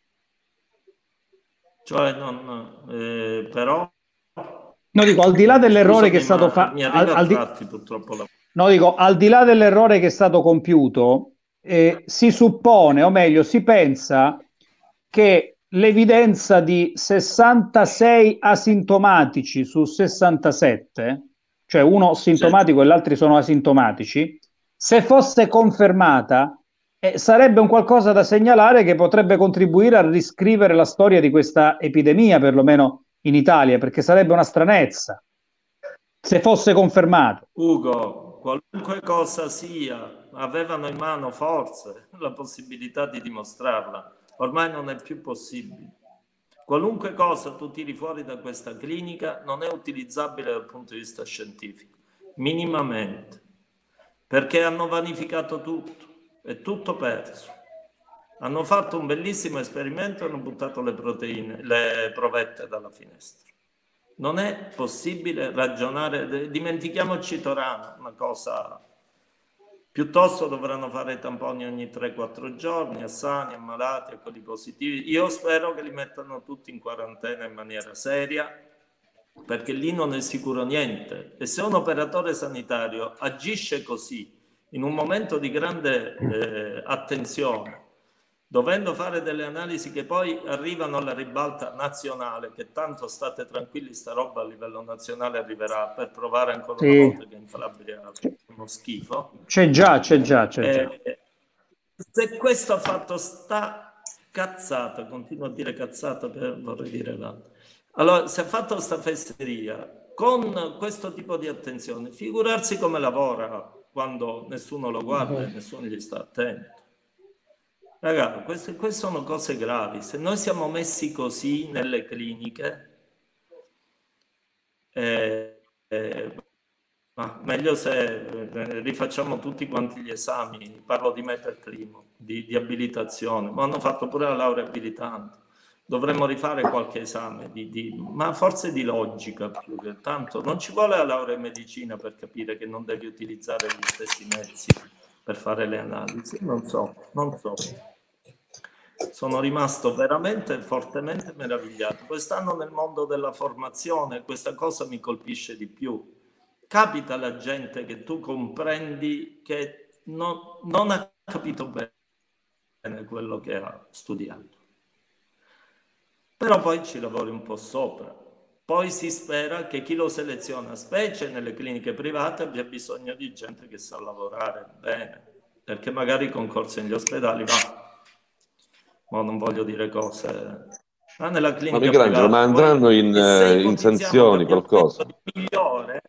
Cioè, non, eh, però... No, dico, al di là dell'errore che è stato fatto... Mi arriva al, a di... tratti, purtroppo. La... No, dico, al di là dell'errore che è stato compiuto, eh, si suppone, o meglio, si pensa che l'evidenza di sessantasei asintomatici su sessantasette, cioè uno sintomatico e gli altri sono asintomatici, se fosse confermata, eh, sarebbe un qualcosa da segnalare che potrebbe contribuire a riscrivere la storia di questa epidemia, perlomeno in Italia, perché sarebbe una stranezza se fosse confermato. Ugo, qualunque cosa sia, avevano in mano forse la possibilità di dimostrarla. Ormai non è più possibile. Qualunque cosa tu tiri fuori da questa clinica non è utilizzabile dal punto di vista scientifico, minimamente, perché hanno vanificato tutto, è tutto perso. Hanno fatto un bellissimo esperimento e hanno buttato le proteine, le provette dalla finestra. Non è possibile ragionare, dimentichiamoci Torano, una cosa... Piuttosto dovranno fare i tamponi ogni tre quattro giorni, a sani, a malati, a quelli positivi. Io spero che li mettano tutti in quarantena in maniera seria, perché lì non è sicuro niente. E se un operatore sanitario agisce così, in un momento di grande eh, attenzione, dovendo fare delle analisi che poi arrivano alla ribalta nazionale, che tanto state tranquilli, sta roba a livello nazionale arriverà, per provare ancora Sì. una volta che in Calabria è uno schifo. C'è già, c'è già, c'è già. Eh, se questo ha fatto sta cazzata, continuo a dire cazzata, per, vorrei dire l'altro. Allora, se ha fatto sta fesseria con questo tipo di attenzione, figurarsi come lavora quando nessuno lo guarda e nessuno gli sta attento. Ragazzi, queste, queste sono cose gravi. Se noi siamo messi così nelle cliniche, eh, eh, ma meglio se eh, rifacciamo tutti quanti gli esami. Parlo di me per primo, di, di abilitazione, ma hanno fatto pure la laurea abilitante. Dovremmo rifare qualche esame, di, di, ma forse di logica più che tanto. Non ci vuole la laurea in medicina per capire che non devi utilizzare gli stessi mezzi per fare le analisi. Non so, non so. Sono rimasto veramente fortemente meravigliato. Quest'anno nel mondo della formazione questa cosa mi colpisce di più. Capita alla gente che tu comprendi che non, non ha capito bene quello che ha studiato. Però poi ci lavori un po' sopra. Poi si spera che chi lo seleziona, specie nelle cliniche private, abbia bisogno di gente che sa lavorare bene, perché magari i concorsi negli ospedali va. Ma non voglio dire cose. Ma nella clinica ma Michelangelo, privata, ma andranno poi, in, eh, in sanzioni, qualcosa? Migliore,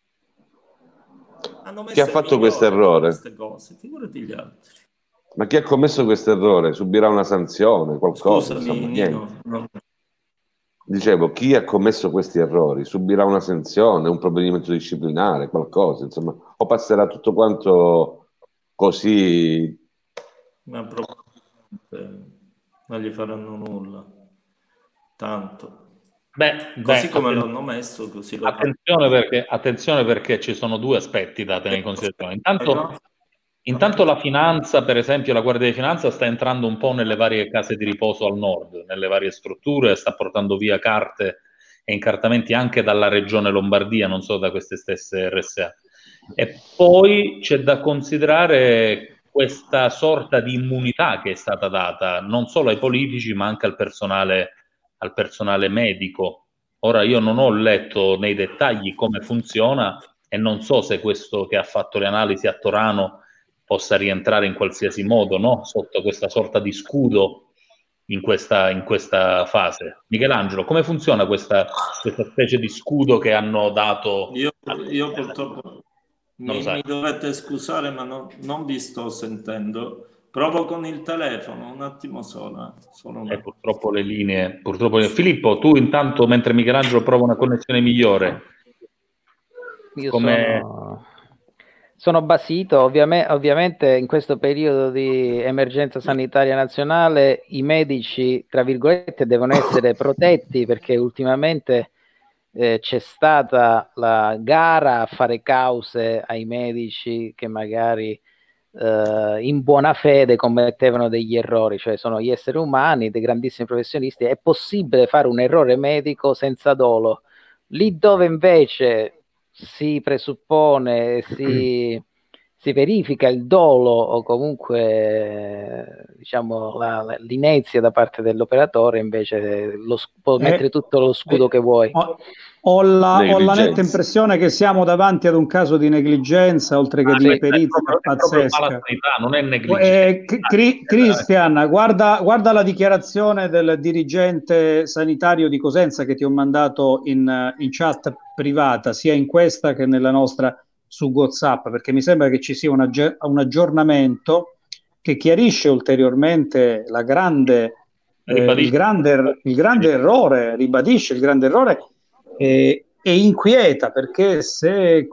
hanno messo Chi ha fatto questo errore? Queste cose. Figurati gli altri. Ma chi ha commesso questo errore subirà una sanzione, qualcosa? Scusami, insomma, Nino, non... dicevo, chi ha commesso questi errori subirà una sanzione, un provvedimento disciplinare, qualcosa, insomma, o passerà tutto quanto così. Ma probabilmente non gli faranno nulla, tanto. Beh, così beh, come atten- l'hanno messo, così lo attenzione perché, attenzione perché ci sono due aspetti da tenere in considerazione. Intanto, intanto la finanza, per esempio, la Guardia di Finanza sta entrando un po' nelle varie case di riposo al nord, nelle varie strutture, sta portando via carte e incartamenti anche dalla regione Lombardia, non solo da queste stesse R S A. E poi c'è da considerare questa sorta di immunità che è stata data non solo ai politici, ma anche al personale, al personale medico. Ora io non ho letto nei dettagli come funziona e non so se questo che ha fatto le analisi a Torano possa rientrare in qualsiasi modo, no? Sotto questa sorta di scudo in questa, in questa fase. Michelangelo, come funziona questa, questa specie di scudo che hanno dato? Io, io purtroppo Non lo mi, sai. mi dovete scusare, ma non, non vi sto sentendo. Provo con il telefono, un attimo solo. solo un Eh, attimo. purtroppo le linee, purtroppo le- Filippo, tu intanto mentre Michelangelo prova una connessione migliore, Io come sono, sono basito, ovviame- ovviamente in questo periodo di emergenza sanitaria nazionale i medici, tra virgolette, devono essere protetti perché ultimamente eh, c'è stata la gara a fare cause ai medici che magari eh, in buona fede commettevano degli errori, cioè sono gli esseri umani, dei grandissimi professionisti, è possibile fare un errore medico senza dolo. Lì dove invece si presuppone, si, si verifica il dolo o comunque eh, diciamo la, la- l'inezia da parte dell'operatore, invece lo, s- può Eh, mettere tutto lo scudo eh, che vuoi. Ho, ho la, ho la Negligenza. netta impressione che siamo davanti ad un caso di negligenza, oltre che Ah, di questa è imperizia proprio, è proprio pazzesca. malasanità, non è negligenza. Eh, Cri- Cri- Cristian, guarda, guarda la dichiarazione del dirigente sanitario di Cosenza che ti ho mandato in, in chat privata, sia in questa che nella nostra su WhatsApp, perché mi sembra che ci sia un, agge- un aggiornamento che chiarisce ulteriormente la grande, eh, il, Ribadisco. grande, il grande errore, ribadisce il grande errore e, e inquieta, perché se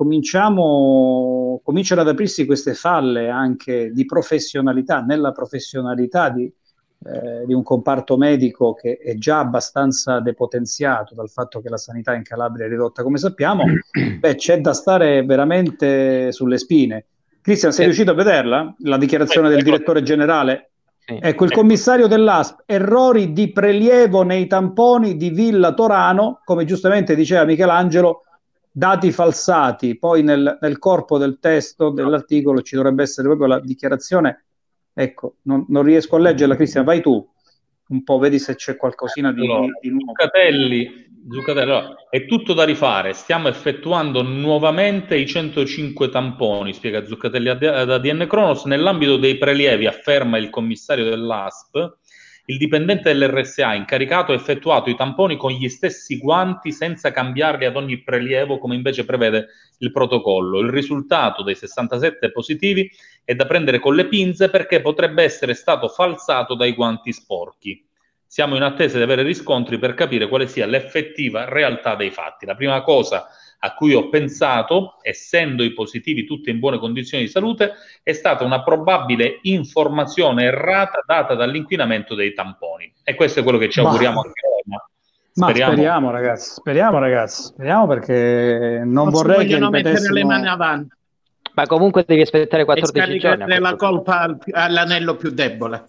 cominciamo, cominciano ad aprirsi queste falle anche di professionalità, nella professionalità di, eh, di un comparto medico che è già abbastanza depotenziato dal fatto che la sanità in Calabria è ridotta come sappiamo, beh, c'è da stare veramente sulle spine. Cristian, sei Eh. riuscito a vederla? La dichiarazione del direttore generale? Sì. Ecco, il commissario dell'A S P, errori di prelievo nei tamponi di Villa Torano, come giustamente diceva Michelangelo, dati falsati. Poi nel, nel corpo del testo dell'articolo ci dovrebbe essere proprio la dichiarazione. Ecco, non, non riesco a leggerla, Cristian, vai tu. Un po', vedi se c'è qualcosina di, Allora, di, di nuovo. Zuccatelli, Zuccatelli, allora, è tutto da rifare. Stiamo effettuando nuovamente i centocinque tamponi, spiega Zuccatelli ad A D N Cronos. Nell'ambito dei prelievi, afferma il commissario dell'A S P, il dipendente dell'R S A incaricato ha effettuato i tamponi con gli stessi guanti senza cambiarli ad ogni prelievo, come invece prevede il protocollo. Il risultato dei sessantasette positivi è da prendere con le pinze perché potrebbe essere stato falsato dai guanti sporchi. Siamo in attesa di avere riscontri per capire quale sia l'effettiva realtà dei fatti. La prima cosa a cui ho pensato, essendo i positivi tutti in buone condizioni di salute, è stata una probabile informazione errata data dall'inquinamento dei tamponi. E questo è quello che ci Ma- auguriamo anche noi. Ma Ma speriamo. speriamo, ragazzi, speriamo, ragazzi, speriamo perché non, Non si vorrei che vogliono mettere le ripetessimo. mani avanti Ma comunque devi aspettare e quattordici giorni. a scaricare la questo punto. colpa al- all'anello più debole.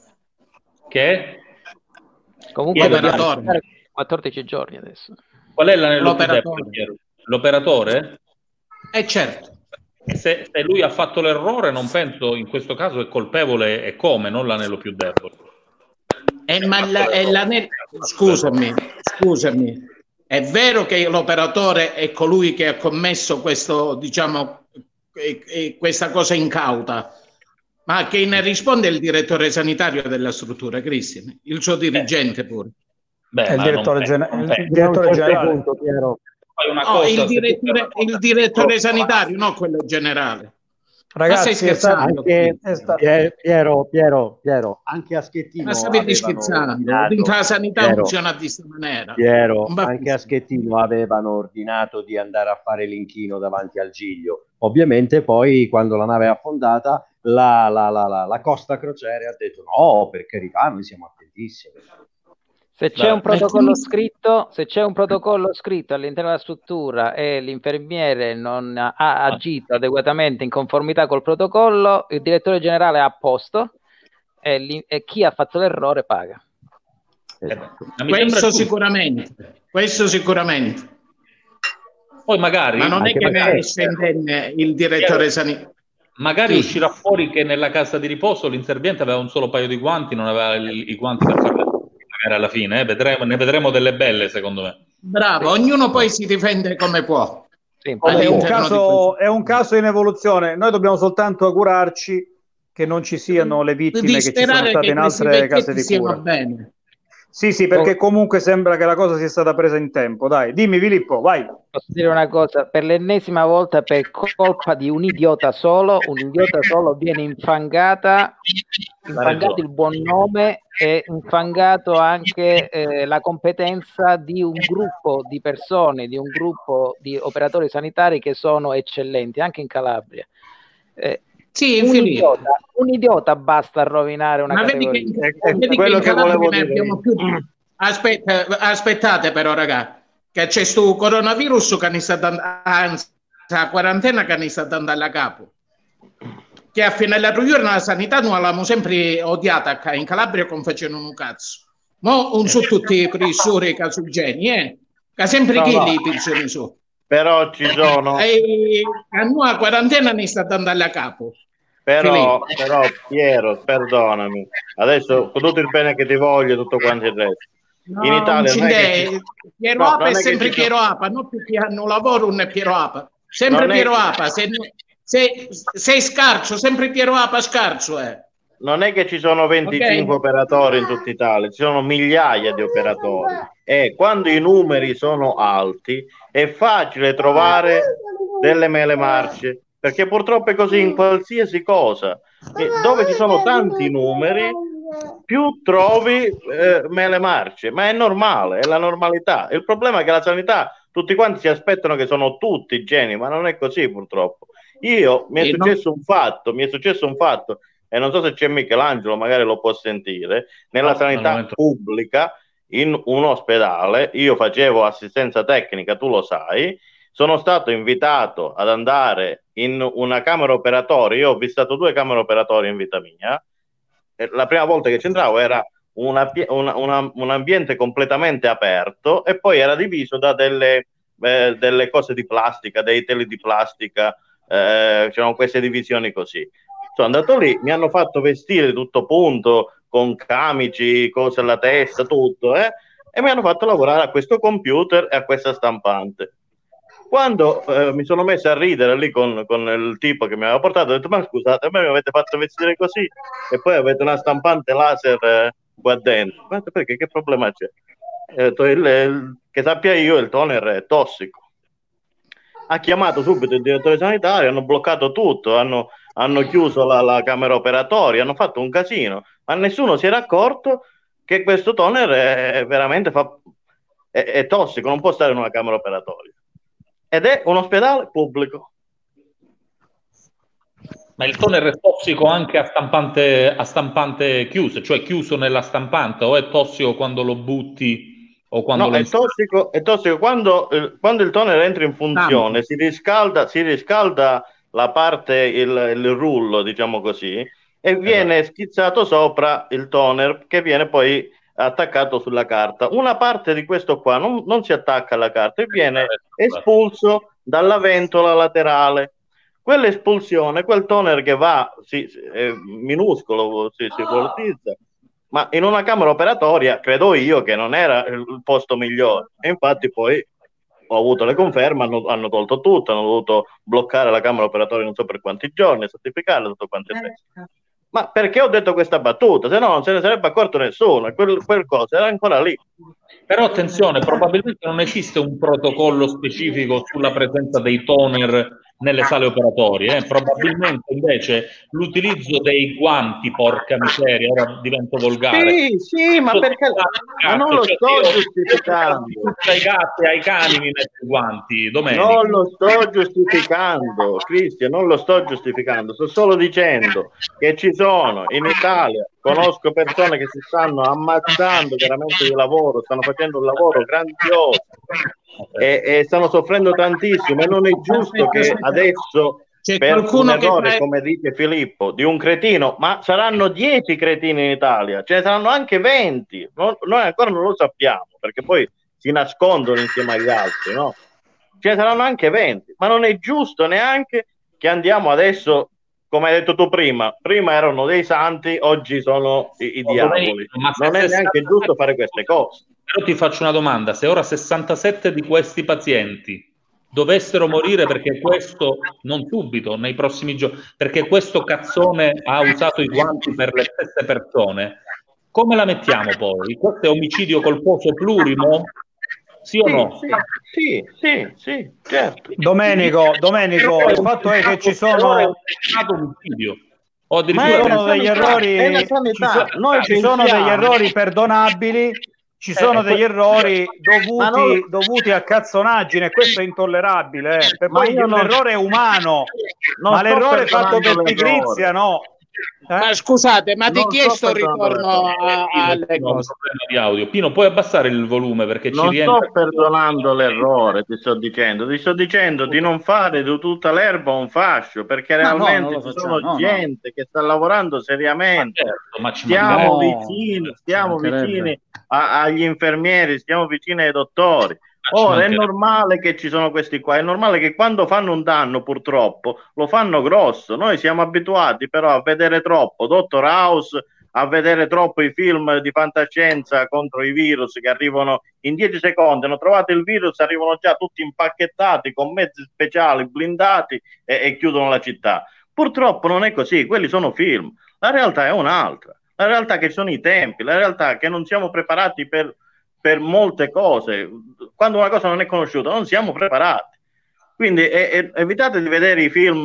Che? Comunque Chi è dobbiamo l'operatore? aspettare quattordici giorni adesso. Qual è l'anello più L'operatore. debole, Piero? L'operatore? E certo, E se, se lui ha fatto l'errore, non penso in questo caso è colpevole e come, non l'anello più debole. e ma la- e l'anello, scusami, scusami, è vero che l'operatore è colui che ha commesso questo, diciamo, eh, eh, questa cosa incauta, ma che ne risponde il direttore sanitario della struttura, Cristian, il suo dirigente pure. Beh, È il ma direttore, non gene- penso, non il penso. direttore Fino a un certo generale. punto, Piero. Fai una No, cosa, il se tu fai direttore, una cosa il direttore che- sanitario, no quello generale. Ragazzi, stai scherzando? Anche, è sta- Piero, Piero, Piero, anche a Schettino Ma state avevano scherzando? ordinato, Dentro la sanità Piero, funziona di questa maniera. Piero, Non va anche a Schettino avevano ordinato di andare a fare l'inchino davanti al Giglio. Ovviamente poi quando la nave è affondata la, la, la, la, la Costa Crociere ha detto no, per carità, noi siamo attentissimi. Se c'è Beh, un protocollo scritto, se c'è un protocollo scritto all'interno della struttura e l'infermiere non ha agito adeguatamente in conformità col protocollo, il direttore generale è a posto e, li- e chi ha fatto l'errore paga. Esatto. Ma mi Questo sembra giusto. sicuramente, questo sicuramente. Poi magari, Ma non è Anche che ne perché- esce indenne il direttore sanitario. magari Sì. uscirà fuori che nella casa di riposo l'inserviente aveva un solo paio di guanti, non aveva il- i guanti per farle magari alla fine. eh. Vedremo, ne vedremo delle belle, secondo me. Bravo, ognuno poi si difende come può. Sì, È un, All'interno di caso, questo- è un caso in evoluzione. Noi dobbiamo soltanto augurarci che non ci siano le vittime di che ci sono sperare state che in questi altre vecchietti case di stiano cura. bene. Sì, sì, perché comunque sembra che la cosa sia stata presa in tempo. Dai, dimmi Filippo, vai. Posso dire una cosa, per l'ennesima volta per colpa di un idiota solo, un idiota solo viene infangata, infangato il buon nome e infangato anche eh, la competenza di un gruppo di persone, di un gruppo di operatori sanitari che sono eccellenti, anche in Calabria. Eh, Sì, un, Filippo. idiota, un idiota basta a rovinare una Ma vedi che, categoria. vedi che quello in che Calabria volevo ne dire abbiamo io. più di... Aspetta, aspettate però, ragazzi, che c'è sto coronavirus che ne sta dando, anzi, la quarantena che ne sta dando alla capo. Che a fine della giornata la sanità noi l'abbiamo sempre odiata qua in Calabria come facevano un cazzo. Ma non sono tutti i professori che sono geni, eh? Che sempre No, chi no. li pensioni su. Però ci sono, E a noi la quarantena ne sta dando alla capo. però, Filippo. però Piero, perdonami, adesso con tutto il bene che ti voglio e tutto quanto il resto. No, In Italia non è che Cinde, ci- Piero no, Apa non è è che sempre ci sono- Piero Apa, non più chi hanno lavoro non è Piero Apa. Sempre Non è Piero che- Apa, se, se, sei scarso, sempre Piero Apa scarso è. Non è che ci sono venticinque Ok. operatori in tutta Italia, ci sono migliaia di operatori e quando i numeri sono alti è facile trovare delle mele marce, perché purtroppo è così in qualsiasi cosa. E dove ci sono tanti numeri, più trovi eh, mele marce, ma è normale, è la normalità. Il problema è che la sanità, tutti quanti si aspettano che sono tutti geni, ma non è così purtroppo. Io mi è E successo un fatto, mi è successo un fatto e non so se c'è Michelangelo, magari lo può sentire, nella No, sanità al momento- pubblica, in un ospedale, io facevo assistenza tecnica, tu lo sai, sono stato invitato ad andare in una camera operatoria, io ho visitato due camere operatorie in vita mia, e la prima volta che c'entravo era una, una, una, un ambiente completamente aperto e poi era diviso da delle, eh, delle cose di plastica, dei teli di plastica, eh, c'erano queste divisioni così. Sono andato lì, mi hanno fatto vestire tutto punto, con camici, cose alla testa, tutto, eh? E mi hanno fatto lavorare a questo computer e a questa stampante. Quando eh, mi sono messo a ridere lì con, con il tipo che mi aveva portato, ho detto, ma scusate, a me mi avete fatto vestire così e poi avete una stampante laser eh, qua dentro. Ma perché, che problema c'è? Ho detto, il, il, che sappia io, il toner è tossico. Ha chiamato subito il direttore sanitario, hanno bloccato tutto, hanno, hanno chiuso la, la camera operatoria, hanno fatto un casino, ma nessuno si era accorto che questo toner è veramente fa, è, è tossico, non può stare in una camera operatoria. Ed è un ospedale pubblico. Ma il toner è tossico anche a stampante, a stampante chiusa, cioè chiuso nella stampante, o è tossico quando lo butti o quando No, lo è tossico, è tossico quando, eh, quando il toner entra in funzione, si riscalda, si riscalda la parte, il, il rullo, diciamo così, e viene Esatto. schizzato sopra il toner che viene poi attaccato sulla carta. Una parte di questo qua non, non si attacca alla carta e viene espulso dalla ventola laterale. Quell'espulsione, quel toner che va, sì, è minuscolo, si, si volatilizza, ma in una camera operatoria credo io che non era il posto migliore. E infatti poi ho avuto le conferme, hanno, hanno tolto tutto, hanno dovuto bloccare la camera operatoria non so per quanti giorni, certificarla, tutto quanto il resto. Ma perché ho detto questa battuta? Se no non se ne sarebbe accorto nessuno, e quel, quel cosa era ancora lì. Però attenzione, probabilmente non esiste un protocollo specifico sulla presenza dei toner nelle sale operatorie, eh. Probabilmente invece l'utilizzo dei guanti, porca miseria, ora divento volgare. Sì, sì, ma perché ma non lo Cioè, sto io- giustificando. ai gatti e ai cani mi metto i guanti, Domenico. Non lo sto giustificando, Cristian, non lo sto giustificando, sto solo dicendo che ci sono in Italia, conosco persone che si stanno ammazzando veramente di lavoro, stanno facendo un lavoro grandioso e, e stanno soffrendo tantissimo, e non è giusto che adesso C'è per un qualcuno che errore, fa- come dice Filippo, di un cretino, ma saranno dieci cretini in Italia, ce ne saranno anche venti, non- noi ancora non lo sappiamo, perché poi si nascondono insieme agli altri, no? Ce ne saranno anche venti, ma non è giusto neanche che andiamo adesso, come hai detto tu prima, prima erano dei santi, oggi sono i, i diavoli. Ma se Non è neanche sessantasette giusto fare queste cose. Però ti faccio una domanda: se ora sessantasette di questi pazienti dovessero morire perché questo, non subito, nei prossimi giorni, perché questo cazzone ha usato i guanti per le stesse persone, come la mettiamo poi? Questo è omicidio colposo plurimo? Sì o Sì, no? sì, sì, sì, sì, certo. Domenico, Domenico, il fatto è che ci sono omicidio. O ci addirittura sono degli errori, è la ci, sanità. so- Noi ci sono pensiamo- degli errori perdonabili, ci sono Eh, degli que- errori Ma dovuti, non- dovuti a cazzonaggine, e questo è intollerabile. eh. Per Ma poi io non- l'errore è umano, non ma sto l'errore fatto per perdonando pigrizia l'errore. no. Eh? Ma scusate, ma di Non chi sto è sto perdonando ritorno l'errore. a- Pino, alle Pino, ha un cose? problema di audio. Pino, puoi abbassare il volume perché ci Non rientra. sto perdonando l'errore, ti sto dicendo, ti sto dicendo di non fare di tutta l'erba un fascio, perché Ma no, realmente non lo ci facciamo, sono no, no. gente che sta lavorando Ma seriamente. certo, ma ci Stiamo mancherebbe. vicini, stiamo mancherebbe. vicini a- agli infermieri, stiamo vicini ai dottori. Ma ci Ora è mancherebbe. normale che ci sono questi qua, è normale che quando fanno un danno, purtroppo, lo fanno grosso. Noi siamo abituati però a vedere troppo Dottor House, a vedere troppo i film di fantascienza contro i virus che arrivano in dieci secondi, hanno trovato il virus, arrivano già tutti impacchettati con mezzi speciali, blindati e, e chiudono la città. Purtroppo non è così, quelli sono film. La realtà è un'altra. La realtà è che ci sono i tempi, la realtà è che non siamo preparati per, per molte cose. Quando una cosa non è conosciuta, non siamo preparati. Quindi eh, eh, evitate di vedere i film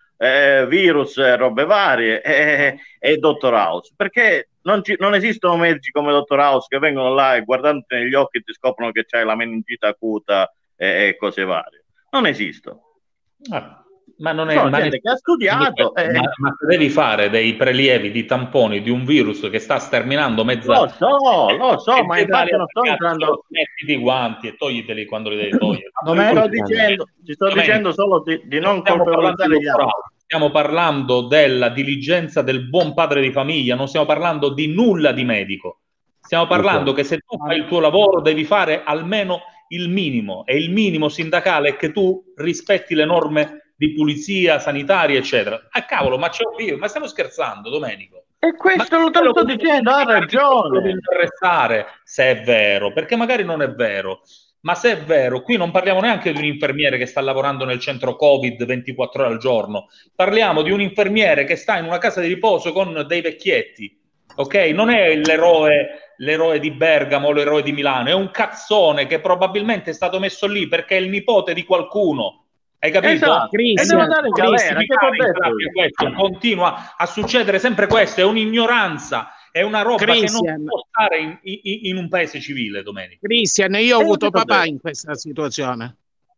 eh, virus e robe varie e, e Dottor House, perché non, ci, non esistono medici come Dottor House che vengono là e guardandoti negli occhi ti scoprono che c'hai la meningite acuta e, e cose varie. Non esistono. Ah, ma non è Sono ma gente ne- che ha studiato. eh, ma, ma se devi fare dei prelievi di tamponi di un virus che sta sterminando mezza Lo so, lo so, E ma te infatti dai, non sto cazzo, entrando. mettiti i guanti e togliteli quando li devi togliere. Domenico, Sto dicendo, ti sto Domenico, dicendo solo di, di non stiamo parlando colpevolizzare di gli altri. dottorato, stiamo parlando della diligenza del buon padre di famiglia, non stiamo parlando di nulla di medico. Stiamo parlando che se tu fai il tuo lavoro devi fare almeno il minimo, e il minimo sindacale è che tu rispetti le norme di pulizia sanitaria, eccetera. Ah cavolo, ma c'è un virus, ma stiamo scherzando, Domenico? E questo Ma lo te lo sto dicendo, ha Lo devi ragione. interessare se è vero, perché magari non è vero. Ma se è vero, qui non parliamo neanche di un infermiere che sta lavorando nel centro Covid ventiquattro ore al giorno, parliamo di un infermiere che sta in una casa di riposo con dei vecchietti, ok? Non è l'eroe, l'eroe di Bergamo o l'eroe di Milano, è un cazzone che probabilmente è stato messo lì perché è il nipote di qualcuno. Hai capito? Esatto, e devo andare in galera, che ti ho detto io? Questo continua a succedere sempre, questo è un'ignoranza, è una roba Christian. che non può stare in, in, in un paese civile, Domenico. Cristian, io ho Eh, avuto che t'ho papà detto? in questa situazione,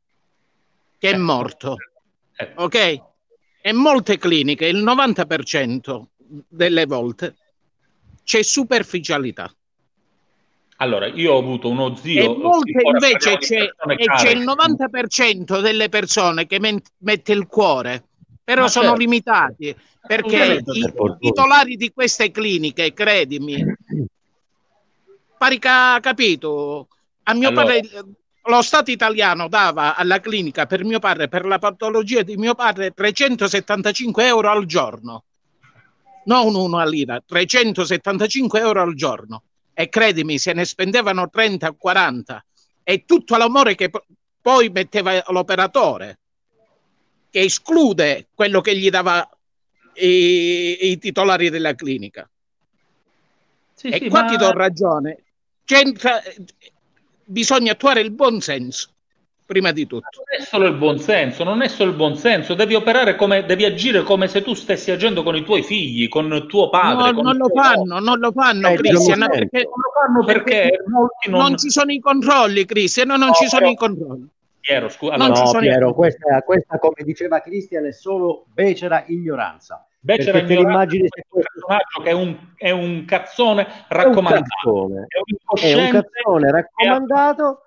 che è morto, Eh, ok? E molte cliniche, il novanta per cento delle volte, c'è superficialità. Allora, io ho avuto uno zio... E molte ora invece parliamo di c'è, persone e care. c'è il novanta per cento delle persone che men- mette il cuore, però Ma sono certo. limitati, perché Certo, i per fortuna. titolari di queste cliniche, credimi, pari ca- capito, a mio Allora. padre lo Stato italiano dava alla clinica per mio padre, per la patologia di mio padre, trecentosettantacinque euro al giorno, non una lira, trecentosettantacinque euro al giorno. E credimi, se ne spendevano trenta o quaranta, e tutto l'amore che po- poi metteva l'operatore, che esclude quello che gli dava i, i titolari della clinica. Sì, E sì, qua ma- ti do ragione, c'entra, bisogna attuare il buon senso. prima di tutto. Non è solo il buonsenso, non è solo il buonsenso, devi operare come, devi agire come se tu stessi agendo con i tuoi figli, con tuo padre. No, con non lo fanno, non lo fanno, Eh, Cristian, non lo perché, Non lo fanno perché molti non... non ci sono i controlli, Cristian, non No, ci sono però- i controlli. Piero, scusa, Non allora, ci No, sono- Piero, questa, questa, come diceva Cristian, è solo becera ignoranza. Becera Perché te ignoranza l'immagini di se questo questo personaggio che è un, è un cazzone è un raccomandato, cazzone, è un è un incosciente cazzone raccomandato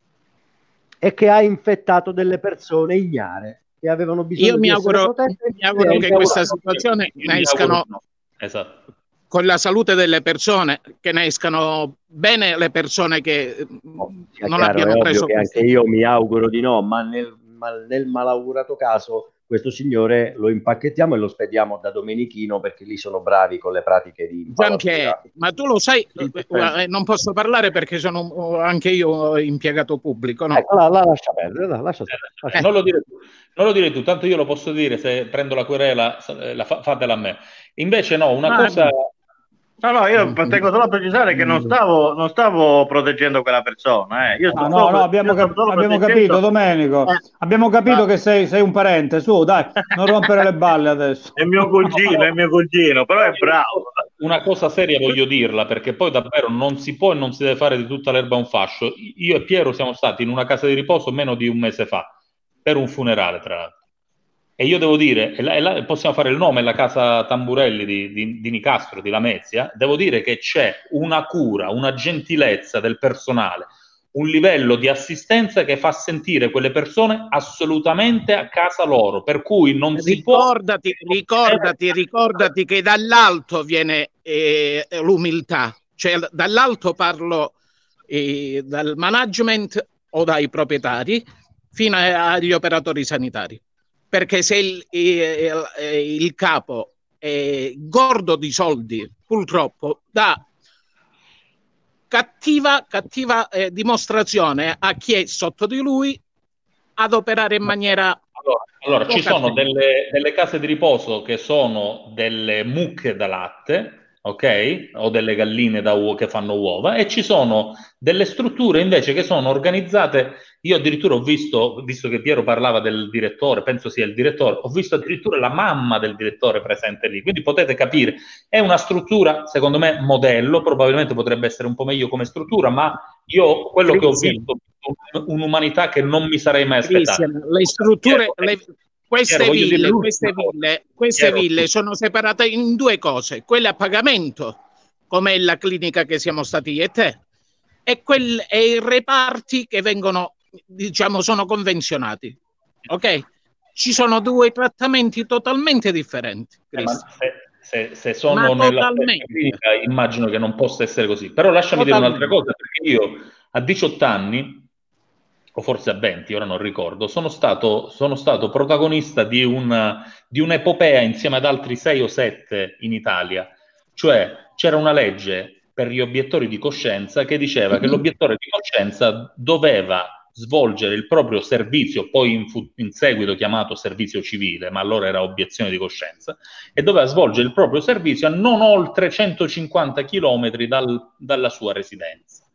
e che ha infettato delle persone ignare che avevano bisogno Io mi di essere auguro, protette. mi auguro e che che questa ora- situazione Io ne mi escano auguro- no. Esatto. con la salute delle persone, che ne escano bene le persone che sia non chiaro, abbiano è ovvio preso che questo. anche io mi auguro di no, ma nel, ma nel malaugurato caso questo signore lo impacchettiamo e lo spediamo da Domenichino, perché lì sono bravi con le pratiche di Gianpier, impalatura. ma tu lo sai, eh, non posso parlare perché sono anche io impiegato pubblico, no? Ecco, la, la lascia perdere, la, lascia stare, lascia Eh, non, lo dire tu, non lo dire tu, tanto io lo posso dire, se prendo la querela, eh, la fa- fatela a me. Invece no, una No, cosa... No, no, io tengo solo a precisare che non stavo, non stavo proteggendo quella persona. Eh. Io sto Ah, no, solo- no, abbiamo, io sto cap- solo abbiamo proteggendo- capito, Domenico. Eh, Abbiamo capito ma- che sei, sei un parente. Su, dai, non rompere le balle adesso. È mio cugino, è mio cugino, però è bravo. Una cosa seria voglio dirla, perché poi davvero non si può e non si deve fare di tutta l'erba un fascio. Io e Piero siamo stati in una casa di riposo meno di un mese fa, per un funerale tra l'altro. E io devo dire, e la- e la- possiamo fare il nome, è la casa Tamburelli di, di, di Nicastro, di Lamezia, devo dire che c'è una cura, una gentilezza del personale, un livello di assistenza che fa sentire quelle persone assolutamente a casa loro, per cui non si può... Ricordati, ricordati, ricordati che dall'alto viene eh, l'umiltà, cioè dall'alto parlo eh, dal management o dai proprietari fino a- agli operatori sanitari, perché se il, il, il capo è gordo di soldi, purtroppo dà cattiva, cattiva eh, dimostrazione a chi è sotto di lui ad operare in maniera... Allora, allora, ci poca sono attenta. delle, delle case di riposo che sono delle mucche da latte, ok? O delle galline da uo- che fanno uova, e ci sono delle strutture invece che sono organizzate. Io addirittura ho visto, visto che Piero parlava del direttore, penso sia il direttore, ho visto addirittura la mamma del direttore presente lì, quindi potete capire, è una struttura, secondo me, modello, probabilmente potrebbe essere un po' meglio come struttura, ma io quello che ho Cristian. visto, un'umanità che non mi sarei mai aspettato. Cristian, le strutture, Piero, le- queste Piero, voglio dire ville, l'ultima queste cosa. ville, queste Piero, ville sono separate in due cose: quelle a pagamento, come la clinica che siamo stati io e te, e, quel, e i reparti che vengono, diciamo, sono convenzionati. Ok? Ci sono due trattamenti totalmente differenti, Eh, ma Cristian. se, se- se sono Ma nella stessa totalmente. clinica, immagino che non possa essere così. Però lasciami dire un'altra Totalmente. cosa, perché io a diciotto anni, o forse a venti, ora non ricordo, sono stato, sono stato protagonista di, una, di un'epopea insieme ad altri sei o sette in Italia. Cioè c'era una legge per gli obiettori di coscienza che diceva che l'obiettore di coscienza doveva svolgere il proprio servizio, poi in, fu- in seguito chiamato servizio civile, ma allora era obiezione di coscienza, e doveva svolgere il proprio servizio a non oltre centocinquanta chilometri dal- dalla sua residenza.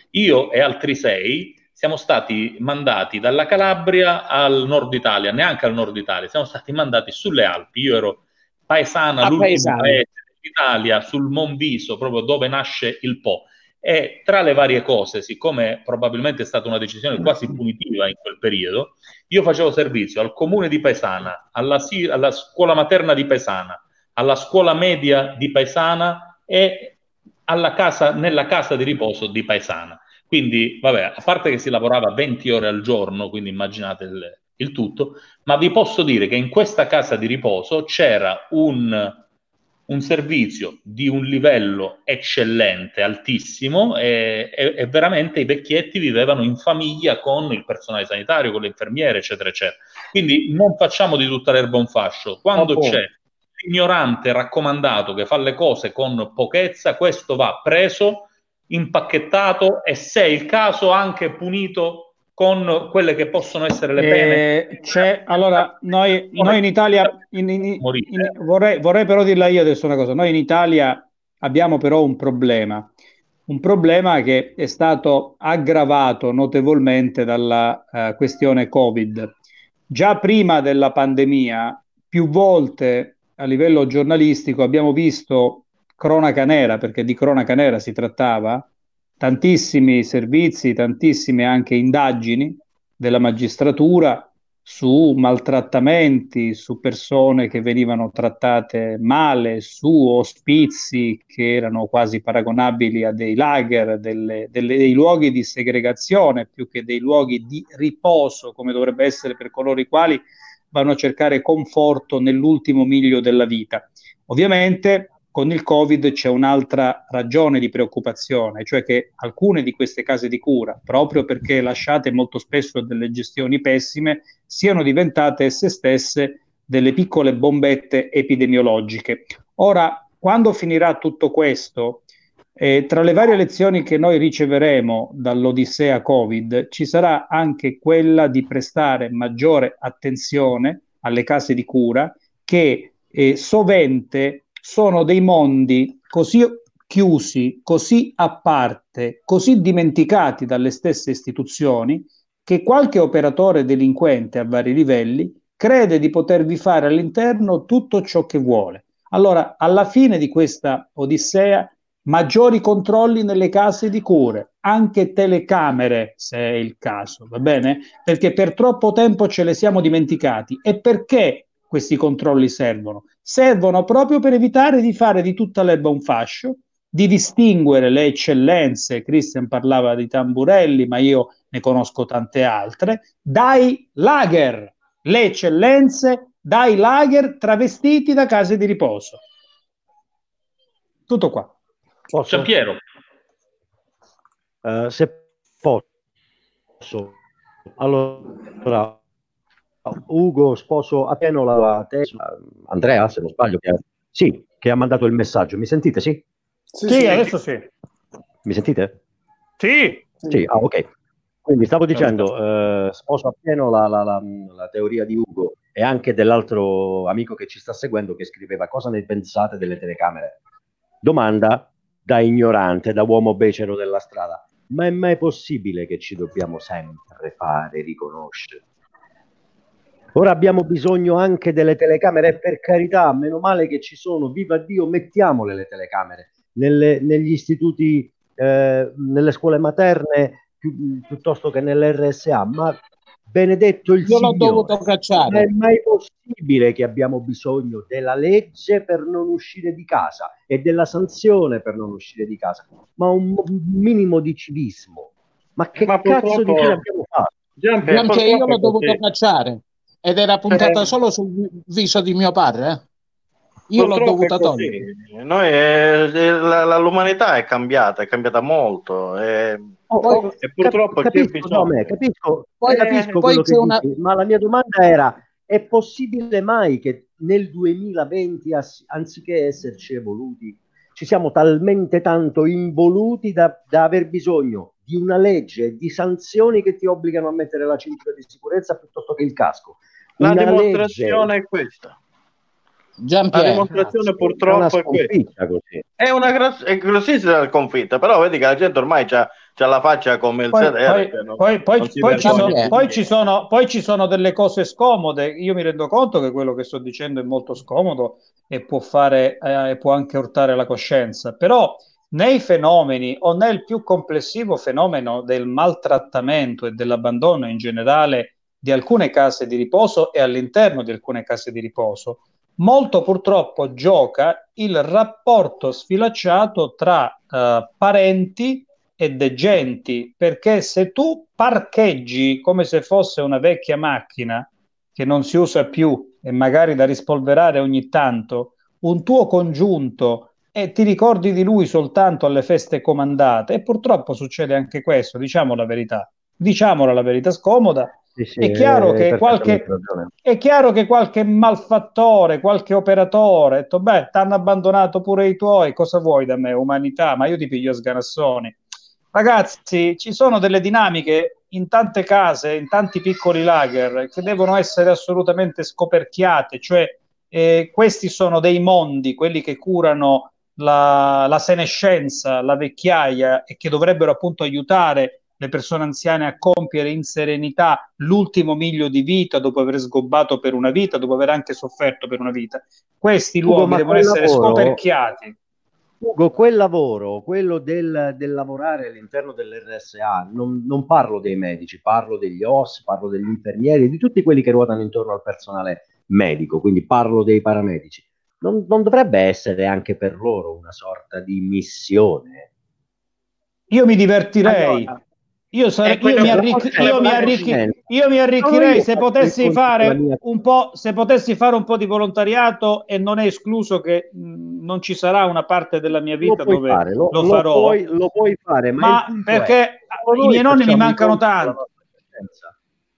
Io e altri sei siamo stati mandati dalla Calabria al nord Italia, neanche al nord Italia, siamo stati mandati sulle Alpi. Io ero Paesana, A l'ultimo Paesana. paese d'Italia, sul Monviso, proprio dove nasce il Po. E tra le varie cose, siccome probabilmente è stata una decisione quasi punitiva in quel periodo, io facevo servizio al comune di Paesana, alla, si- alla scuola materna di Paesana, alla scuola media di Paesana e alla casa, nella casa di riposo di Paesana. Quindi, vabbè, a parte che si lavorava venti ore al giorno, quindi immaginate il, il tutto, ma vi posso dire che in questa casa di riposo c'era un, un servizio di un livello eccellente, altissimo, e, e, e veramente i vecchietti vivevano in famiglia con il personale sanitario, con le infermiere, eccetera, eccetera. Quindi non facciamo di tutta l'erba un fascio. Quando Oh, c'è l'ignorante raccomandato che fa le cose con pochezza, questo va preso, impacchettato e, se è il caso, anche punito con quelle che possono essere le pene. Eh, c'è, allora, noi, noi in Italia, in- in- Morire. in- vorrei, vorrei però dirla io adesso una cosa, noi in Italia abbiamo però un problema. un problema che è stato aggravato notevolmente dalla uh, questione Covid. Già prima della pandemia, più volte a livello giornalistico abbiamo visto cronaca nera, perché di cronaca nera si trattava, tantissimi servizi, tantissime anche indagini della magistratura su maltrattamenti, su persone che venivano trattate male, su ospizi che erano quasi paragonabili a dei lager, delle, delle, dei luoghi di segregazione più che dei luoghi di riposo, come dovrebbe essere per coloro i quali vanno a cercare conforto nell'ultimo miglio della vita. Ovviamente con il Covid c'è un'altra ragione di preoccupazione, cioè che alcune di queste case di cura, proprio perché lasciate molto spesso delle gestioni pessime, siano diventate esse stesse delle piccole bombette epidemiologiche. Ora, quando finirà tutto questo, eh, tra le varie lezioni che noi riceveremo dall'Odissea Covid, ci sarà anche quella di prestare maggiore attenzione alle case di cura che eh, sovente sono dei mondi così chiusi, così a parte, così dimenticati dalle stesse istituzioni, che qualche operatore delinquente a vari livelli crede di potervi fare all'interno tutto ciò che vuole. Allora, alla fine di questa odissea, maggiori controlli nelle case di cure, anche telecamere, se è il caso, va bene? Perché per troppo tempo ce le siamo dimenticati. E perché questi controlli servono? Servono proprio per evitare di fare di tutta l'erba un fascio, di distinguere le eccellenze, Christian parlava di Tamburelli, ma io ne conosco tante altre, dai lager, le eccellenze dai lager travestiti da case di riposo. Tutto qua. Posso? Giampiero. Uh, se posso. Allora, Ugo, sposo a pieno la tesi, Andrea, se non sbaglio, che ha, sì, che ha mandato il messaggio. Mi sentite, sì? Sì, sì, adesso sì. Mi sentite? Sì. Sì, ah, ok. Quindi stavo dicendo, eh, sposo appieno la, la, la, la teoria di Ugo e anche dell'altro amico che ci sta seguendo che scriveva: cosa ne pensate delle telecamere? Domanda da ignorante, da uomo becero della strada: ma è mai possibile che ci dobbiamo sempre fare riconoscere? Ora abbiamo bisogno anche delle telecamere, e per carità, meno male che ci sono, viva Dio, mettiamole le telecamere nelle, negli istituti, eh, nelle scuole materne pi- piuttosto che nell'R S A, ma benedetto il Io Signore, l'ho dovuto cacciare. ma è mai possibile che abbiamo bisogno della legge per non uscire di casa e della sanzione per non uscire di casa? Ma un, un minimo di civismo. Ma che Ma cazzo di fine abbiamo fatto? Gianpiero, io l'ho dovuto così. cacciare ed era puntata Eh. solo sul viso di mio padre. Eh? Io l'ho Purtroppo dovuta è così. togliere. Noi, eh, la, la- l'umanità è cambiata, è cambiata molto. eh, Oh, Poi- oh, e purtroppo cap- chi ha capisco, bisogno. no, me, capisco, Poi- capisco poi quello c'è che una- dici, ma la mia domanda era: è possibile mai che nel duemilaventi, ass- anziché esserci evoluti, ci siamo talmente tanto involuti da, da aver bisogno di una legge e di sanzioni che ti obbligano a mettere la cintura di sicurezza piuttosto che il casco? La Una dimostrazione legge è questa. La Gianpiero, dimostrazione è una purtroppo è questa. sconfitta così. È una gros- è grossissima sconfitta, però vedi che la gente ormai c'ha, c'ha la faccia come il Poi, sedere. poi- cioè non- poi- poi- non si poi ci vergogna sono, più. poi ci sono- poi ci sono delle cose scomode. Io mi rendo conto che quello che sto dicendo è molto scomodo e può fare, eh, e può anche urtare la coscienza, però nei fenomeni o nel più complessivo fenomeno del maltrattamento e dell'abbandono in generale di alcune case di riposo e all'interno di alcune case di riposo, molto purtroppo gioca il rapporto sfilacciato tra eh, parenti e degenti, perché se tu parcheggi come se fosse una vecchia macchina che non si usa più e magari da rispolverare ogni tanto, un tuo congiunto, e ti ricordi di lui soltanto alle feste comandate, e purtroppo succede anche questo, diciamo la verità, diciamola la verità scomoda. Sì, sì, È chiaro hai che qualche perfettamente ragione. è chiaro che qualche malfattore, qualche operatore ha detto: beh, t'hanno abbandonato pure i tuoi, cosa vuoi da me, umanità? Ma io ti piglio a sganassoni. Ragazzi, ci sono delle dinamiche in tante case, in tanti piccoli lager, che devono essere assolutamente scoperchiate, cioè eh, questi sono dei mondi, quelli che curano la, la senescenza, la vecchiaia, e che dovrebbero appunto aiutare le persone anziane a compiere in serenità l'ultimo miglio di vita dopo aver sgobbato per una vita, dopo aver anche sofferto per una vita. Questi Ugo, luoghi ma devono quel essere lavoro- scoperchiati. Ugo, quel lavoro, quello del, del lavorare all'interno dell'R S A, non, non parlo dei medici, parlo degli O S, parlo degli infermieri, di tutti quelli che ruotano intorno al personale medico, quindi parlo dei paramedici. Non, non dovrebbe essere anche per loro una sorta di missione? Io mi divertirei. Allora, Io, sare- è quello io, mi che arricchi- vuole io, mi fare arricchi- niente. io mi Sono arricchirei io se faccio potessi il conto della fare mia- un po', se potessi fare un po' di volontariato, e non è escluso che mh, non ci sarà una parte della mia Lo vita puoi dove fare, lo, lo lo farò. puoi, lo puoi fare, ma, Ma il punto perché è, solo i noi miei nonni mi facciamo i mancano conti della tanto. nostra esistenza.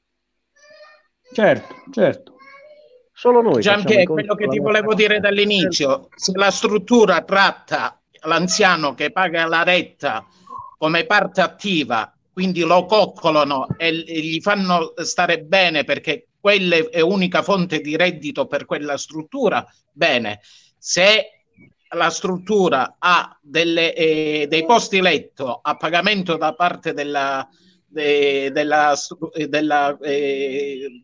Certo, certo. Solo noi facciamo Gianpier, i conti quello che della ti nostra volevo dire esistenza. dall'inizio, se la struttura tratta l'anziano che paga la retta come parte attiva, quindi lo coccolano e, e gli fanno stare bene perché quella è unica fonte di reddito per quella struttura, bene. Se la struttura ha delle, eh, dei posti letto a pagamento da parte della, de, della, della eh,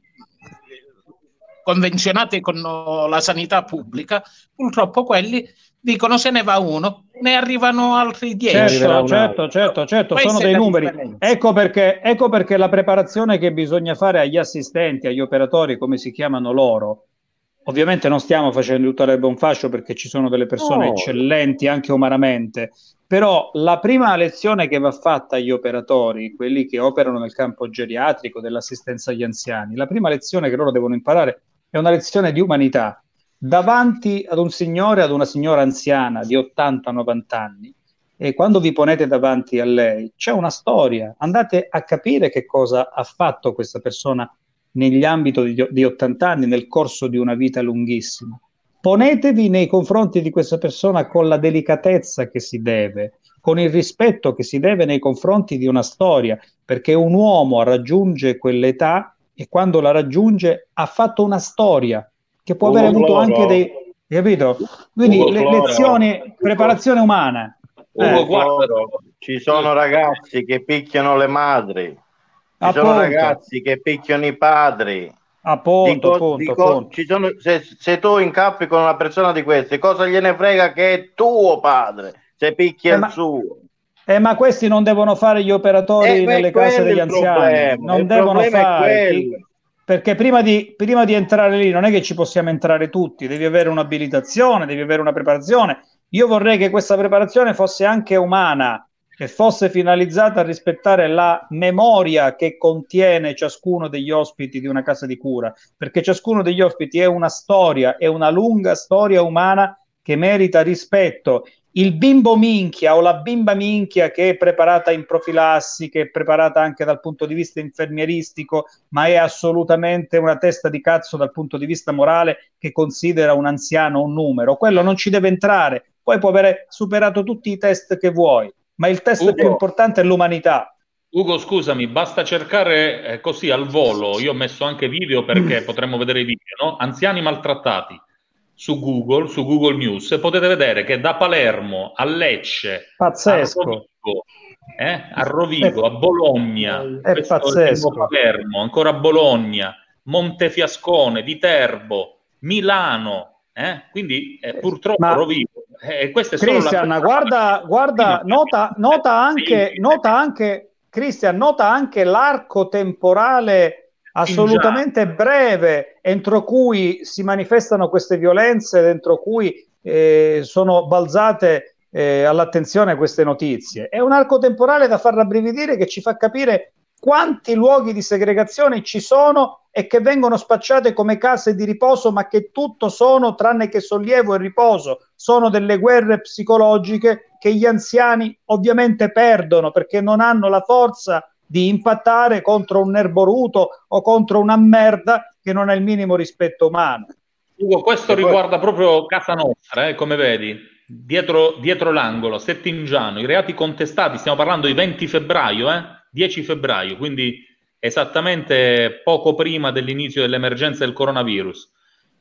convenzionati con la sanità pubblica, purtroppo quelli dicono se ne va uno, ne arrivano altri dieci. Certo, certo, certo, certo, Questa sono è dei la numeri. differenza. Ecco perché, ecco perché la preparazione che bisogna fare agli assistenti, agli operatori, come si chiamano loro, ovviamente non stiamo facendo tutta l'erba un fascio perché ci sono delle persone No. eccellenti anche umanamente, però la prima lezione che va fatta agli operatori, quelli che operano nel campo geriatrico, dell'assistenza agli anziani, la prima lezione che loro devono imparare è una lezione di umanità. Davanti ad un signore, ad una signora anziana di ottanta novanta anni, e quando vi ponete davanti a lei c'è una storia, andate a capire che cosa ha fatto questa persona negli ambiti di, di ottanta anni, nel corso di una vita lunghissima. Ponetevi nei confronti di questa persona con la delicatezza che si deve, con il rispetto che si deve nei confronti di una storia, perché un uomo raggiunge quell'età e quando la raggiunge ha fatto una storia che può Ugo aver avuto Cloro. anche dei... capito? Quindi Ugo le Cloro. lezioni, preparazione umana. Ugo Eh, Cloro, ci sono ragazzi che picchiano le madri, ci Appunto. sono ragazzi che picchiano i padri. Appunto, Dico- appunto, dico, appunto. ci sono- se, se tu incappi con una persona di queste, cosa gliene frega che è tuo padre se picchia Eh, il ma- suo? Eh, ma questi non devono fare gli operatori Eh, ma è nelle case quello degli il anziani, problema, non il devono problema è fare, quello. chi- perché prima di, prima di entrare lì non è che ci possiamo entrare tutti, devi avere un'abilitazione, devi avere una preparazione. Io vorrei che questa preparazione fosse anche umana, che fosse finalizzata a rispettare la memoria che contiene ciascuno degli ospiti di una casa di cura, perché ciascuno degli ospiti è una storia, è una lunga storia umana che merita rispetto. Il bimbo minchia o la bimba minchia che è preparata in profilassi, che è preparata anche dal punto di vista infermieristico, ma è assolutamente una testa di cazzo dal punto di vista morale, che considera un anziano un numero, quello non ci deve entrare. Poi può avere superato tutti i test che vuoi, ma il test Ugo. più importante è l'umanità. Ugo, scusami, basta cercare eh, così al volo, io ho messo anche video perché potremmo vedere i video, no? Anziani maltrattati su Google, su Google News, e potete vedere che da Palermo a Lecce, Pazzesco. a Rovigo, eh, a, Rovigo, a Bologna, È questo è pazzesco. il nuovo Palermo, ancora Bologna, Montefiascone, Viterbo, Milano, eh? Quindi eh, purtroppo Ma- Rovigo. Eh, questa è solo Cristian, la... guarda, guarda, nota, nota anche, nota anche, Cristian, nota anche l'arco temporale assolutamente breve entro cui si manifestano queste violenze, dentro cui eh, sono balzate eh, all'attenzione queste notizie. È un arco temporale da far rabbrividire, che ci fa capire quanti luoghi di segregazione ci sono e che vengono spacciate come case di riposo, ma che tutto sono tranne che sollievo e riposo. Sono delle guerre psicologiche che gli anziani ovviamente perdono, perché non hanno la forza di impattare contro un nerboruto o contro una merda che non ha il minimo rispetto umano. Ugo, questo E poi- riguarda proprio casa nostra, eh, come vedi, dietro, dietro l'angolo, Settingiano, i reati contestati, stiamo parlando di venti febbraio, eh, dieci febbraio, quindi esattamente poco prima dell'inizio dell'emergenza del coronavirus.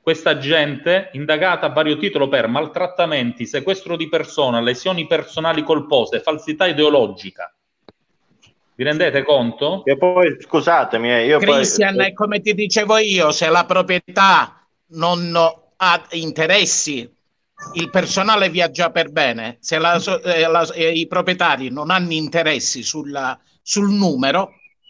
questa gente indagata a vario titolo per maltrattamenti, sequestro di persona, lesioni personali colpose, falsità ideologica. Vi rendete conto? E poi, scusatemi, eh, io Cristian, poi... come ti dicevo io, se la proprietà non ha interessi, il personale viaggia per bene. Se la, eh, la, eh, i proprietari non hanno interessi sulla, sul numero,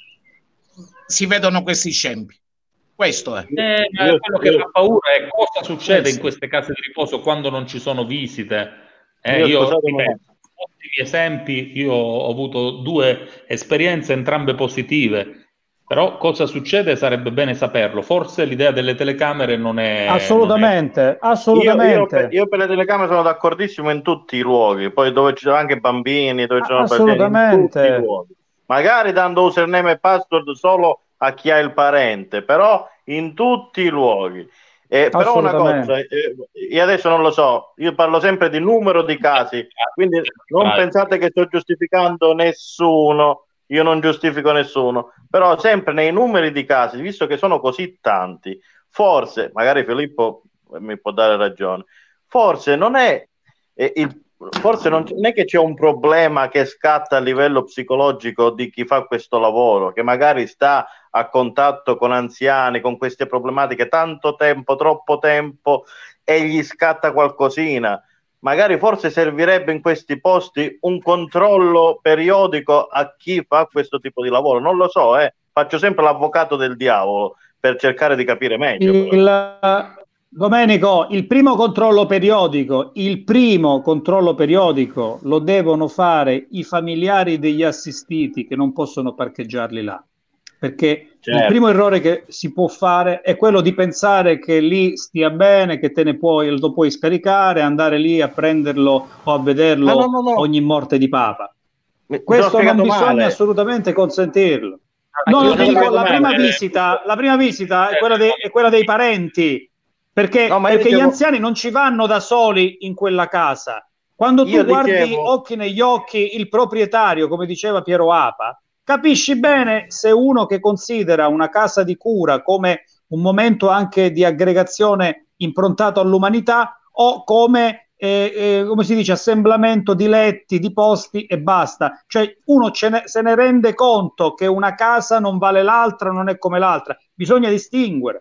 si vedono questi scempi. Questo è. Eh, io, quello io, che fa paura è cosa succede eh, sì. in queste case di riposo quando non ci sono visite. Eh, io, io scusatemi, ripeto, ottimi esempi, io ho avuto due esperienze, entrambe positive, però cosa succede sarebbe bene saperlo. Forse l'idea delle telecamere non è... Assolutamente, non è... assolutamente. Io, io, per, io per le telecamere sono d'accordissimo in tutti i luoghi, poi dove ci sono anche bambini, dove ci sono assolutamente. in tutti i luoghi. Magari dando username e password solo a chi ha il parente, però in tutti i luoghi. Eh, però una cosa, eh, io adesso non lo so, io parlo sempre di numero di casi, quindi non pensate che sto giustificando nessuno, io non giustifico nessuno, però sempre nei numeri di casi, visto che sono così tanti, forse, magari Filippo mi può dare ragione, forse non è eh, il forse non, non è che c'è un problema che scatta a livello psicologico di chi fa questo lavoro, che magari sta a contatto con anziani, con queste problematiche tanto tempo, troppo tempo, e gli scatta qualcosina. Magari forse servirebbe in questi posti un controllo periodico a chi fa questo tipo di lavoro. Non lo so, eh. Faccio sempre l'avvocato del diavolo per cercare di capire meglio. Il... Domenico, il primo controllo periodico, il primo controllo periodico lo devono fare i familiari degli assistiti che non possono parcheggiarli là, perché certo. Il primo errore che si può fare è quello di pensare che lì stia bene, che te ne puoi, lo puoi scaricare, andare lì a prenderlo o a vederlo no, no, no. ogni morte di papa. Mi, Questo mi non bisogna male. assolutamente consentirlo. No, no, dico, la prima visita, la prima visita è quella, de, è quella dei parenti. Perché, no, perché dicevo... gli anziani non ci vanno da soli in quella casa. Quando tu io guardi dicevo... occhi negli occhi il proprietario, come diceva Piero Apa, capisci bene se uno che considera una casa di cura come un momento anche di aggregazione improntato all'umanità o come, eh, eh, come si dice, assemblamento di letti, di posti e basta. Cioè uno ce ne, se ne rende conto che una casa non vale l'altra, non è come l'altra. Bisogna distinguere.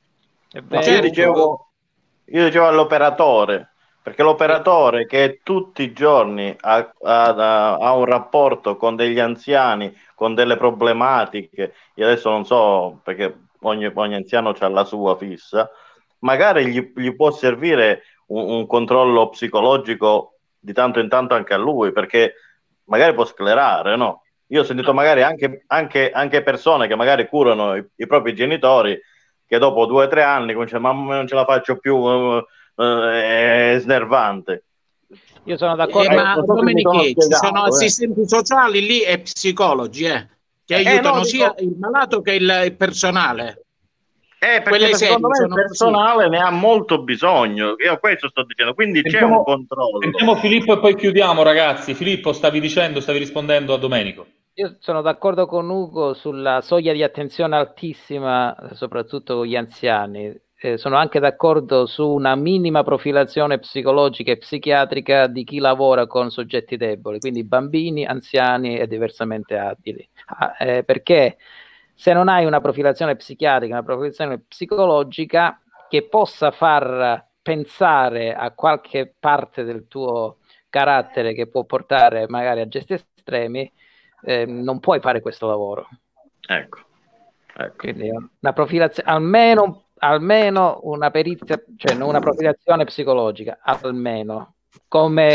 No, io, dicevo, io dicevo all'operatore, perché l'operatore che tutti i giorni ha, ha, ha un rapporto con degli anziani, con delle problematiche, io adesso non so perché ogni, ogni anziano ha la sua fissa, magari gli, gli può servire un, un controllo psicologico di tanto in tanto anche a lui, perché magari può sclerare, no? Io ho sentito magari anche, anche, anche persone che magari curano i, i propri genitori che dopo due o tre anni comincia, mamma non ce la faccio più, uh, uh, è snervante. Io sono d'accordo. Eh, ma Domenici, ci sono assistenti eh. sociali lì e psicologi eh, che eh, aiutano no, sia dico... il malato che il, il personale. Eh, perché secondo me il personale così. Ne ha molto bisogno, io questo sto dicendo, quindi sentiamo, c'è un controllo. Sentiamo Filippo e poi chiudiamo, ragazzi. Filippo, stavi dicendo, stavi rispondendo a Domenico. Io sono d'accordo con Ugo sulla soglia di attenzione altissima, soprattutto con gli anziani. Eh, sono anche d'accordo su una minima profilazione psicologica e psichiatrica di chi lavora con soggetti deboli, quindi bambini, anziani e diversamente abili. Ah, eh, perché se non hai una profilazione psichiatrica, una profilazione psicologica che possa far pensare a qualche parte del tuo carattere che può portare magari a gesti estremi, Eh, non puoi fare questo lavoro. Ecco, ecco. Quindi una profilazione, almeno, almeno una perizia, cioè una profilazione psicologica, almeno come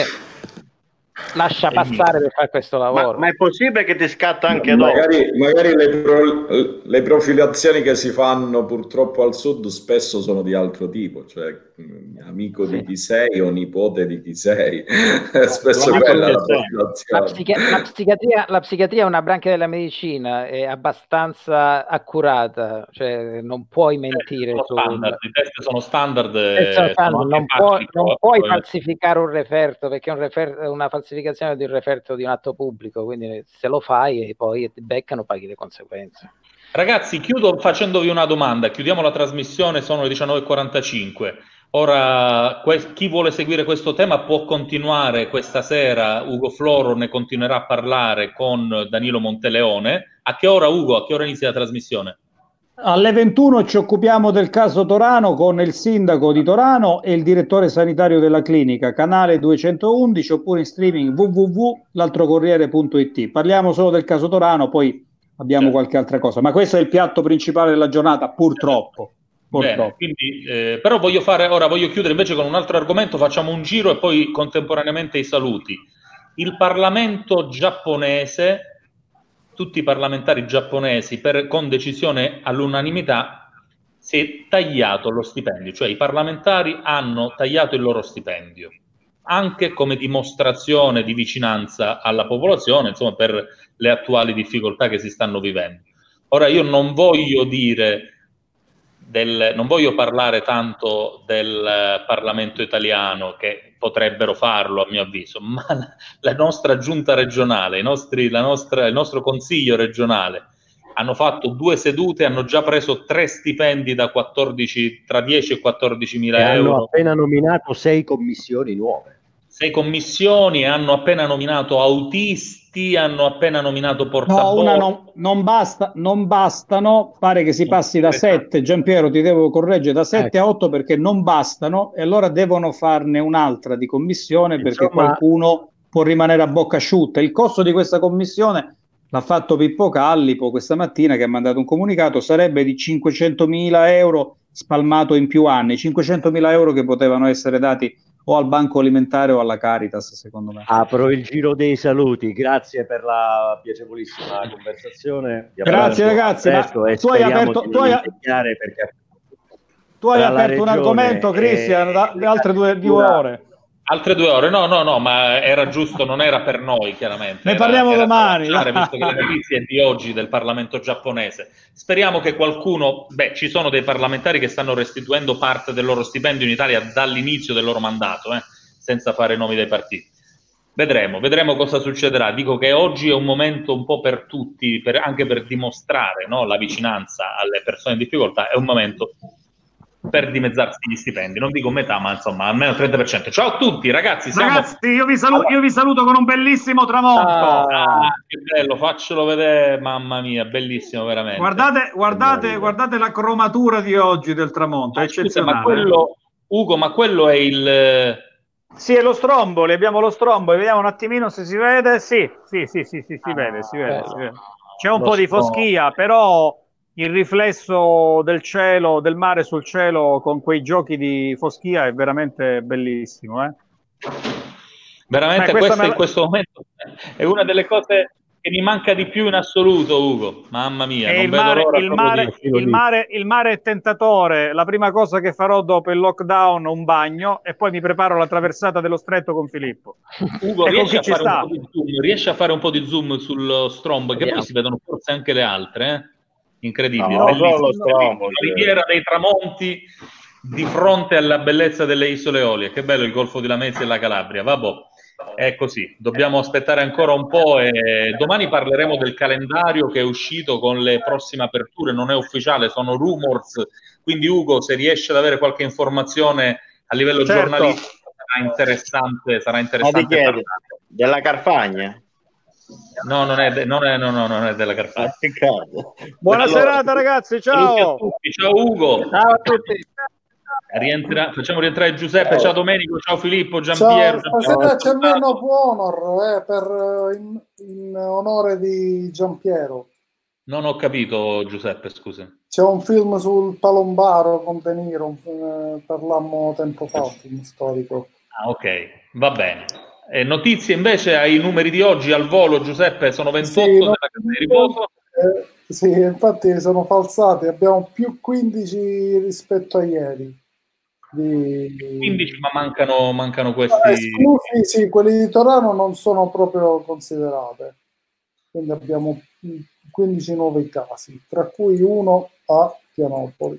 lascia passare per fare questo lavoro. Ma, ma è possibile che ti scatta anche magari, dopo? Magari le, pro, le profilazioni che si fanno purtroppo al sud spesso sono di altro tipo, cioè amico sì. di chi sei o nipote di chi sei. Spesso è quella la profilazione. La, psichi- la, psichiatria, la psichiatria è una branca della medicina, è abbastanza accurata, cioè non puoi mentire. Sono su standard, i test sono standard. Eh, sono standard. Non, puoi, non puoi poi... falsificare un referto, perché un referto, una falsificazione di un referto di un atto pubblico, quindi se lo fai e poi ti beccano paghi le conseguenze. Ragazzi, chiudo facendovi una domanda, chiudiamo la trasmissione, sono le diciannove e quarantacinque. Ora, que- chi vuole seguire questo tema può continuare questa sera, Ugo Floro ne continuerà a parlare con Danilo Monteleone. A che ora, Ugo? A che ora inizia la trasmissione? Alle ventuno ci occupiamo del caso Torano con il sindaco di Torano e il direttore sanitario della clinica, canale duecentoundici, oppure in streaming w w w punto l'altrocorriere punto i t. Parliamo solo del caso Torano, poi abbiamo certo. qualche altra cosa, ma questo è il piatto principale della giornata, purtroppo. purtroppo. Bene, quindi, eh, però voglio fare, ora voglio chiudere invece con un altro argomento, facciamo un giro e poi contemporaneamente i saluti. Il Parlamento giapponese, tutti i parlamentari giapponesi, per, con decisione all'unanimità, si è tagliato lo stipendio, cioè i parlamentari hanno tagliato il loro stipendio, anche come dimostrazione di vicinanza alla popolazione, insomma, per le attuali difficoltà che si stanno vivendo. Ora, io non voglio dire, del, non voglio parlare tanto del Parlamento italiano, che potrebbero farlo a mio avviso, ma la nostra giunta regionale, i nostri, la nostra, il nostro consiglio regionale hanno fatto due sedute, hanno già preso tre stipendi da quattordici, tra dieci e quattordici mila euro. Hanno appena nominato sei commissioni nuove. Sei commissioni, hanno appena nominato autisti, hanno appena nominato portaborse. No, una non, non, basta, non bastano, pare che si passi da sette, Giampiero ti devo correggere, da sette ecco. a otto perché non bastano e allora devono farne un'altra di commissione perché Insomma, qualcuno può rimanere a bocca asciutta. Il costo di questa commissione, l'ha fatto Pippo Callipo questa mattina che ha mandato un comunicato, sarebbe di cinquecentomila euro spalmato in più anni, cinquecentomila euro che potevano essere dati o al Banco Alimentare o alla Caritas, secondo me. Apro il giro dei saluti, grazie per la piacevolissima conversazione. Grazie ragazzi, ma tu hai aperto, tu hai, perché tu hai aperto un argomento, Cristian, da, da altre due, due ore. Altre due ore, no, no, no, ma era giusto, non era per noi, chiaramente. Ne era, parliamo era domani. Parlare, visto che la notizia è di oggi del Parlamento giapponese. Speriamo che qualcuno, beh, ci sono dei parlamentari che stanno restituendo parte del loro stipendio in Italia dall'inizio del loro mandato, eh, senza fare nomi dei partiti. Vedremo, vedremo cosa succederà. Dico che oggi è un momento un po' per tutti, per, anche per dimostrare, no, la vicinanza alle persone in difficoltà, è un momento per dimezzarsi gli stipendi, non dico metà, ma insomma almeno il trenta per cento. Ciao a tutti ragazzi, siamo... ragazzi io vi, saluto, io vi saluto con un bellissimo tramonto. Ah, che bello, faccelo vedere, mamma mia, bellissimo veramente. Guardate, guardate, guardate la cromatura di oggi del tramonto, è eccezionale. Ma quello, Ugo, ma quello è il... Sì, è lo Stromboli, abbiamo lo Stromboli, vediamo un attimino se si vede. Sì, sì, sì, sì, sì si, ah, vede, si vede, si vede. C'è un po' di foschia, però il riflesso del cielo, del mare sul cielo con quei giochi di foschia è veramente bellissimo, eh? Veramente eh, questa me... in questo momento è una delle cose che mi manca di più in assoluto, Ugo. Mamma mia, non il, vedo mare, l'ora il, mare, di... il, mare, il mare è tentatore. La prima cosa che farò dopo il lockdown un bagno e poi mi preparo la traversata dello stretto con Filippo. Ugo, riesci a, fare un po' di zoom, riesci a fare un po' di zoom sullo Strombo, che poi si vedono forse anche le altre, eh? Incredibile, no, bellissimo. Strombo, la riviera dei tramonti di fronte alla bellezza delle isole Eolie. Che bello il Golfo di Lamezia e la Calabria. Vabbè, è così, dobbiamo aspettare ancora un po' e domani parleremo del calendario che è uscito con le prossime aperture, non è ufficiale, sono rumors, quindi Ugo, se riesce ad avere qualche informazione a livello certo. giornalistico sarà interessante, sarà interessante parlare. Della Carfagna? No, non è, de- non è, no, no, non è della Carfagna. Buona allora, serata ragazzi, ciao! Tutti. Ciao Ugo! Ciao a tutti! Rientra... Facciamo rientrare Giuseppe, ciao Domenico, ciao Filippo, Giampiero. Ciao, stasera c'è Man of Honor eh, per, in, in onore di Giampiero. Non ho capito Giuseppe, scusa. C'è un film sul Palombaro con De Niro, eh, parlammo tempo fa, un film storico. Ah, ok, va bene. Eh, notizie invece ai numeri di oggi al volo, Giuseppe, sono ventotto sì, della casa di riposo. Eh, sì, infatti sono falsati, abbiamo più quindici rispetto a ieri. Di... quindici, ma mancano, mancano questi. Ah, esclusi, sì, quelli di Torano non sono proprio considerate. Quindi abbiamo quindici nuovi casi, tra cui uno a Pianopoli.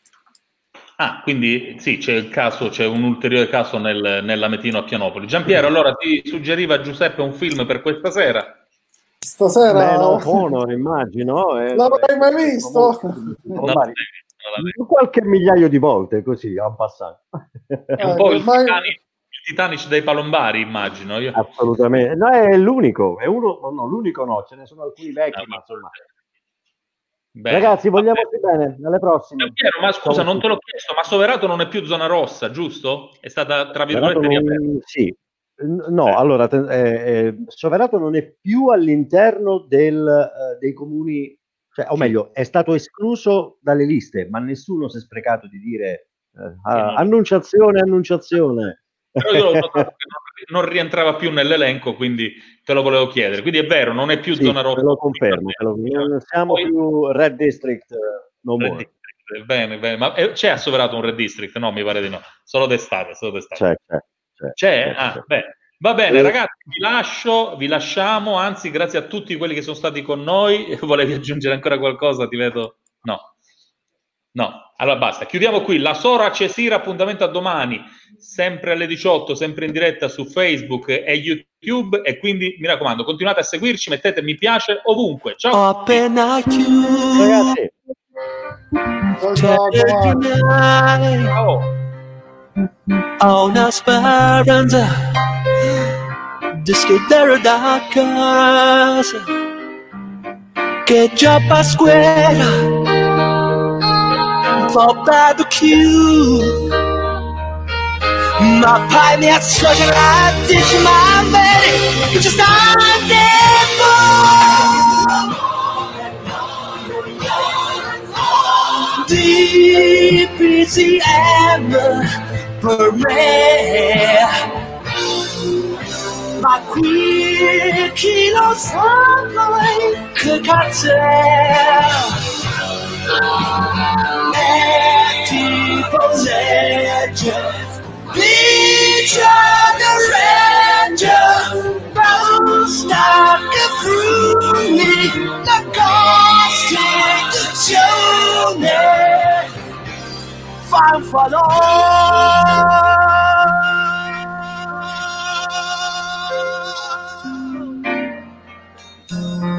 Ah, quindi sì, c'è il caso, c'è un ulteriore caso nel, nell'Ametino a Pianopoli. Giampiero, allora ti suggeriva Giuseppe un film per questa sera? Stasera Menofono, immagino. Eh, l'avrai mai visto? Ormai, qualche migliaio di volte, così, a passato. È un po' il Titanic, il Titanic dei palombari, immagino. Io. Assolutamente. No, è l'unico, è uno, no, l'unico no, ce ne sono alcuni vecchi, no, ma insomma. Bene. Ragazzi, vogliamoci bene, alle prossime. Piero, ma scusa, non te l'ho chiesto, ma Soverato non è più zona rossa, giusto? È stata, tra virgolette, riaperta. Sì. No, allora, eh, eh, Soverato non è più all'interno del, eh, dei comuni, cioè, o meglio, è stato escluso dalle liste, ma nessuno si è sprecato di dire eh, ah, annunciazione, annunciazione. Però io l'ho notato che non, non rientrava più nell'elenco, quindi te lo volevo chiedere. Quindi è vero, non è più sì, zona rossa. Te lo confermo, te lo, non siamo Poi, più Red District, no Red more. District, bene, bene. Ma c'è a Soverato un Red District? No, mi pare di no. Solo d'estate, solo d'estate. C'è, c'è. C'è? c'è? Ah, bene. Va bene, ragazzi, vi lascio, vi lasciamo, anzi, grazie a tutti quelli che sono stati con noi. Volevi aggiungere ancora qualcosa? Ti vedo? No. No, allora basta. Chiudiamo qui. La Sora Cesira, appuntamento a domani, sempre alle diciotto, sempre in diretta su Facebook e YouTube. E quindi mi raccomando, continuate a seguirci, mettete mi piace ovunque. Ciao. Ho appena chiuso. Ragazzi. Ciao, ciao. Ho una speranza di scrivere da casa che già Pasquera fa barbecue, ma poi mi associa la dici ma vedi che ci sta tempo di P C M per me, ma qui chi lo sa mai che cazzo è, è tipo Legend, Legion Ranger, Battlestar Fruity, la Costituzione, fanfalò.